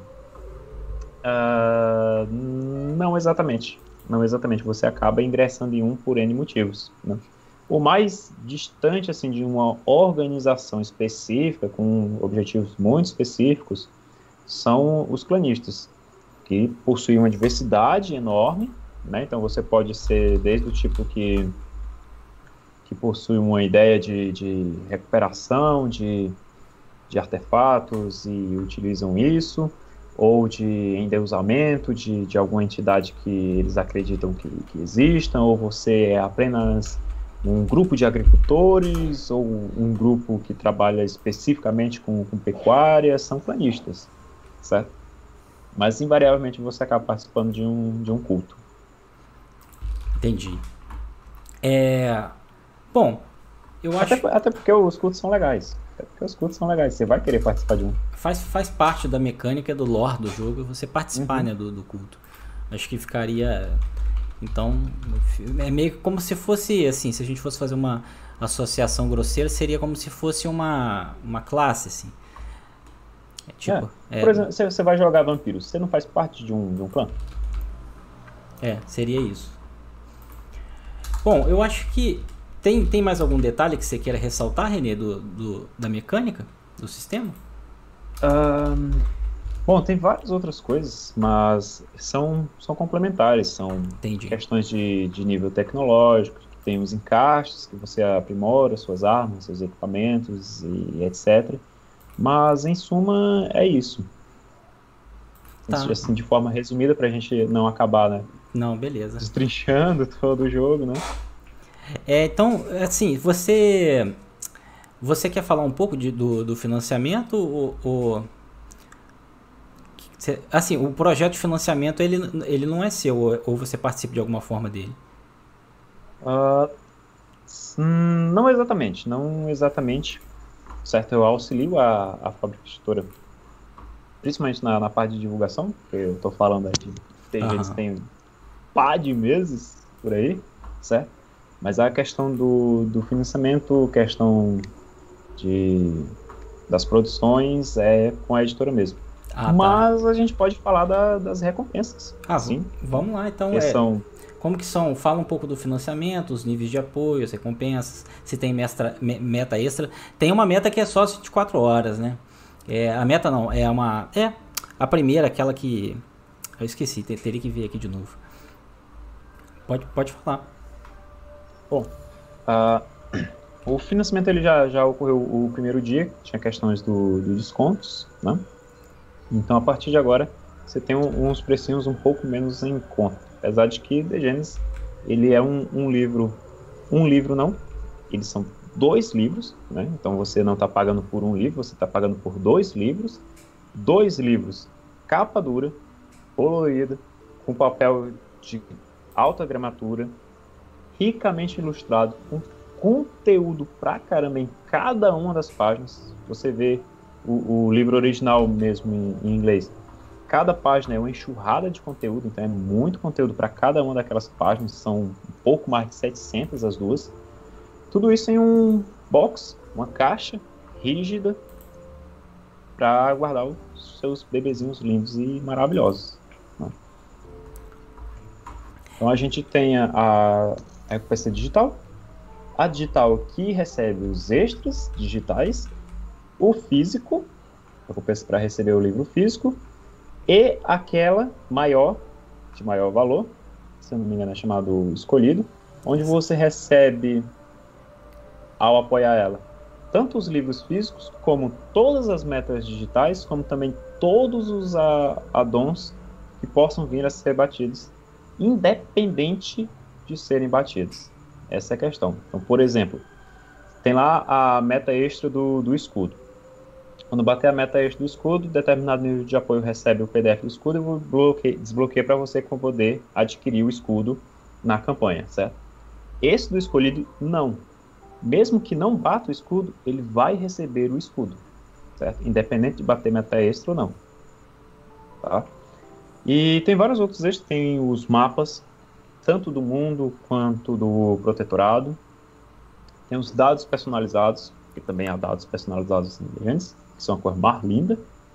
Uh, não exatamente. Não exatamente. Você acaba ingressando em um por N motivos, né? O mais distante assim, de uma organização específica, com objetivos muito específicos, são os clanistas, que possuem uma diversidade enorme, né? Então você pode ser desde o tipo que, que possui uma ideia de, de recuperação de, de artefatos e utilizam isso, ou de endeusamento de, de alguma entidade que eles acreditam que, que existam, ou você é apenas um grupo de agricultores, ou um grupo que trabalha especificamente com, com pecuária, são clanistas, certo? Mas invariavelmente você acaba participando de um, de um culto. Entendi. É... Bom, eu acho... Até, até porque os cultos são legais. Até porque os cultos são legais, você vai querer participar de um. Faz, faz parte da mecânica do lore do jogo você participar, Uhum. né, do, do culto. Acho que ficaria... Então, é meio como se fosse, assim, se a gente fosse fazer uma associação grosseira, seria como se fosse uma, uma classe, assim. É, tipo, É. é, Por exemplo, se você vai jogar vampiros, você não faz parte de um, de um clã? é, seria isso. Bom, eu acho que tem, tem mais algum detalhe que você queira ressaltar, Renê, do, do, da mecânica, do sistema? Um, bom, tem várias outras coisas, mas são, são complementares, são Entendi. questões de, de nível tecnológico, tem os encaixes que você aprimora, suas armas, seus equipamentos e etcétera. Mas, em suma, é isso. Tá. Isso, assim, de forma resumida, pra gente não acabar, né, Não, beleza. destrinchando todo o jogo, né? É, então, assim, você você quer falar um pouco de, do, do financiamento ou, ou, Cê, assim, o projeto de financiamento, ele, ele não é seu, ou, ou você participa de alguma forma dele? Uh, não exatamente, não exatamente. Certo, eu auxilio a, a fábrica editora, principalmente na, na parte de divulgação, porque eu estou falando aí de tem gente que tem um pá de meses por aí, certo? Mas a questão do, do financiamento, questão de, das produções é com a editora mesmo. Ah, Mas tá. a gente pode falar da, das recompensas. Ah, sim. Vamos lá, então. É, são... Como que são? Fala um pouco do financiamento, os níveis de apoio, as recompensas, se tem mestra, meta extra. Tem uma meta que é só vinte e quatro horas, né? É, a meta não, é uma... É, a primeira, aquela que... Eu esqueci, teria que ver aqui de novo. Pode, pode falar. Bom, uh, o financiamento ele já, já ocorreu o primeiro dia, tinha questões do, do descontos, né? Então, a partir de agora, você tem um, uns precinhos um pouco menos em conta. Apesar de que The Genesis, ele é um, um livro, um livro não, eles são dois livros, né? Então, você não está pagando por um livro, você está pagando por dois livros. Dois livros, capa dura, colorida, com papel de alta gramatura, ricamente ilustrado, com conteúdo pra caramba em cada uma das páginas. Você vê o, o livro original mesmo em, em inglês. Cada página é uma enxurrada de conteúdo, então é muito conteúdo para cada uma daquelas páginas, são um pouco mais de setecentas as duas. Tudo isso em um box, uma caixa rígida, para guardar os seus bebezinhos lindos e maravilhosos. Né? Então a gente tem a, a recompensa digital, a digital que recebe os extras digitais, o físico, a recompensa para receber o livro físico, e aquela maior, de maior valor, se eu não me engano é chamado escolhido, onde você recebe, ao apoiar ela, tanto os livros físicos, como todas as metas digitais, como também todos os add-ons que possam vir a ser batidos, independente de serem batidos. Essa é a questão. Então, por exemplo, tem lá a meta extra do, do escudo. Quando bater a meta extra do escudo, determinado nível de apoio recebe o P D F do escudo e desbloqueia para você poder adquirir o escudo na campanha, certo? Esse do escolhido, não. Mesmo que não bata o escudo, ele vai receber o escudo, certo? Independente de bater meta extra ou não. Tá? E tem vários outros extras, tem os mapas, tanto do mundo quanto do protetorado. Tem os dados personalizados, que também há dados personalizados semelhantes, que são a cor mais linda.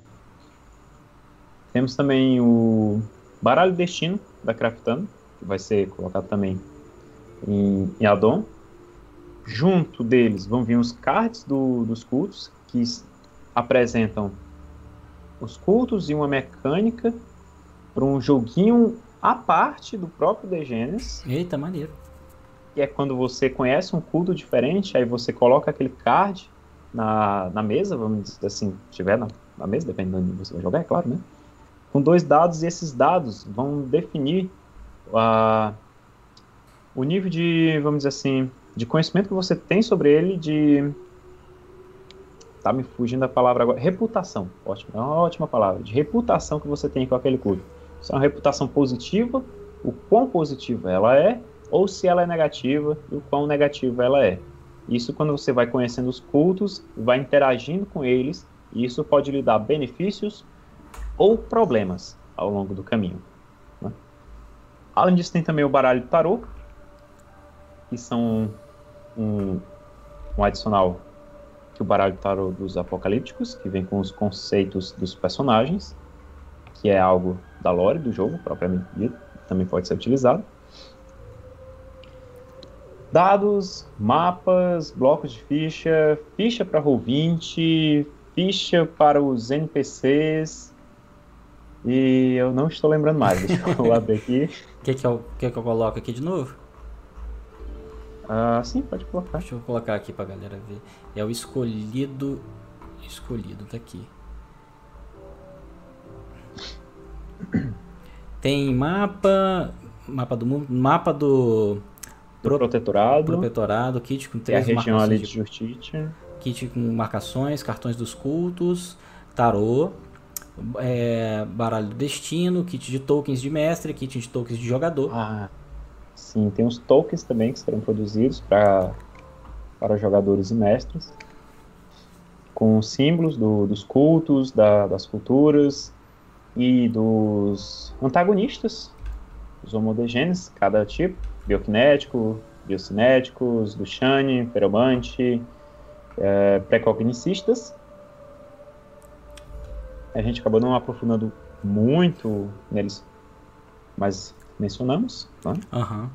Temos também o baralho destino da Craftando, que vai ser colocado também em, em add-on. Junto deles vão vir os cards do, dos cultos, que apresentam os cultos e uma mecânica para um joguinho à parte do próprio The Genesis. Eita, maneiro. Que é quando você conhece um culto diferente, aí você coloca aquele card na, na mesa, vamos dizer assim, se estiver na, na mesa, dependendo de onde você vai jogar, é claro, né? Com dois dados, e esses dados vão definir uh, o nível de, vamos dizer assim, de conhecimento que você tem sobre ele, de... Tá me fugindo da palavra agora. Reputação. Ótimo, é uma ótima palavra. De reputação que você tem com aquele culto. Se é uma reputação positiva, o quão positiva ela é, ou se ela é negativa, e o quão negativa ela é. Isso quando você vai conhecendo os cultos, vai interagindo com eles, e isso pode lhe dar benefícios ou problemas ao longo do caminho. Né? Além disso, tem também o baralho tarô, que são um, um adicional que o baralho tarô dos apocalípticos, que vem com os conceitos dos personagens, que é algo da lore do jogo, propriamente dito, também pode ser utilizado. Dados, mapas, blocos de ficha, ficha para roll vinte, ficha para os N P Cs, e eu não estou lembrando mais, deixa eu abrir aqui. Quer que eu, quer que eu coloque aqui de novo? Ah, sim, pode colocar. Deixa eu colocar aqui pra galera ver. É o escolhido. Escolhido, tá aqui. Tem mapa. Mapa do mundo. Mapa do. Pro, protetorado. Protetorado. Kit com três marcações. É a região ali de Justiça. Kit com marcações, cartões dos cultos, tarô. é, baralho do destino, kit de tokens de mestre, kit de tokens de jogador. Ah, sim, tem os tokens também que serão produzidos pra, para jogadores e mestres, com símbolos do, dos cultos, da, das culturas e dos antagonistas, os homodegenes, cada tipo, bioquinético, biocinéticos, do Shani, feromante, é, pré-cognicistas. A gente acabou não aprofundando muito neles, mas mencionamos, né? Aham.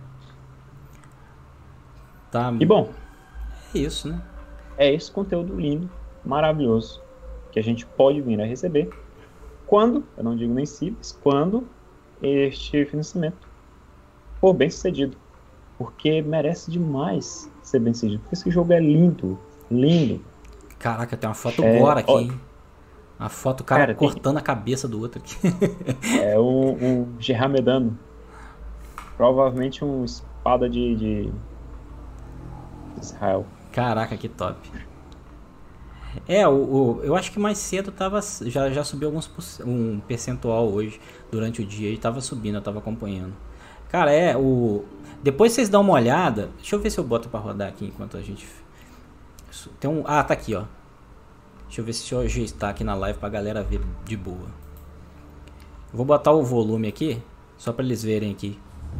Tá. E bom, É isso, né? é esse conteúdo lindo, maravilhoso, que a gente pode vir a receber quando, eu não digo nem se, mas quando este financiamento for bem sucedido. Porque merece demais ser bem sucedido. Porque esse jogo é lindo, lindo. Caraca, tem uma foto É, agora aqui, ó, hein? A foto, o cara, cara, tem- cortando a cabeça do outro aqui. É um, um Gerard Medano. Provavelmente um espada de, de Israel. Caraca, que top. É, o, o- eu acho que mais cedo tava, já, já subiu alguns por- um percentual hoje, durante o dia, e tava subindo, eu tava acompanhando. Cara, é, o... Depois vocês dão uma olhada, deixa eu ver se eu boto pra rodar aqui enquanto a gente... Isso, tem um... Ah, tá aqui, ó. Deixa eu ver se hoje está aqui na live pra galera ver de boa. Eu vou botar o volume aqui, só pra eles verem aqui.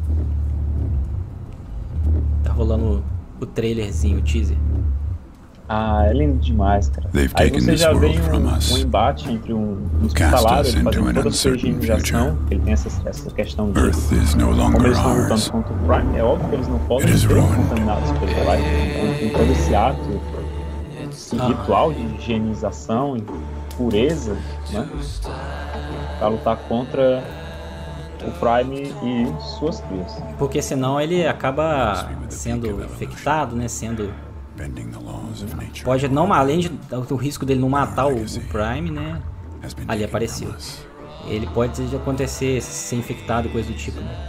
Tá rolando o trailerzinho, o teaser. Ah, é lindo demais, cara. They've Aí taken você this já world vê um, from us. um embate entre um, um Cast salário, us ele into fazendo an toda a sua uncertain higienização, future. ele tem essa, essa questão de Earth is no como longer eles estão lutando ours. contra o Prime, é óbvio que eles não podem It is ser ruined. contaminados pelo Prime. Então tem todo esse ato, esse Ah. ritual de higienização e pureza, né? Pra lutar contra o Prime e suas crias. Porque senão ele acaba sendo infectado, né? Sendo... Bending the laws of nature. Pode não, além de, do risco dele não matar o, o Prime, né? Has been Ali taken apareceu. from us. Ele pode acontecer, ser infectado e coisa do tipo, né?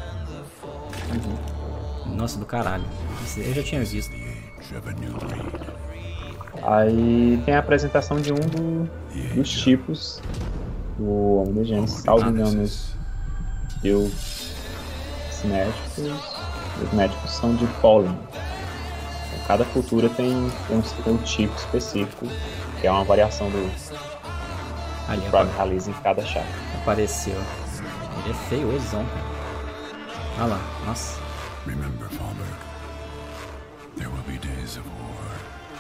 Nossa, do caralho. Isso eu já tinha visto. The age of a new breed. Aí tem a apresentação de um do- dos tipos do Homo de Gênesis, salvo engano, os biocinéticos. Os médicos são de pólen. Então, cada cultura tem, tem um seu tipo específico, que é uma variação do Ali Prime Release em cada chakra. apareceu. Ele é feio, hozão, cara. Olha lá, nossa. Remember, Falberg, there will be days of war.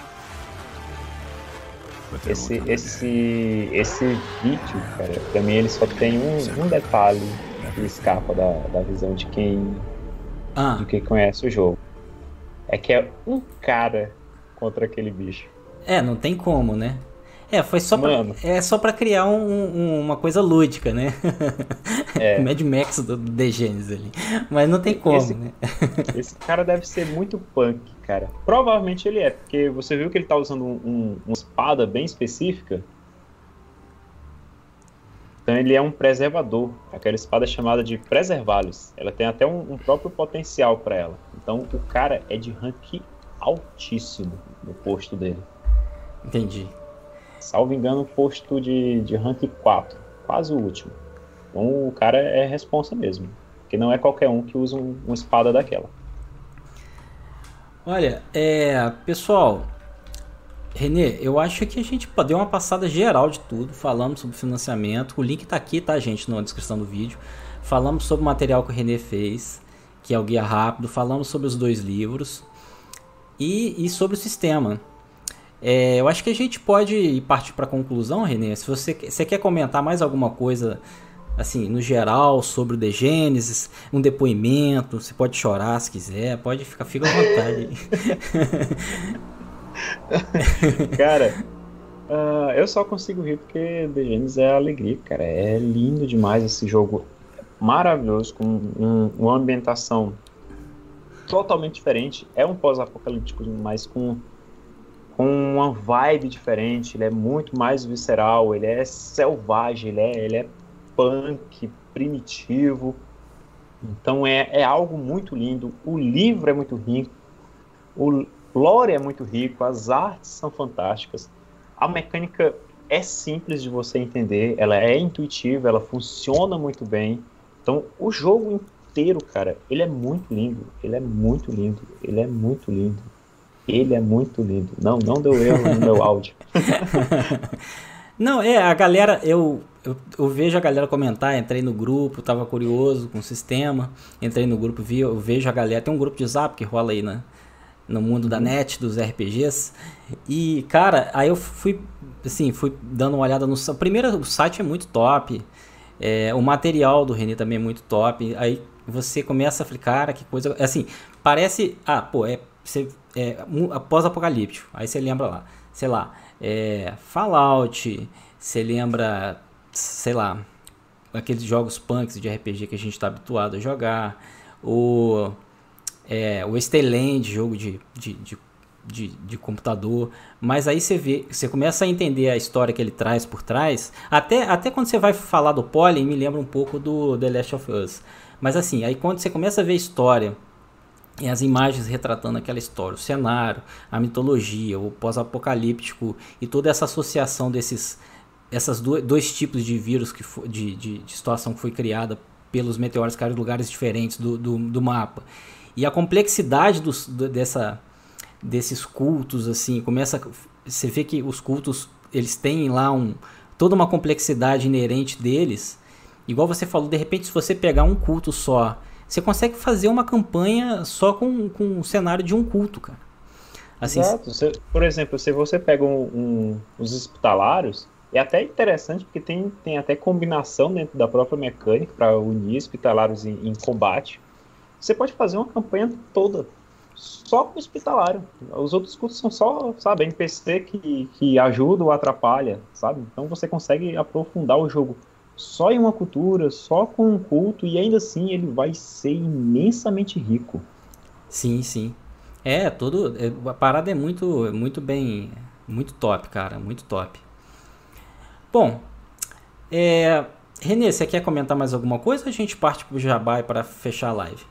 But there Esse, will come a esse, day esse vídeo, cara, pra mim ele só tem um, um detalhe que escapa da, da visão de quem, Ah, de quem conhece o jogo. É que é um cara contra aquele bicho. é, não tem como, né? É, foi só pra, Mano. é só pra criar um- um- uma coisa lúdica, né? É. Mad Max do, do The Genesis ali. Mas não tem como, Esse- né? Esse cara deve ser muito punk, cara. Provavelmente ele é, porque você viu que ele tá usando um, um- uma espada bem específica. Então ele é um preservador. Aquela espada é chamada de Preservalis. Ela tem até um, um próprio potencial pra ela. Então o cara é de rank altíssimo no posto dele. Entendi. Salvo engano, posto de, de rank quatro. Quase o último. Então o cara é responsa mesmo. Porque não é qualquer um que usa um- uma espada daquela. Olha, é, pessoal, Renê, eu acho que a gente deu uma passada geral de tudo, falamos sobre financiamento, o link tá aqui, tá, gente, na descrição do vídeo. Falamos sobre o material que o Renê fez, que é o Guia Rápido, falamos sobre os dois livros e, e sobre o sistema. É, eu acho que a gente pode partir para a conclusão, Renê. Se você, você quer comentar mais alguma coisa, assim, no geral, sobre o The Genesis, um depoimento, você pode chorar se quiser, pode ficar, fica à vontade. Cara, ah, eu só consigo rir porque The Genesis é alegria, cara. É lindo demais esse jogo. Maravilhoso, com um- uma ambientação totalmente diferente. É um pós-apocalíptico, mas com, com uma vibe diferente. Ele é muito mais visceral, ele é selvagem, ele é, ele é punk, primitivo. Então é, é algo muito lindo. O livro é muito rico. O lore é muito rico, as artes são fantásticas. A mecânica é simples de você entender, ela é intuitiva, ela funciona muito bem. Então, o jogo inteiro, cara, ele é muito lindo, ele é muito lindo, ele é muito lindo. Ele é muito lindo. Não, não deu erro no meu áudio. Não, é, a galera, eu, eu, eu vejo a galera comentar, entrei no grupo, tava curioso com o sistema, entrei no grupo, vi, eu vejo a galera, tem um grupo de zap que rola aí, né? No mundo da net, dos R P Gs. E, cara, aí eu fui, assim, fui dando uma olhada no... Primeiro, o site é muito top. É, o material do René também é muito top. Aí você começa a falar, cara, que coisa... Assim, parece... Ah, pô, é... Você, é pós-apocalíptico. Aí você lembra lá, sei lá, é, Fallout, você lembra, sei lá, aqueles jogos punks de R P G que a gente está habituado a jogar, o, é, o Wasteland, jogo de, de, de, de, de computador, mas aí você vê, você começa a entender a história que ele traz por trás, até, até quando você vai falar do Pollen, me lembra um pouco do The Last of Us, mas assim, aí quando você começa a ver a história, e as imagens retratando aquela história, o cenário, a mitologia, o pós-apocalíptico e toda essa associação desses essas do, dois tipos de vírus, que foi, de, de, de situação que foi criada pelos meteoros que caíram em lugares diferentes do, do, do mapa. E a complexidade dos, do, dessa, desses cultos, assim, começa, você vê que os cultos, eles têm lá um, toda uma complexidade inerente deles. Igual você falou, de repente, se você pegar um culto só, você consegue fazer uma campanha só com, com o cenário de um culto, cara. Assim, Exato. Você, por exemplo, se você pega um, um, os hospitalários, é até interessante porque tem, tem até combinação dentro da própria mecânica para unir hospitalários em, em combate. Você pode fazer uma campanha toda só com o hospitalário. Os outros cultos são só, sabe, N P C que, que ajuda ou atrapalha, sabe? Então você consegue aprofundar o jogo só em uma cultura, só com um culto, e ainda assim ele vai ser imensamente rico. Sim, sim. É, todo, é, a parada é muito, muito bem, muito top, cara, muito top. Bom, é, Renê, você quer comentar mais alguma coisa ou a gente parte pro Jabá para fechar a live?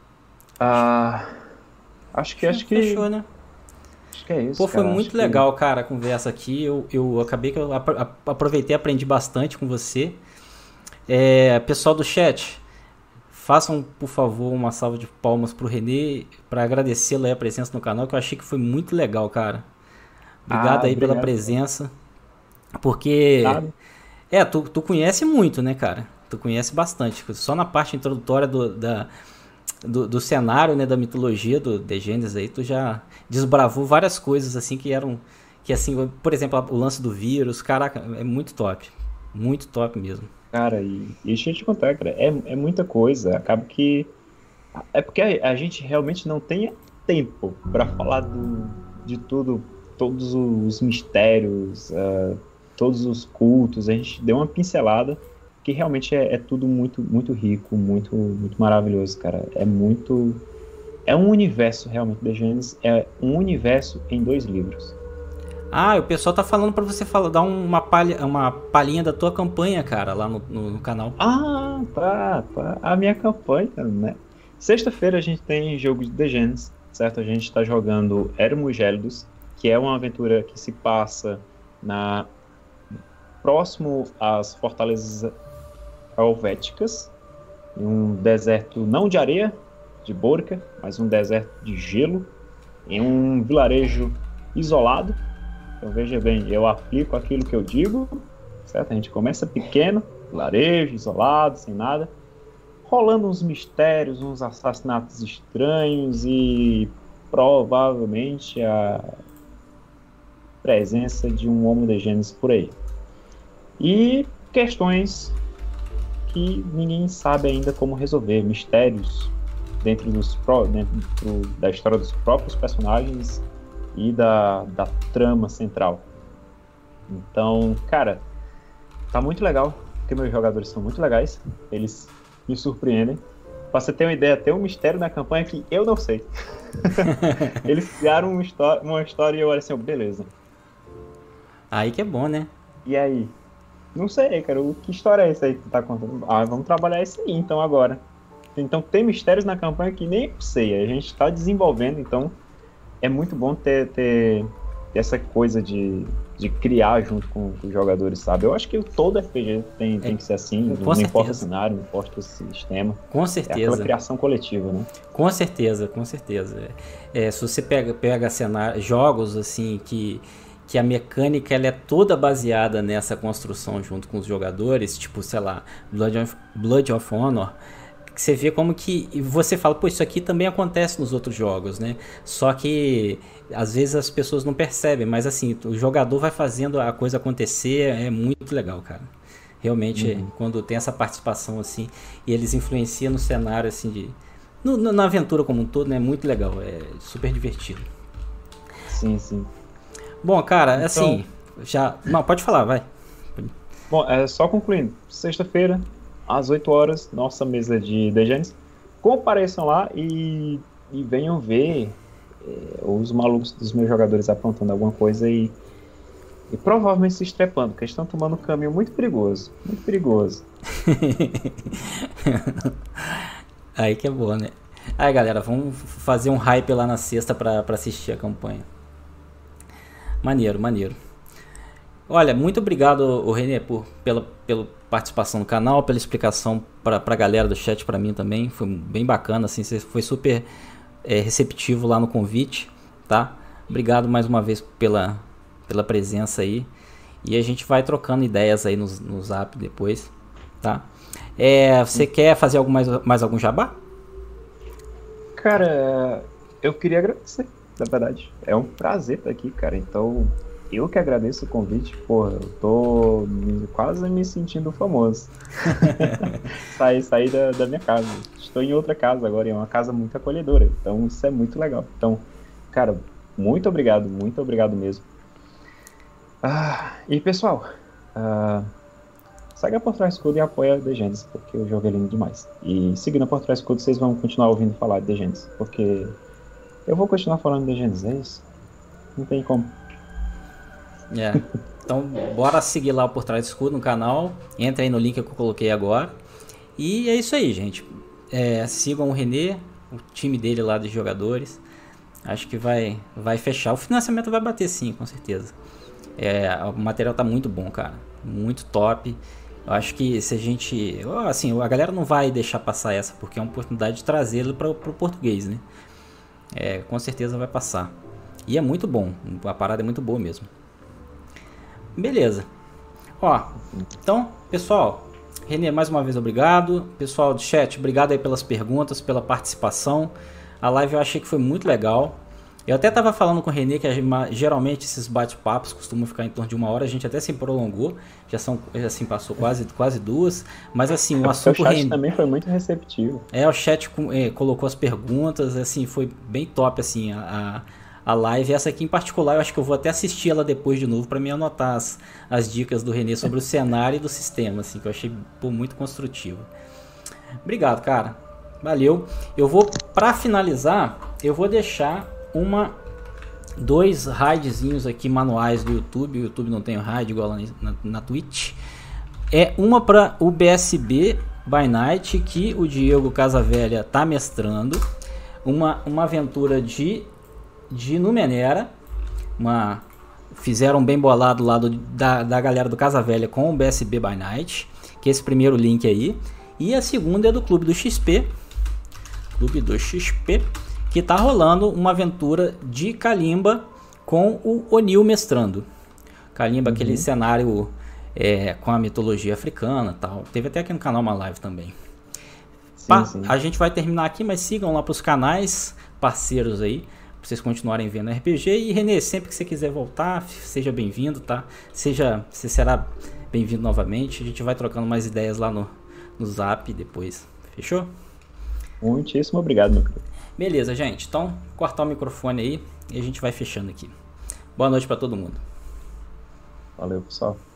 Ah, acho que, acho que... Fechou, né? Acho que é isso, Pô, foi cara, muito acho legal, que... cara, a conversa aqui. Eu, eu acabei que eu aproveitei e aprendi bastante com você. É, pessoal do chat, façam, por favor, uma salva de palmas pro Renê para agradecê-lo aí a presença no canal, que eu achei que foi muito legal, cara. Obrigado ah, aí obrigado, pela presença. Porque... Sabe? É, tu, tu conhece muito, né, cara? Tu conhece bastante. Só na parte introdutória do, da, do, do cenário, né, da mitologia do The Genesis aí, tu já desbravou várias coisas, assim, que eram... Que, assim, por exemplo, o lance do vírus, caraca, é muito top. Muito top mesmo. Cara, e, e deixa eu te contar, cara, é, é muita coisa. Acaba que... É porque a, a gente realmente não tem tempo para falar do, de tudo, todos os mistérios, uh, todos os cultos. A gente deu uma pincelada, que realmente é, é tudo muito, muito rico, muito, muito maravilhoso, cara. É muito... É um universo, realmente, The Genesis. É um universo em dois livros. Ah, o pessoal tá falando pra você falar, dar uma, palha, uma palhinha da tua campanha, cara, lá no, no, no canal. Ah, tá, tá. A minha campanha, né? Sexta-feira a gente tem jogo de The Genesis, certo? A gente tá jogando Éramos Gélidos, que é uma aventura que se passa na... próximo às fortalezas helvéticas, em um deserto não de areia, de Borca, mas um deserto de gelo, em um vilarejo isolado. Então veja bem, eu aplico aquilo que eu digo, certo? A gente começa pequeno, vilarejo, isolado, sem nada, rolando uns mistérios, uns assassinatos estranhos e provavelmente a presença de um Homo de Gênesis por aí. E questões que ninguém sabe ainda como resolver, mistérios dentro, dos, dentro da história dos próprios personagens e da, da trama central. Então, cara, tá muito legal, porque meus jogadores são muito legais, eles me surpreendem. Pra você ter uma ideia, tem um mistério na campanha que eu não sei. Eles criaram uma história, uma história e eu olho assim, oh, beleza. Aí que é bom, né? E aí? Não sei, cara, o, que história é essa aí que tu tá contando? Ah, vamos trabalhar isso aí, então, agora. Então, tem mistérios na campanha que nem eu sei, a gente tá desenvolvendo, então é muito bom ter, ter essa coisa de, de criar junto com, com os jogadores, sabe? Eu acho que todo R P G tem, tem que ser assim, com não certeza. importa o cenário, não importa o sistema. Com É certeza. aquela criação coletiva, né? Com certeza, com certeza. É, se você pega, pega cenário, jogos assim que, que a mecânica ela é toda baseada nessa construção junto com os jogadores, tipo, sei lá, Blood of, Blood of Honor, que você vê como que e você fala, pô, isso aqui também acontece nos outros jogos, né? Só que às vezes as pessoas não percebem, mas assim, o jogador vai fazendo a coisa acontecer, é muito legal, cara. Realmente, uhum. Quando tem essa participação assim, e eles influenciam no cenário assim de no, na aventura como um todo, né? É muito legal, é super divertido. Sim, sim. Bom, cara, então, assim, já, não, pode falar, vai. Bom, é só concluindo, sexta-feira às oito horas, nossa mesa de The Genesis. Compareçam lá e, e venham ver é, os malucos dos meus jogadores aprontando alguma coisa e, e provavelmente se estrepando, porque estão tomando um caminho muito perigoso. Muito perigoso. Aí que é boa, né? Aí, galera, vamos fazer um hype lá na sexta pra, pra assistir a campanha. Maneiro, maneiro. Olha, muito obrigado, o Renê, por, pela, pela participação no canal, pela explicação para a galera do chat, para mim também. Foi bem bacana, assim, você foi super é, receptivo lá no convite, tá? Obrigado mais uma vez pela, pela presença aí. E a gente vai trocando ideias aí no, no Zap depois, tá? É, você quer fazer algum, mais, mais algum jabá? Cara, eu queria agradecer, na verdade. É um prazer estar aqui, cara. Então, eu que agradeço o convite. Porra, eu tô me, quase me sentindo famoso. saí saí da, da minha casa. Estou em outra casa agora, e é uma casa muito acolhedora. Então, isso é muito legal. Então, cara, muito obrigado, muito obrigado mesmo. Ah, e, pessoal, ah, segue a Por Trás Escudo e apoia The Genesis, porque o jogo é lindo demais. E seguindo a Por Trás Escudo, vocês vão continuar ouvindo falar de The Genesis, porque eu vou continuar falando de The Genesis, é isso? Não tem como. É. Então, bora seguir lá o Por Trás Escudo no canal. Entra aí no link que eu coloquei agora. E é isso aí, gente. É, sigam o Renê, o time dele lá de jogadores. Acho que vai, vai fechar. O financiamento vai bater sim, com certeza. É, o material tá muito bom, cara. Muito top. Eu acho que se a gente... Assim, a galera não vai deixar passar essa, porque é uma oportunidade de trazê-lo para o português, né? É, com certeza vai passar. E é muito bom. A parada é muito boa mesmo. Beleza. Ó, então, pessoal, Renê, mais uma vez obrigado. Pessoal do chat, obrigado aí pelas perguntas, pela participação. A live eu achei que foi muito legal. Eu até estava falando com o Renê que geralmente esses bate-papos costumam ficar em torno de uma hora. A gente até se prolongou, já são, assim, passou quase, quase duas. Mas assim, o assunto... O chat Renê... também foi muito receptivo. É, o chat é, colocou as perguntas, assim, foi bem top, assim, a, a live. Essa aqui em particular, eu acho que eu vou até assistir ela depois de novo para me anotar as, as dicas do Renê sobre o cenário e do sistema, assim, que eu achei pô, muito construtivo. Obrigado, cara. Valeu. Eu vou, para finalizar, eu vou deixar uma dois raidzinhos aqui manuais do YouTube. O YouTube não tem raid igual lá na, na Twitch. É uma para o B S B by Night, que o Diego Casavelha tá mestrando. Uma, uma aventura de, de Numenera. Uma, fizeram bem bolado lá do, da, da galera do Casavelha com o B S B by Night, que é esse primeiro link aí. E a segunda é do Clube do X P. Clube do X P. Que tá rolando uma aventura de Kalimba com o O'Neill mestrando. Kalimba, uhum. Aquele cenário é, com a mitologia africana e tal. Teve até aqui no canal uma live também. Sim, pa, sim. A gente vai terminar aqui, mas sigam lá pros canais parceiros aí, pra vocês continuarem vendo R P G. E Renê, sempre que você quiser voltar, seja bem-vindo, tá? Seja, você será bem-vindo novamente. A gente vai trocando mais ideias lá no, no Zap depois. Fechou? Muitíssimo obrigado, meu querido. Beleza, gente. Então, cortar o microfone aí e a gente vai fechando aqui. Boa noite para todo mundo. Valeu, pessoal.